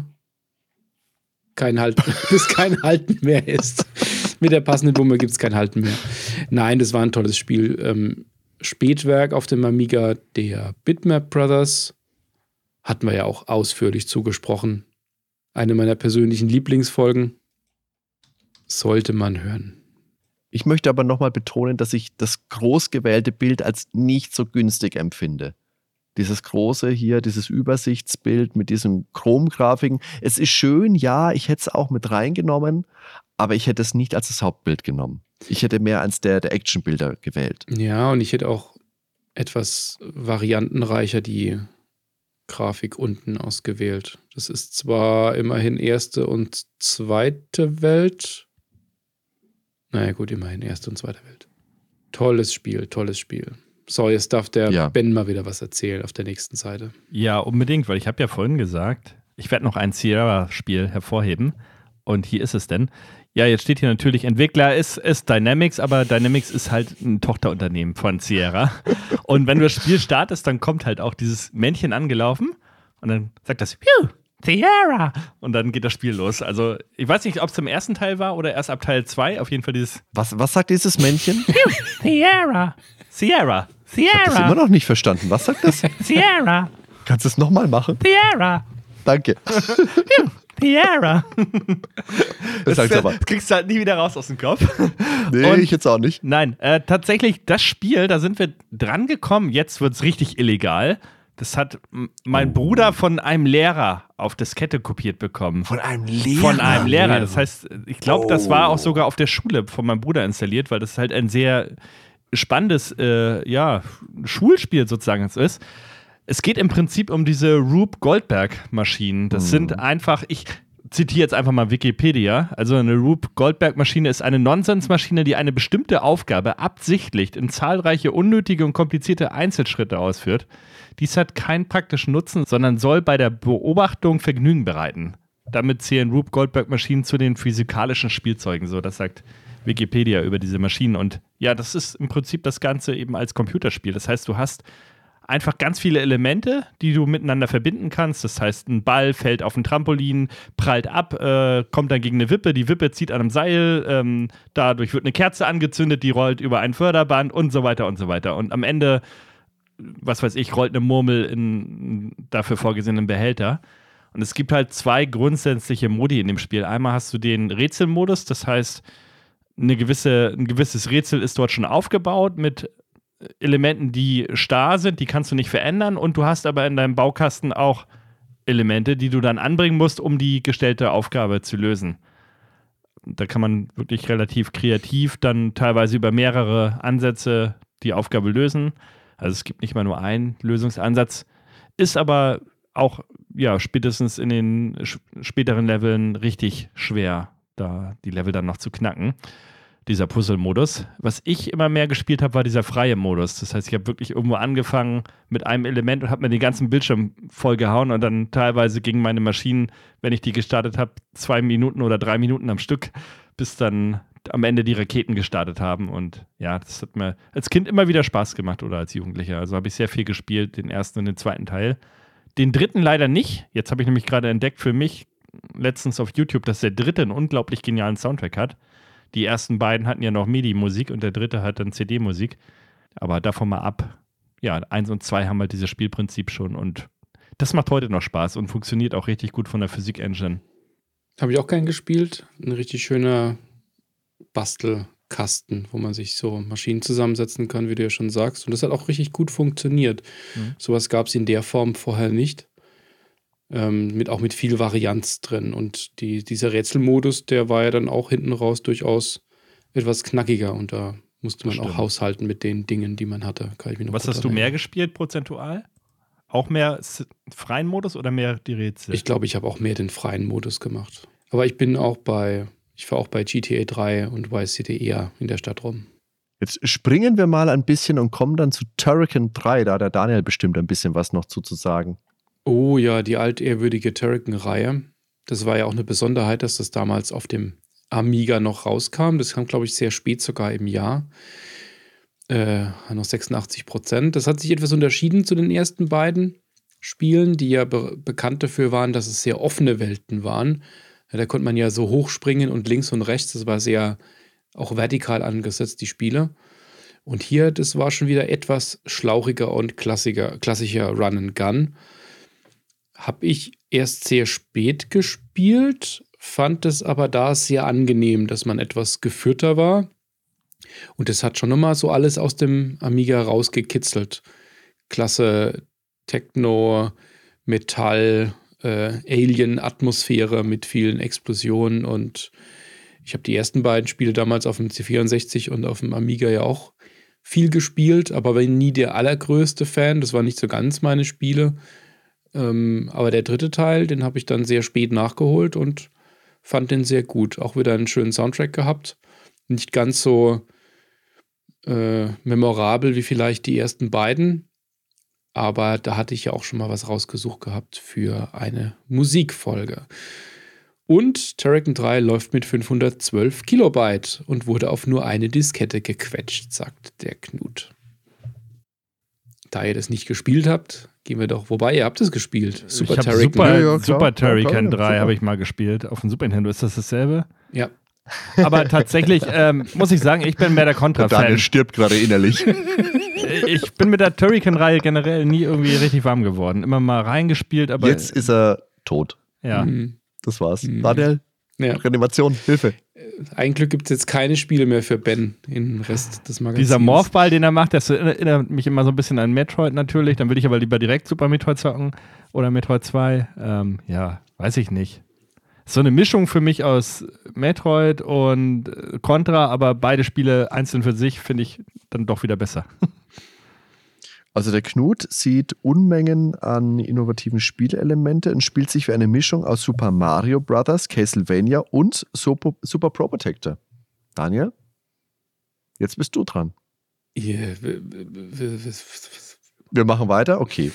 Kein Halt, bis kein Halten mehr ist. Mit der passenden Wumme gibt es kein Halten mehr. Nein, das war ein tolles Spiel. Ähm, Spätwerk auf dem Amiga der Bitmap Brothers. Hatten wir ja auch ausführlich zugesprochen. Eine meiner persönlichen Lieblingsfolgen. Sollte man hören. Ich möchte aber nochmal betonen, dass ich das groß gewählte Bild als nicht so günstig empfinde. Dieses große hier, dieses Übersichtsbild mit diesen Chromgrafiken. Es ist schön, ja, ich hätte es auch mit reingenommen, aber ich hätte es nicht als das Hauptbild genommen. Ich hätte mehr als der, der Actionbilder gewählt. Ja, und ich hätte auch etwas variantenreicher die Grafik unten ausgewählt. Das ist zwar immerhin erste und zweite Welt. Naja gut, immerhin erste und zweite Welt. Tolles Spiel, tolles Spiel. So, jetzt darf der ja. Ben mal wieder was erzählen auf der nächsten Seite. Ja, unbedingt, weil ich habe ja vorhin gesagt, ich werde noch ein Sierra-Spiel hervorheben. Und hier ist es denn. Ja, jetzt steht hier natürlich, Entwickler ist, ist Dynamics, aber Dynamics ist halt ein Tochterunternehmen von Sierra. Und wenn du das Spiel startest, dann kommt halt auch dieses Männchen angelaufen und dann sagt das, Phew, Sierra! Und dann geht das Spiel los. Also, ich weiß nicht, ob es zum ersten Teil war oder erst ab Teil zwei. Auf jeden Fall dieses. Was, was sagt dieses Männchen? Phew, Sierra! Sierra! Sierra! Ich habe das immer noch nicht verstanden. Was sagt das? Sierra! Kannst du es nochmal machen? Sierra! Danke. Phew, Sierra! Das, das, das kriegst du halt nie wieder raus aus dem Kopf. Nee, und ich jetzt auch nicht. Nein, äh, tatsächlich, das Spiel, da sind wir dran gekommen, jetzt wird es richtig illegal. Das hat m- mein oh. Bruder von einem Lehrer auf Diskette kopiert bekommen. Von einem Lehrer? Von einem Lehrer. Das heißt, ich glaube, oh. das war auch sogar auf der Schule von meinem Bruder installiert, weil das halt ein sehr spannendes äh, ja, Schulspiel sozusagen ist. Es geht im Prinzip um diese Rube Goldberg-Maschinen. Das mhm. sind einfach, ich zitiere jetzt einfach mal Wikipedia. Also eine Rube Goldberg-Maschine ist eine Nonsensmaschine, die eine bestimmte Aufgabe absichtlich in zahlreiche unnötige und komplizierte Einzelschritte ausführt. Dies hat keinen praktischen Nutzen, sondern soll bei der Beobachtung Vergnügen bereiten. Damit zählen Rube Goldberg-Maschinen zu den physikalischen Spielzeugen. So, das sagt Wikipedia über diese Maschinen. Und ja, das ist im Prinzip das Ganze eben als Computerspiel. Das heißt, du hast einfach ganz viele Elemente, die du miteinander verbinden kannst. Das heißt, ein Ball fällt auf ein Trampolin, prallt ab, äh, kommt dann gegen eine Wippe, die Wippe zieht an einem Seil, ähm, dadurch wird eine Kerze angezündet, die rollt über ein Förderband und so weiter und so weiter. Und am Ende, was weiß ich, rollt eine Murmel in dafür vorgesehenen Behälter. Und es gibt halt zwei grundsätzliche Modi in dem Spiel. Einmal hast du den Rätselmodus, das heißt, eine gewisse, ein gewisses Rätsel ist dort schon aufgebaut mit Elementen, die starr sind, die kannst du nicht verändern und du hast aber in deinem Baukasten auch Elemente, die du dann anbringen musst, um die gestellte Aufgabe zu lösen. Da kann man wirklich relativ kreativ dann teilweise über mehrere Ansätze die Aufgabe lösen. Also es gibt nicht mal nur einen Lösungsansatz, ist aber auch ja, spätestens in den sch- späteren Leveln richtig schwer, da die Level dann noch zu knacken. Dieser Puzzle-Modus. Was ich immer mehr gespielt habe, war dieser freie Modus. Das heißt, ich habe wirklich irgendwo angefangen mit einem Element und habe mir den ganzen Bildschirm vollgehauen und dann teilweise gingen meine Maschinen, wenn ich die gestartet habe, zwei Minuten oder drei Minuten am Stück, bis dann am Ende die Raketen gestartet haben. Und ja, das hat mir als Kind immer wieder Spaß gemacht oder als Jugendlicher. Also habe ich sehr viel gespielt, den ersten und den zweiten Teil. Den dritten leider nicht. Jetzt habe ich nämlich gerade entdeckt für mich letztens auf YouTube, dass der dritte einen unglaublich genialen Soundtrack hat. Die ersten beiden hatten ja noch MIDI-Musik und der dritte hat dann C D-Musik. Aber davon mal ab. Ja, eins und zwei haben halt dieses Spielprinzip schon und das macht heute noch Spaß und funktioniert auch richtig gut von der Physik-Engine. Habe ich auch gern gespielt. Ein richtig schöner Bastelkasten, wo man sich so Maschinen zusammensetzen kann, wie du ja schon sagst. Und das hat auch richtig gut funktioniert. Mhm. Sowas gab es in der Form vorher nicht. Ähm, mit, auch mit viel Varianz drin. Und die, dieser Rätselmodus, der war ja dann auch hinten raus durchaus etwas knackiger. Und da musste man Das auch stimmt. haushalten mit den Dingen, die man hatte. Kann ich mich noch Was gut hast du dran mehr erinnern. gespielt prozentual? Auch mehr s- freien Modus oder mehr die Rätsel? Ich glaube, ich habe auch mehr den freien Modus gemacht. Aber ich bin auch bei, ich war auch bei G T A drei und Vice City eher in der Stadt rum. Jetzt springen wir mal ein bisschen und kommen dann zu Turrican drei. Da hat der Daniel bestimmt ein bisschen was noch zu, zu sagen. Oh ja, die altehrwürdige Turrican-Reihe. Das war ja auch eine Besonderheit, dass das damals auf dem Amiga noch rauskam. Das kam, glaube ich, sehr spät sogar im Jahr. Äh, noch sechsundachtzig Prozent. Das hat sich etwas unterschieden zu den ersten beiden Spielen, die ja be bekannt dafür waren, dass es sehr offene Welten waren. Ja, da konnte man ja so hochspringen und links und rechts. Das war sehr auch vertikal angesetzt, die Spiele. Und hier, das war schon wieder etwas schlauchiger und klassischer, klassischer Run and Gun. Habe ich erst sehr spät gespielt, fand es aber da sehr angenehm, dass man etwas geführter war. Und das hat schon immer so alles aus dem Amiga rausgekitzelt. Klasse Techno, Metall, äh, Alien-Atmosphäre mit vielen Explosionen. Und ich habe die ersten beiden Spiele damals auf dem C vierundsechzig und auf dem Amiga ja auch viel gespielt, aber war nie der allergrößte Fan. Das waren nicht so ganz meine Spiele. Ähm, aber der dritte Teil, den habe ich dann sehr spät nachgeholt und fand den sehr gut. Auch wieder einen schönen Soundtrack gehabt. Nicht ganz so äh, memorabel wie vielleicht die ersten beiden. Aber da hatte ich ja auch schon mal was rausgesucht gehabt für eine Musikfolge. Und Turrican drei läuft mit fünfhundertzwölf Kilobyte und wurde auf nur eine Diskette gequetscht, sagt der Knut. Da ihr das nicht gespielt habt, gehen wir doch. Wobei, ihr habt es gespielt. Super ich habe Turrican. Super, Ja, ja, klar. Super Turrican Ja, klar, drei super. habe ich mal gespielt auf dem Super Nintendo. Ist das dasselbe? Ja. Aber tatsächlich ähm, muss ich sagen, ich bin mehr der Der Contra-Fan. Daniel stirbt gerade innerlich. Ich bin mit der Turrican-Reihe generell nie irgendwie richtig warm geworden. Immer mal reingespielt, aber Jetzt ist er tot. ja. Mhm. Das war's. Mhm. Daniel, Ja. Reanimation, Hilfe. Ein Glück gibt es jetzt keine Spiele mehr für Ben im Rest des Magazins. Dieser Morphball, den er macht, das erinnert mich immer so ein bisschen an Metroid natürlich. Dann will ich aber lieber direkt Super Metroid zocken oder Metroid zwei. Ähm, ja, weiß ich nicht. So eine Mischung für mich aus Metroid und äh, Contra, aber beide Spiele einzeln für sich finde ich dann doch wieder besser. Also der Knut sieht Unmengen an innovativen Spielelemente und spielt sich wie eine Mischung aus Super Mario Brothers, Castlevania und Super, Super Pro Protector. Daniel, jetzt bist du dran. Yeah. w- w- w- w- Wir machen weiter? Okay.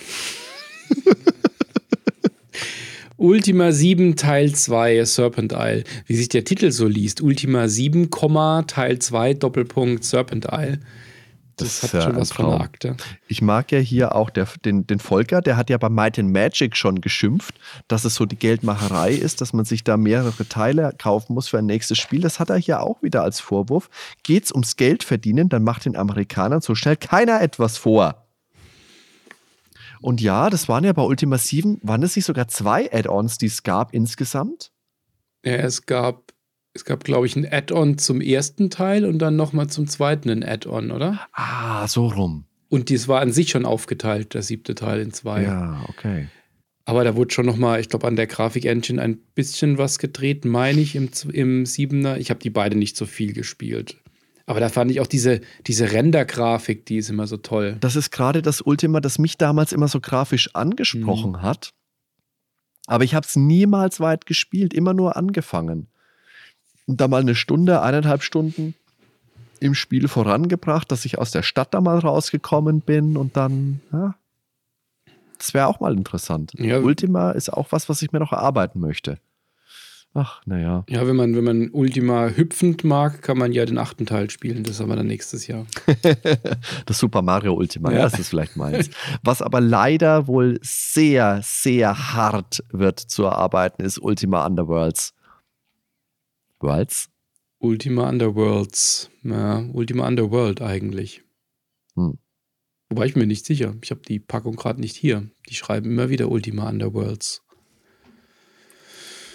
Ultima sieben Teil zwei Serpent Isle. Wie sich der Titel so liest. Ultima sieben, Teil zwei Doppelpunkt Serpent Isle. Das, Das ist hat ja schon ein was von der Traum. Akte. Ich mag ja hier auch der, den, den Volker, der hat ja bei Might and Magic schon geschimpft, dass es so die Geldmacherei ist, dass man sich da mehrere Teile kaufen muss für ein nächstes Spiel. Das hat er hier auch wieder als Vorwurf. Geht's ums Geld verdienen, dann macht den Amerikanern so schnell keiner etwas vor. Und ja, das waren ja bei Ultima sieben, waren es nicht sogar zwei Add-ons, die es gab insgesamt? Ja, es gab, es gab, glaube ich, ein Add-on zum ersten Teil und dann nochmal zum zweiten ein Add-on, oder? Ah, so rum. Und dies war an sich schon aufgeteilt, der siebte Teil in zwei. Ja, okay. Aber da wurde schon nochmal, ich glaube, an der Grafik-Engine ein bisschen was gedreht, meine ich, im, im Siebener. Ich habe die beide nicht so viel gespielt. Aber da fand ich auch diese, diese Render-Grafik, die ist immer so toll. Das ist gerade das Ultima, das mich damals immer so grafisch angesprochen Mhm. hat. Aber ich habe es niemals weit gespielt, immer nur angefangen. Und da mal eine Stunde, eineinhalb Stunden im Spiel vorangebracht, dass ich aus der Stadt da mal rausgekommen bin und dann, ja, das wäre auch mal interessant. Ja. Ultima ist auch was, was ich mir noch erarbeiten möchte. Ach, naja. Ja, wenn man, wenn man Ultima hüpfend mag, kann man ja den achten Teil spielen. Das haben wir dann nächstes Jahr. Das Super Mario Ultima, ja. Ja. Das ist vielleicht meins. Was aber leider wohl sehr, sehr hart wird zu erarbeiten, ist Ultima Underworlds. Worlds? Ultima Underworlds. Ja, Ultima Underworld eigentlich. Hm. Wobei ich mir nicht sicher. Ich habe die Packung gerade nicht hier. Die schreiben immer wieder Ultima Underworlds.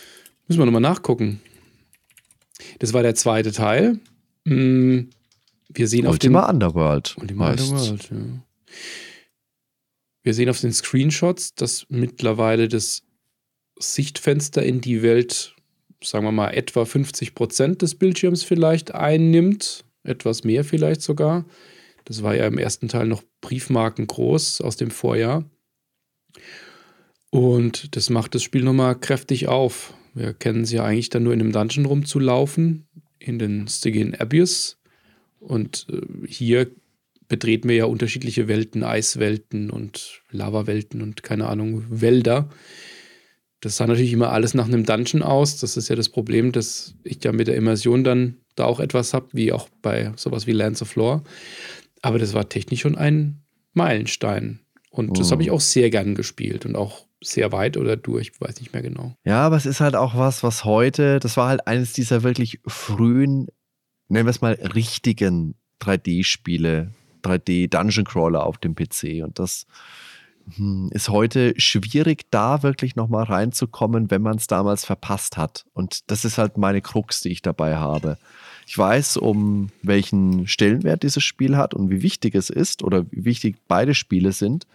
Müssen wir nochmal nachgucken. Das war der zweite Teil. Wir sehen auf den Ultima Underworld. Ultima Underworld, ja. Wir sehen auf den Screenshots, dass mittlerweile das Sichtfenster in die Welt, sagen wir mal, etwa fünfzig Prozent des Bildschirms vielleicht einnimmt. Etwas mehr vielleicht sogar. Das war ja im ersten Teil noch Briefmarken groß aus dem Vorjahr. Und das macht das Spiel nochmal kräftig auf. Wir kennen es ja eigentlich dann nur in einem Dungeon rumzulaufen, in den Stygian Abyss. Und äh, hier betreten wir ja unterschiedliche Welten, Eiswelten und Lavawelten und keine Ahnung, Wälder. Das sah natürlich immer alles nach einem Dungeon aus. Das ist ja das Problem, dass ich ja mit der Immersion dann da auch etwas habe, wie auch bei sowas wie Lands of Lore. Aber das war technisch schon ein Meilenstein. Und oh. das habe ich auch sehr gern gespielt und auch sehr weit oder durch, ich weiß nicht mehr genau. Ja, aber es ist halt auch was, was heute, das war halt eines dieser wirklich frühen, nennen wir es mal, richtigen drei D-Spiele, drei D-Dungeon-Crawler auf dem P C. Und das hm, ist heute schwierig, da wirklich nochmal reinzukommen, wenn man es damals verpasst hat. Und das ist halt meine Krux, die ich dabei habe. Ich weiß, um welchen Stellenwert dieses Spiel hat und wie wichtig es ist oder wie wichtig beide Spiele sind.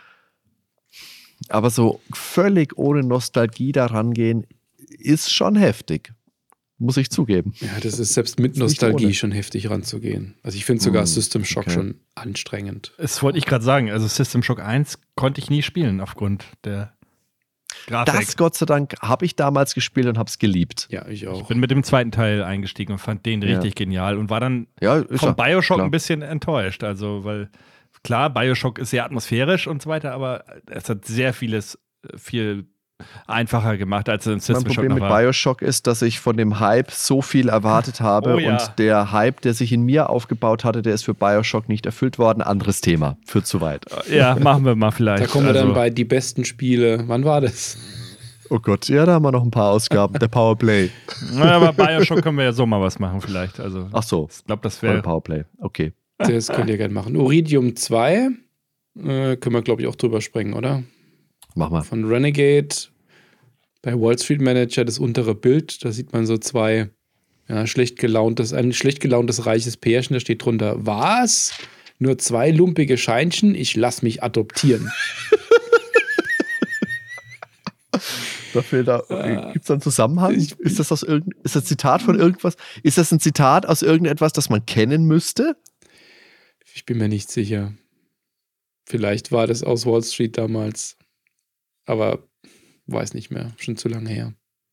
Aber so völlig ohne Nostalgie daran gehen, ist schon heftig. Muss ich zugeben. Ja, das ist selbst mit Nostalgie schon heftig ranzugehen. Also ich finde sogar mm, System Shock okay. schon anstrengend. Das wollte ich gerade sagen. Also System Shock eins konnte ich nie spielen aufgrund der Grafik. Das, Gott sei Dank, habe ich damals gespielt und habe es geliebt. Ja, ich auch. Ich bin mit dem zweiten Teil eingestiegen und fand den richtig ja. genial und war dann ja, vom Bioshock klar. ein bisschen enttäuscht. Also, weil klar, Bioshock ist sehr atmosphärisch und so weiter, aber es hat sehr vieles, viel einfacher gemacht, als in System Shock. Mein Problem mit Bioshock ist, dass ich von dem Hype so viel erwartet habe oh, ja. und der Hype, der sich in mir aufgebaut hatte, der ist für Bioshock nicht erfüllt worden. Anderes Thema, führt zu weit. Ja, machen wir mal vielleicht. Da kommen wir also dann bei die besten Spiele. Wann war das? Oh Gott, ja, da haben wir noch ein paar Ausgaben. Der Powerplay. Naja, aber Bioshock können wir ja so mal was machen vielleicht. Also, ach so. Ich glaube, das wäre Powerplay, okay. Das könnt ihr gerne machen. Uridium zwei, äh, können wir, glaube ich, auch drüber sprechen, oder? Mach mal. Von Renegade. Bei Wall Street Manager das untere Bild, da sieht man so zwei ja, schlecht gelauntes, ein schlecht gelauntes reiches Pärchen, da steht drunter, was? Nur zwei lumpige Scheinchen, ich lass mich adoptieren. Da fehlt da, gibt es da einen Zusammenhang? Ist das aus irgend, ist das ein Zitat von irgendwas? Ist das ein Zitat aus irgendetwas, das man kennen müsste? Ich bin mir nicht sicher. Vielleicht war das aus Wall Street damals. Aber weiß nicht mehr, schon zu lange her.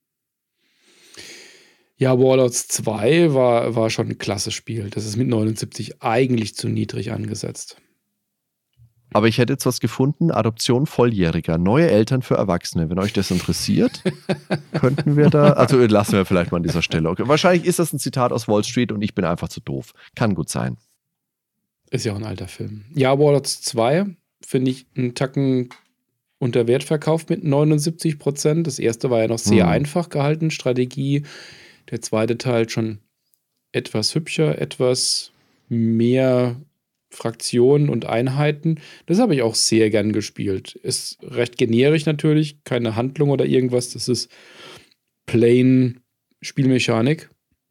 Ja, Warlords zwei war, war schon ein klasse Spiel. Das ist mit neunundsiebzig eigentlich zu niedrig angesetzt. Aber ich hätte jetzt was gefunden, Adoption Volljähriger, neue Eltern für Erwachsene. Wenn euch das interessiert, könnten wir da, also lassen wir vielleicht mal an dieser Stelle. Okay. Wahrscheinlich ist das ein Zitat aus Wall Street und ich bin einfach zu doof. Kann gut sein. Ist ja auch ein alter Film. Ja, Warlords zwei finde ich einen Tacken unter Wert verkauft mit neunundsiebzig Prozent. Das erste war ja noch sehr hm. einfach gehalten, Strategie. Der zweite Teil schon etwas hübscher, etwas mehr Fraktionen und Einheiten. Das habe ich auch sehr gern gespielt. Ist recht generisch natürlich, keine Handlung oder irgendwas. Das ist plain Spielmechanik.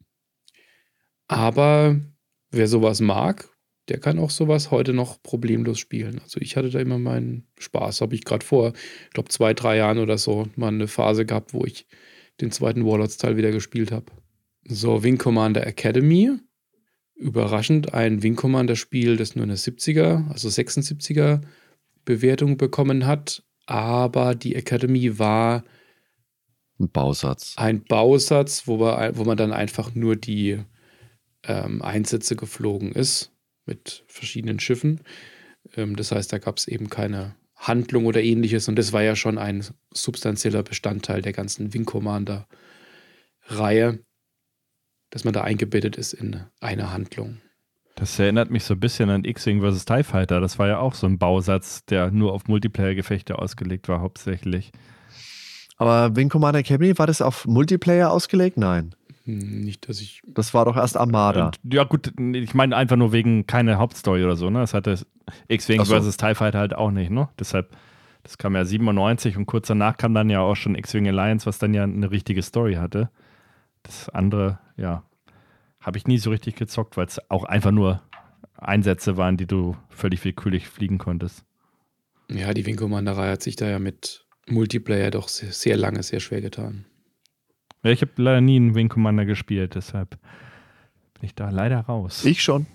Aber wer sowas mag, der kann auch sowas heute noch problemlos spielen. Also ich hatte da immer meinen Spaß. Habe ich gerade vor, ich glaube, zwei, drei Jahren oder so mal eine Phase gehabt, wo ich den zweiten Warlords-Teil wieder gespielt habe. So, Wing Commander Academy. Überraschend ein Wing Commander-Spiel, das nur eine siebziger, also sechsundsiebziger Bewertung bekommen hat. Aber die Academy war ein Bausatz. Ein Bausatz, wo, wir, wo man dann einfach nur die ähm, Einsätze geflogen ist. Mit verschiedenen Schiffen. Das heißt, da gab es eben keine Handlung oder ähnliches. Und das war ja schon ein substanzieller Bestandteil der ganzen Wing Commander-Reihe, dass man da eingebettet ist in eine Handlung. Das erinnert mich so ein bisschen an X-Wing versus. TIE Fighter. Das war ja auch so ein Bausatz, der nur auf Multiplayer-Gefechte ausgelegt war, hauptsächlich. Aber Wing Commander Academy, war das auf Multiplayer ausgelegt? Nein. Nicht, dass ich. Das war doch erst Armada. Ja, gut, ich meine einfach nur wegen keine Hauptstory oder so, ne? Das hatte X-Wing so. versus. TIE Fighter halt auch nicht, ne? Deshalb, Das kam ja siebenundneunzig und kurz danach kam dann ja auch schon X-Wing Alliance, was dann ja eine richtige Story hatte. Das andere, ja, habe ich nie so richtig gezockt, weil es auch einfach nur Einsätze waren, die du völlig willkürlich fliegen konntest. Ja, die Wing Commander-Reihe hat sich da ja mit Multiplayer doch sehr, sehr lange sehr schwer getan. Ja, ich habe leider nie einen Wing Commander gespielt, deshalb bin ich da leider raus. Ich schon.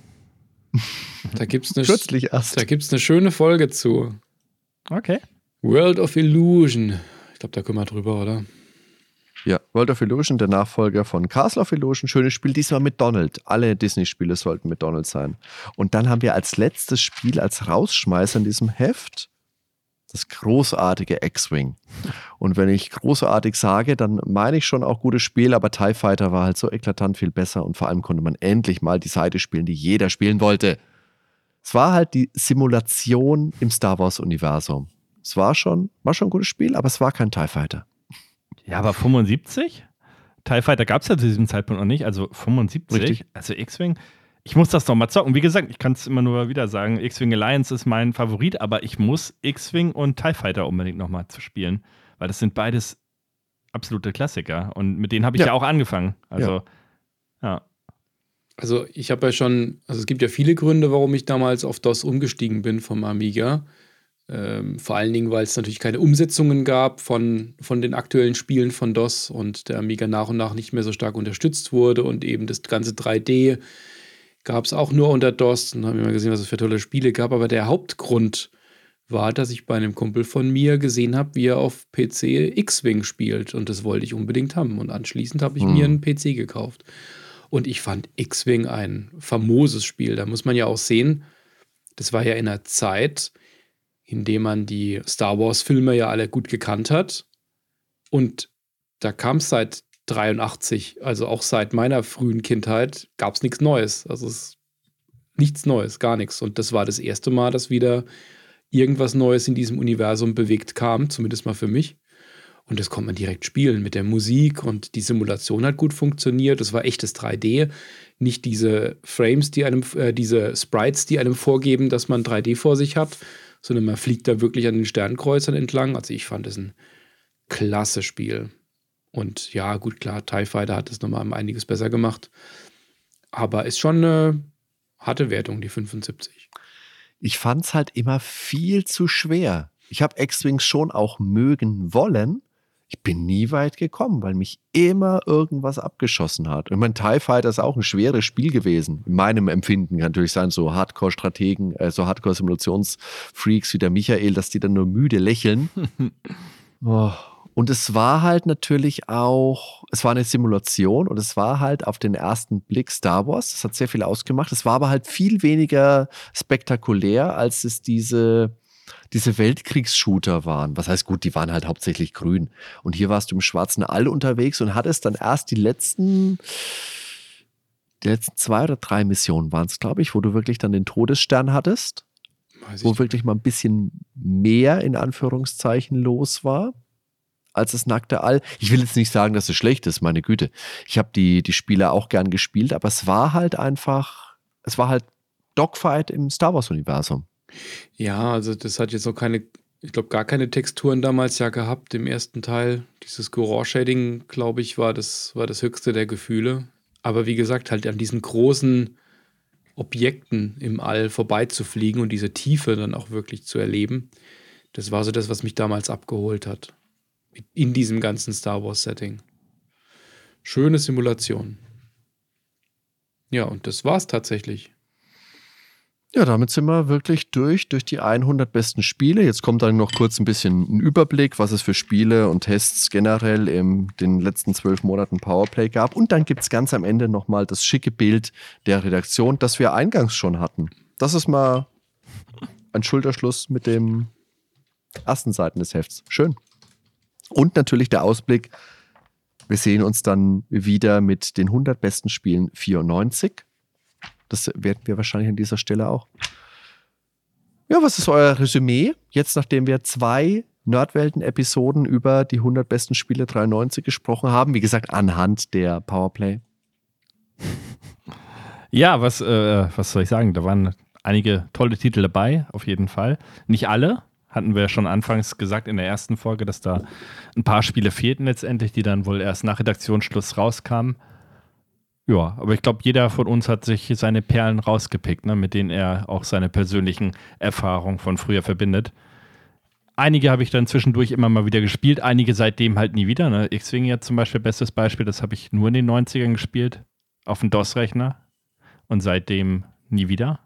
Da gibt's eine, Kürzlich erst. Da gibt's eine schöne Folge zu. Okay. World of Illusion. Ich glaube, da können wir drüber, oder? Ja, World of Illusion, der Nachfolger von Castle of Illusion. Schönes Spiel, diesmal mit Donald. Alle Disney-Spiele sollten mit Donald sein. Und dann haben wir als letztes Spiel, als Rausschmeißer in diesem Heft, das großartige X-Wing. Und wenn ich großartig sage, dann meine ich schon auch gutes Spiel, aber TIE Fighter war halt so eklatant viel besser und vor allem konnte man endlich mal die Seite spielen, die jeder spielen wollte. Es war halt die Simulation im Star Wars-Universum. Es war schon, war schon ein gutes Spiel, aber es war kein TIE Fighter. Ja, aber fünfundsiebzig? TIE Fighter gab es ja zu diesem Zeitpunkt noch nicht, also fünfundsiebzig, Richtig. Also X-Wing. Ich muss das noch mal zocken. Wie gesagt, ich kann es immer nur wieder sagen, X-Wing Alliance ist mein Favorit, aber ich muss X-Wing und TIE Fighter unbedingt noch mal zu spielen, weil das sind beides absolute Klassiker und mit denen habe ich ja. ja auch angefangen. Also, ja. ja. Also ich habe ja schon, also es gibt ja viele Gründe, warum ich damals auf DOS umgestiegen bin vom Amiga. Ähm, vor allen Dingen, weil es natürlich keine Umsetzungen gab von, von den aktuellen Spielen von DOS und der Amiga nach und nach nicht mehr so stark unterstützt wurde und eben das ganze drei D gab es auch nur unter DOS und haben wir mal gesehen, was es für tolle Spiele gab. Aber der Hauptgrund war, dass ich bei einem Kumpel von mir gesehen habe, wie er auf P C X-Wing spielt und das wollte ich unbedingt haben. Und anschließend habe ich hm. mir einen P C gekauft. Und ich fand X-Wing ein famoses Spiel. Da muss man ja auch sehen, das war ja in einer Zeit, in der man die Star Wars-Filme ja alle gut gekannt hat. Und da kam es seit dreiundachtzig, also auch seit meiner frühen Kindheit, gab es nichts Neues. Also es ist nichts Neues, gar nichts. Und das war das erste Mal, dass wieder irgendwas Neues in diesem Universum bewegt kam, zumindest mal für mich. Und das konnte man direkt spielen mit der Musik und die Simulation hat gut funktioniert. Das war echtes drei D, nicht diese Frames, die einem, äh, diese Sprites, die einem vorgeben, dass man drei D vor sich hat, sondern man fliegt da wirklich an den Sternkreuzern entlang. Also ich fand es ein klasse Spiel. Und ja, gut, klar, TIE Fighter hat es nochmal um einiges besser gemacht. Aber ist schon eine harte Wertung, die fünfundsiebzig. Ich fand es halt immer viel zu schwer. Ich habe X-Wings schon auch mögen wollen. Ich bin nie weit gekommen, weil mich immer irgendwas abgeschossen hat. Und mein TIE Fighter ist auch ein schweres Spiel gewesen. In meinem Empfinden kann natürlich sein, so Hardcore-Strategen, äh, so Hardcore-Simulationsfreaks wie der Michael, dass die dann nur müde lächeln. oh. Und es war halt natürlich auch, es war eine Simulation und es war halt auf den ersten Blick Star Wars. Das hat sehr viel ausgemacht. Es war aber halt viel weniger spektakulär, als es diese, diese Weltkriegsshooter waren. Was heißt gut, die waren halt hauptsächlich grün. Und hier warst du im schwarzen All unterwegs und hattest dann erst die letzten, die letzten zwei oder drei Missionen waren es, glaube ich, wo du wirklich dann den Todesstern hattest. Weiß wo wirklich mal ein bisschen mehr in Anführungszeichen los war als das nackte All. Ich will jetzt nicht sagen, dass es schlecht ist, meine Güte. Ich habe die, die Spiele auch gern gespielt, aber es war halt einfach, es war halt Dogfight im Star Wars-Universum. Ja, also das hat jetzt noch keine, ich glaube, gar keine Texturen damals ja gehabt im ersten Teil. Dieses Gouraud-Shading, glaube ich, war das, war das höchste der Gefühle. Aber wie gesagt, halt an diesen großen Objekten im All vorbeizufliegen und diese Tiefe dann auch wirklich zu erleben, das war so das, was mich damals abgeholt hat. In diesem ganzen Star Wars-Setting. Schöne Simulation. Ja, und das war's tatsächlich. Ja, damit sind wir wirklich durch, durch die hundert besten Spiele. Jetzt kommt dann noch kurz ein bisschen ein Überblick, was es für Spiele und Tests generell in den letzten zwölf Monaten Powerplay gab. Und dann gibt es ganz am Ende nochmal das schicke Bild der Redaktion, das wir eingangs schon hatten. Das ist mal ein Schulterschluss mit den ersten Seiten des Hefts. Schön. Und natürlich der Ausblick. Wir sehen uns dann wieder mit den hundert besten Spielen vierundneunzig. Das werden wir wahrscheinlich an dieser Stelle auch. Ja, was ist euer Resümee? Jetzt, nachdem wir zwei Nerdwelten-Episoden über die hundert besten Spiele dreiundneunzig gesprochen haben. Wie gesagt, anhand der Powerplay. Ja, was, äh, was soll ich sagen? Da waren einige tolle Titel dabei, auf jeden Fall. Nicht alle, Hatten wir schon anfangs gesagt in der ersten Folge, dass da ein paar Spiele fehlten letztendlich, die dann wohl erst nach Redaktionsschluss rauskamen. Ja, aber ich glaube, jeder von uns hat sich seine Perlen rausgepickt, ne, mit denen er auch seine persönlichen Erfahrungen von früher verbindet. Einige habe ich dann zwischendurch immer mal wieder gespielt, einige seitdem halt nie wieder. Ne? X-Wing jetzt zum Beispiel, bestes Beispiel, das habe ich nur in den neunzigern gespielt, auf dem DOS-Rechner und seitdem nie wieder.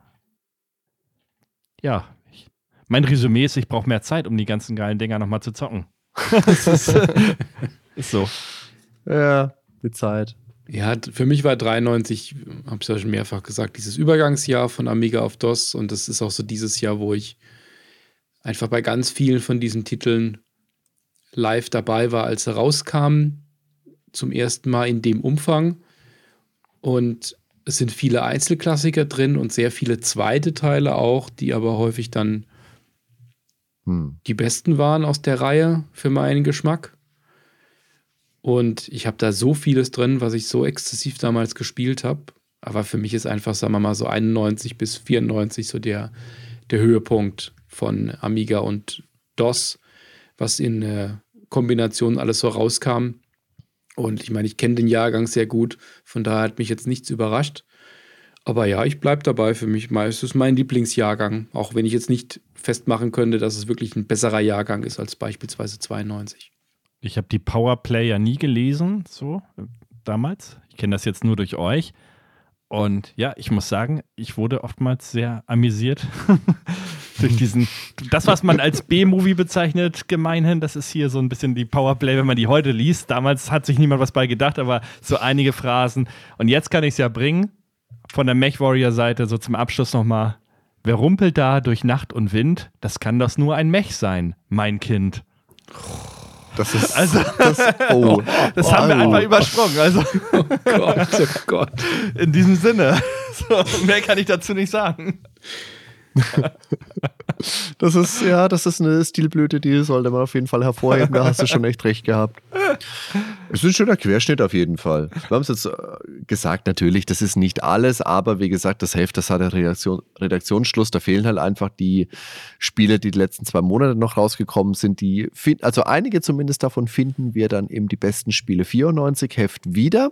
Ja, ich, mein Resümee ist, ich brauche mehr Zeit, um die ganzen geilen Dinger nochmal zu zocken. Das ist, ist so. Ja, die Zeit. Ja, für mich war dreiundneunzig, habe ich ja schon mehrfach gesagt, dieses Übergangsjahr von Amiga auf DOS und das ist auch so dieses Jahr, wo ich einfach bei ganz vielen von diesen Titeln live dabei war, als sie rauskamen, zum ersten Mal in dem Umfang und es sind viele Einzelklassiker drin und sehr viele zweite Teile auch, die aber häufig dann hm. die besten waren aus der Reihe für meinen Geschmack. Und ich habe da so vieles drin, was ich so exzessiv damals gespielt habe. Aber für mich ist einfach, sagen wir mal, so einundneunzig bis vierundneunzig so der, der Höhepunkt von Amiga und DOS, was in äh, Kombination alles so rauskam. Und ich meine, ich kenne den Jahrgang sehr gut, von daher hat mich jetzt nichts überrascht. Aber ja, ich bleibe dabei. Für mich es ist mein Lieblingsjahrgang, auch wenn ich jetzt nicht festmachen könnte, dass es wirklich ein besserer Jahrgang ist als beispielsweise zweiundneunzig. Ich habe die Powerplay ja nie gelesen, so damals. Ich kenne das jetzt nur durch euch. Und ja, ich muss sagen, ich wurde oftmals sehr amüsiert durch diesen, das, was man als B-Movie bezeichnet, gemeinhin, das ist hier so ein bisschen die Powerplay, wenn man die heute liest. Damals hat sich niemand was bei gedacht, aber so einige Phrasen. Und jetzt kann ich es ja bringen, von der MechWarrior-Seite so zum Abschluss nochmal. Wer rumpelt da durch Nacht und Wind? Das kann doch nur ein Mech sein, mein Kind. Das ist, also, das, oh. das haben wir oh. einfach übersprungen. Also, oh Gott, oh Gott. In diesem Sinne. So, mehr kann ich dazu nicht sagen. Das ist, ja, das ist eine Stilblüte, die sollte man auf jeden Fall hervorheben. Da hast du schon echt recht gehabt. Es ist ein schöner Querschnitt auf jeden Fall. Wir haben es jetzt gesagt, natürlich, das ist nicht alles, aber wie gesagt, das Heft, das hat der Redaktion, Redaktionsschluss. Da fehlen halt einfach die Spiele, die die letzten zwei Monate noch rausgekommen sind. Die, also einige zumindest davon finden wir dann eben die besten Spiele vierundneunzig Heft wieder.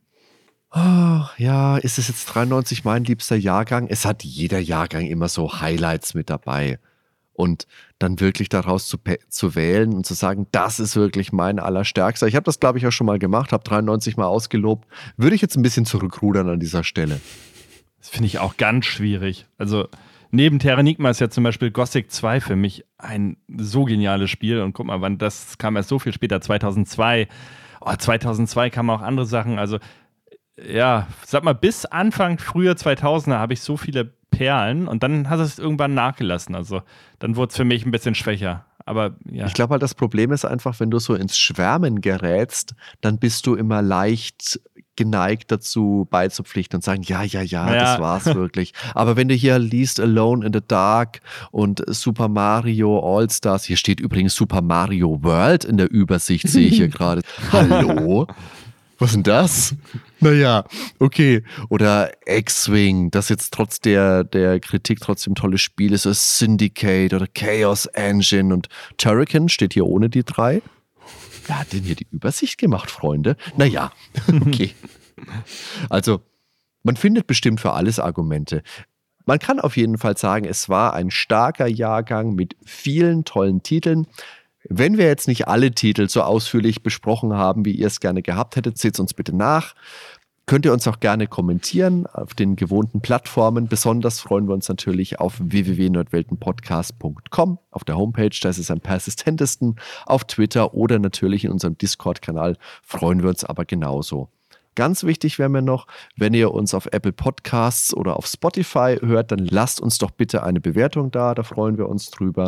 Oh, ja, ist es jetzt dreiundneunzig mein liebster Jahrgang? Es hat jeder Jahrgang immer so Highlights mit dabei. Und dann wirklich daraus zu, zu wählen und zu sagen, das ist wirklich mein allerstärkster. Ich habe das, glaube ich, auch schon mal gemacht, habe dreiundneunzig mal ausgelobt. Würde ich jetzt ein bisschen zurückrudern an dieser Stelle. Das finde ich auch ganz schwierig. Also neben Terranigma ist ja zum Beispiel Gothic zwei für mich ein so geniales Spiel. Und guck mal, wann das kam erst so viel später, zweitausendzwei. Oh, zweitausendzwei kamen auch andere Sachen. Also ja, sag mal, bis Anfang früher zweitausender habe ich so viele Perlen und dann hat es irgendwann nachgelassen. Also dann wurde es für mich ein bisschen schwächer. Aber ja. Ich glaube halt, das Problem ist einfach, wenn du so ins Schwärmen gerätst, dann bist du immer leicht geneigt dazu beizupflichten und sagen, ja, ja, ja, ja, das war's wirklich. Aber wenn du hier liest Alone in the Dark und Super Mario All-Stars, hier steht übrigens Super Mario World in der Übersicht, sehe ich hier gerade. Hallo? Was ist denn das? Naja, okay. Oder X-Wing, das jetzt trotz der, der Kritik trotzdem tolles Spiel ist. Oder Syndicate oder Chaos Engine und Turrican steht hier ohne die drei. Wer hat denn hier die Übersicht gemacht, Freunde? Naja, okay. Also, man findet bestimmt für alles Argumente. Man kann auf jeden Fall sagen, es war ein starker Jahrgang mit vielen tollen Titeln. Wenn wir jetzt nicht alle Titel so ausführlich besprochen haben, wie ihr es gerne gehabt hättet, seht es uns bitte nach. Könnt ihr uns auch gerne kommentieren auf den gewohnten Plattformen. Besonders freuen wir uns natürlich auf w w w punkt nerdweltenpodcast punkt com, auf der Homepage, da ist es am persistentesten, auf Twitter oder natürlich in unserem Discord-Kanal freuen wir uns aber genauso. Ganz wichtig wäre mir noch, wenn ihr uns auf Apple Podcasts oder auf Spotify hört, dann lasst uns doch bitte eine Bewertung da, da freuen wir uns drüber.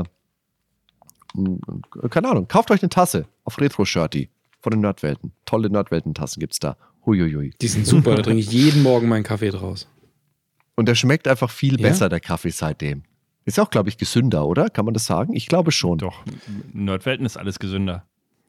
Keine Ahnung, kauft euch eine Tasse auf Retro-Shirty von den Nerdwelten. Tolle Nerdwelten-Tassen gibt's da. Huiuiui. Die sind super, da trinke ich jeden Morgen meinen Kaffee draus. Und der schmeckt einfach viel Ja? besser, der Kaffee seitdem. Ist auch, glaube ich, gesünder, oder? Kann man das sagen? Ich glaube schon. Doch, Nerdwelten ist alles gesünder.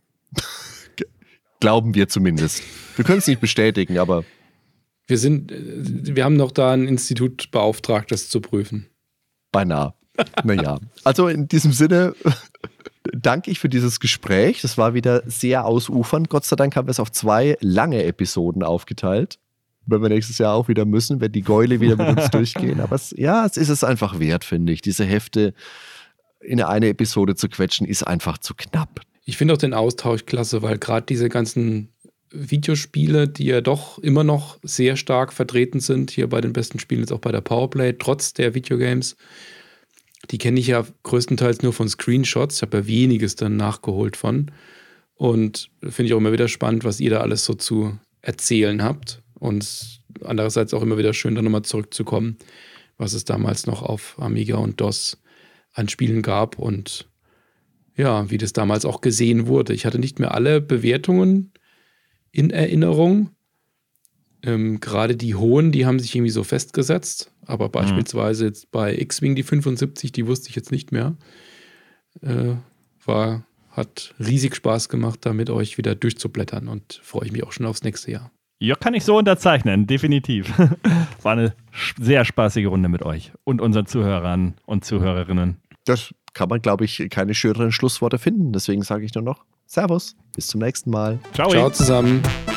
Glauben wir zumindest. Wir können es nicht bestätigen, aber Wir sind, wir haben noch da ein Institut beauftragt, das zu prüfen. beinahe. Naja, also in diesem Sinne danke ich für dieses Gespräch. Das war wieder sehr ausufernd. Gott sei Dank haben wir es auf zwei lange Episoden aufgeteilt. Wenn wir nächstes Jahr auch wieder müssen, wenn die Gäule wieder mit uns durchgehen. Aber es, ja, es ist es einfach wert, finde ich. Diese Hefte in eine Episode zu quetschen, ist einfach zu knapp. Ich finde auch den Austausch klasse, weil gerade diese ganzen Videospiele, die ja doch immer noch sehr stark vertreten sind, hier bei den besten Spielen, jetzt auch bei der Powerplay, trotz der Videogames, die kenne ich ja größtenteils nur von Screenshots. Ich habe ja weniges dann nachgeholt von. Und finde ich auch immer wieder spannend, was ihr da alles so zu erzählen habt. Und andererseits auch immer wieder schön, da nochmal zurückzukommen, was es damals noch auf Amiga und DOS an Spielen gab und ja, wie das damals auch gesehen wurde. Ich hatte nicht mehr alle Bewertungen in Erinnerung. Ähm, gerade die hohen, die haben sich irgendwie so festgesetzt. Aber beispielsweise mhm. jetzt bei X-Wing die fünfundsiebzig, die wusste ich jetzt nicht mehr. Äh, war, hat riesig Spaß gemacht, da mit euch wieder durchzublättern und freue ich mich auch schon aufs nächste Jahr. Ja, kann ich so unterzeichnen, definitiv. War eine sehr spaßige Runde mit euch und unseren Zuhörern und Zuhörerinnen. Das kann man, glaube ich, keine schöneren Schlussworte finden. Deswegen sage ich nur noch Servus, bis zum nächsten Mal. Ciao, Ciao zusammen.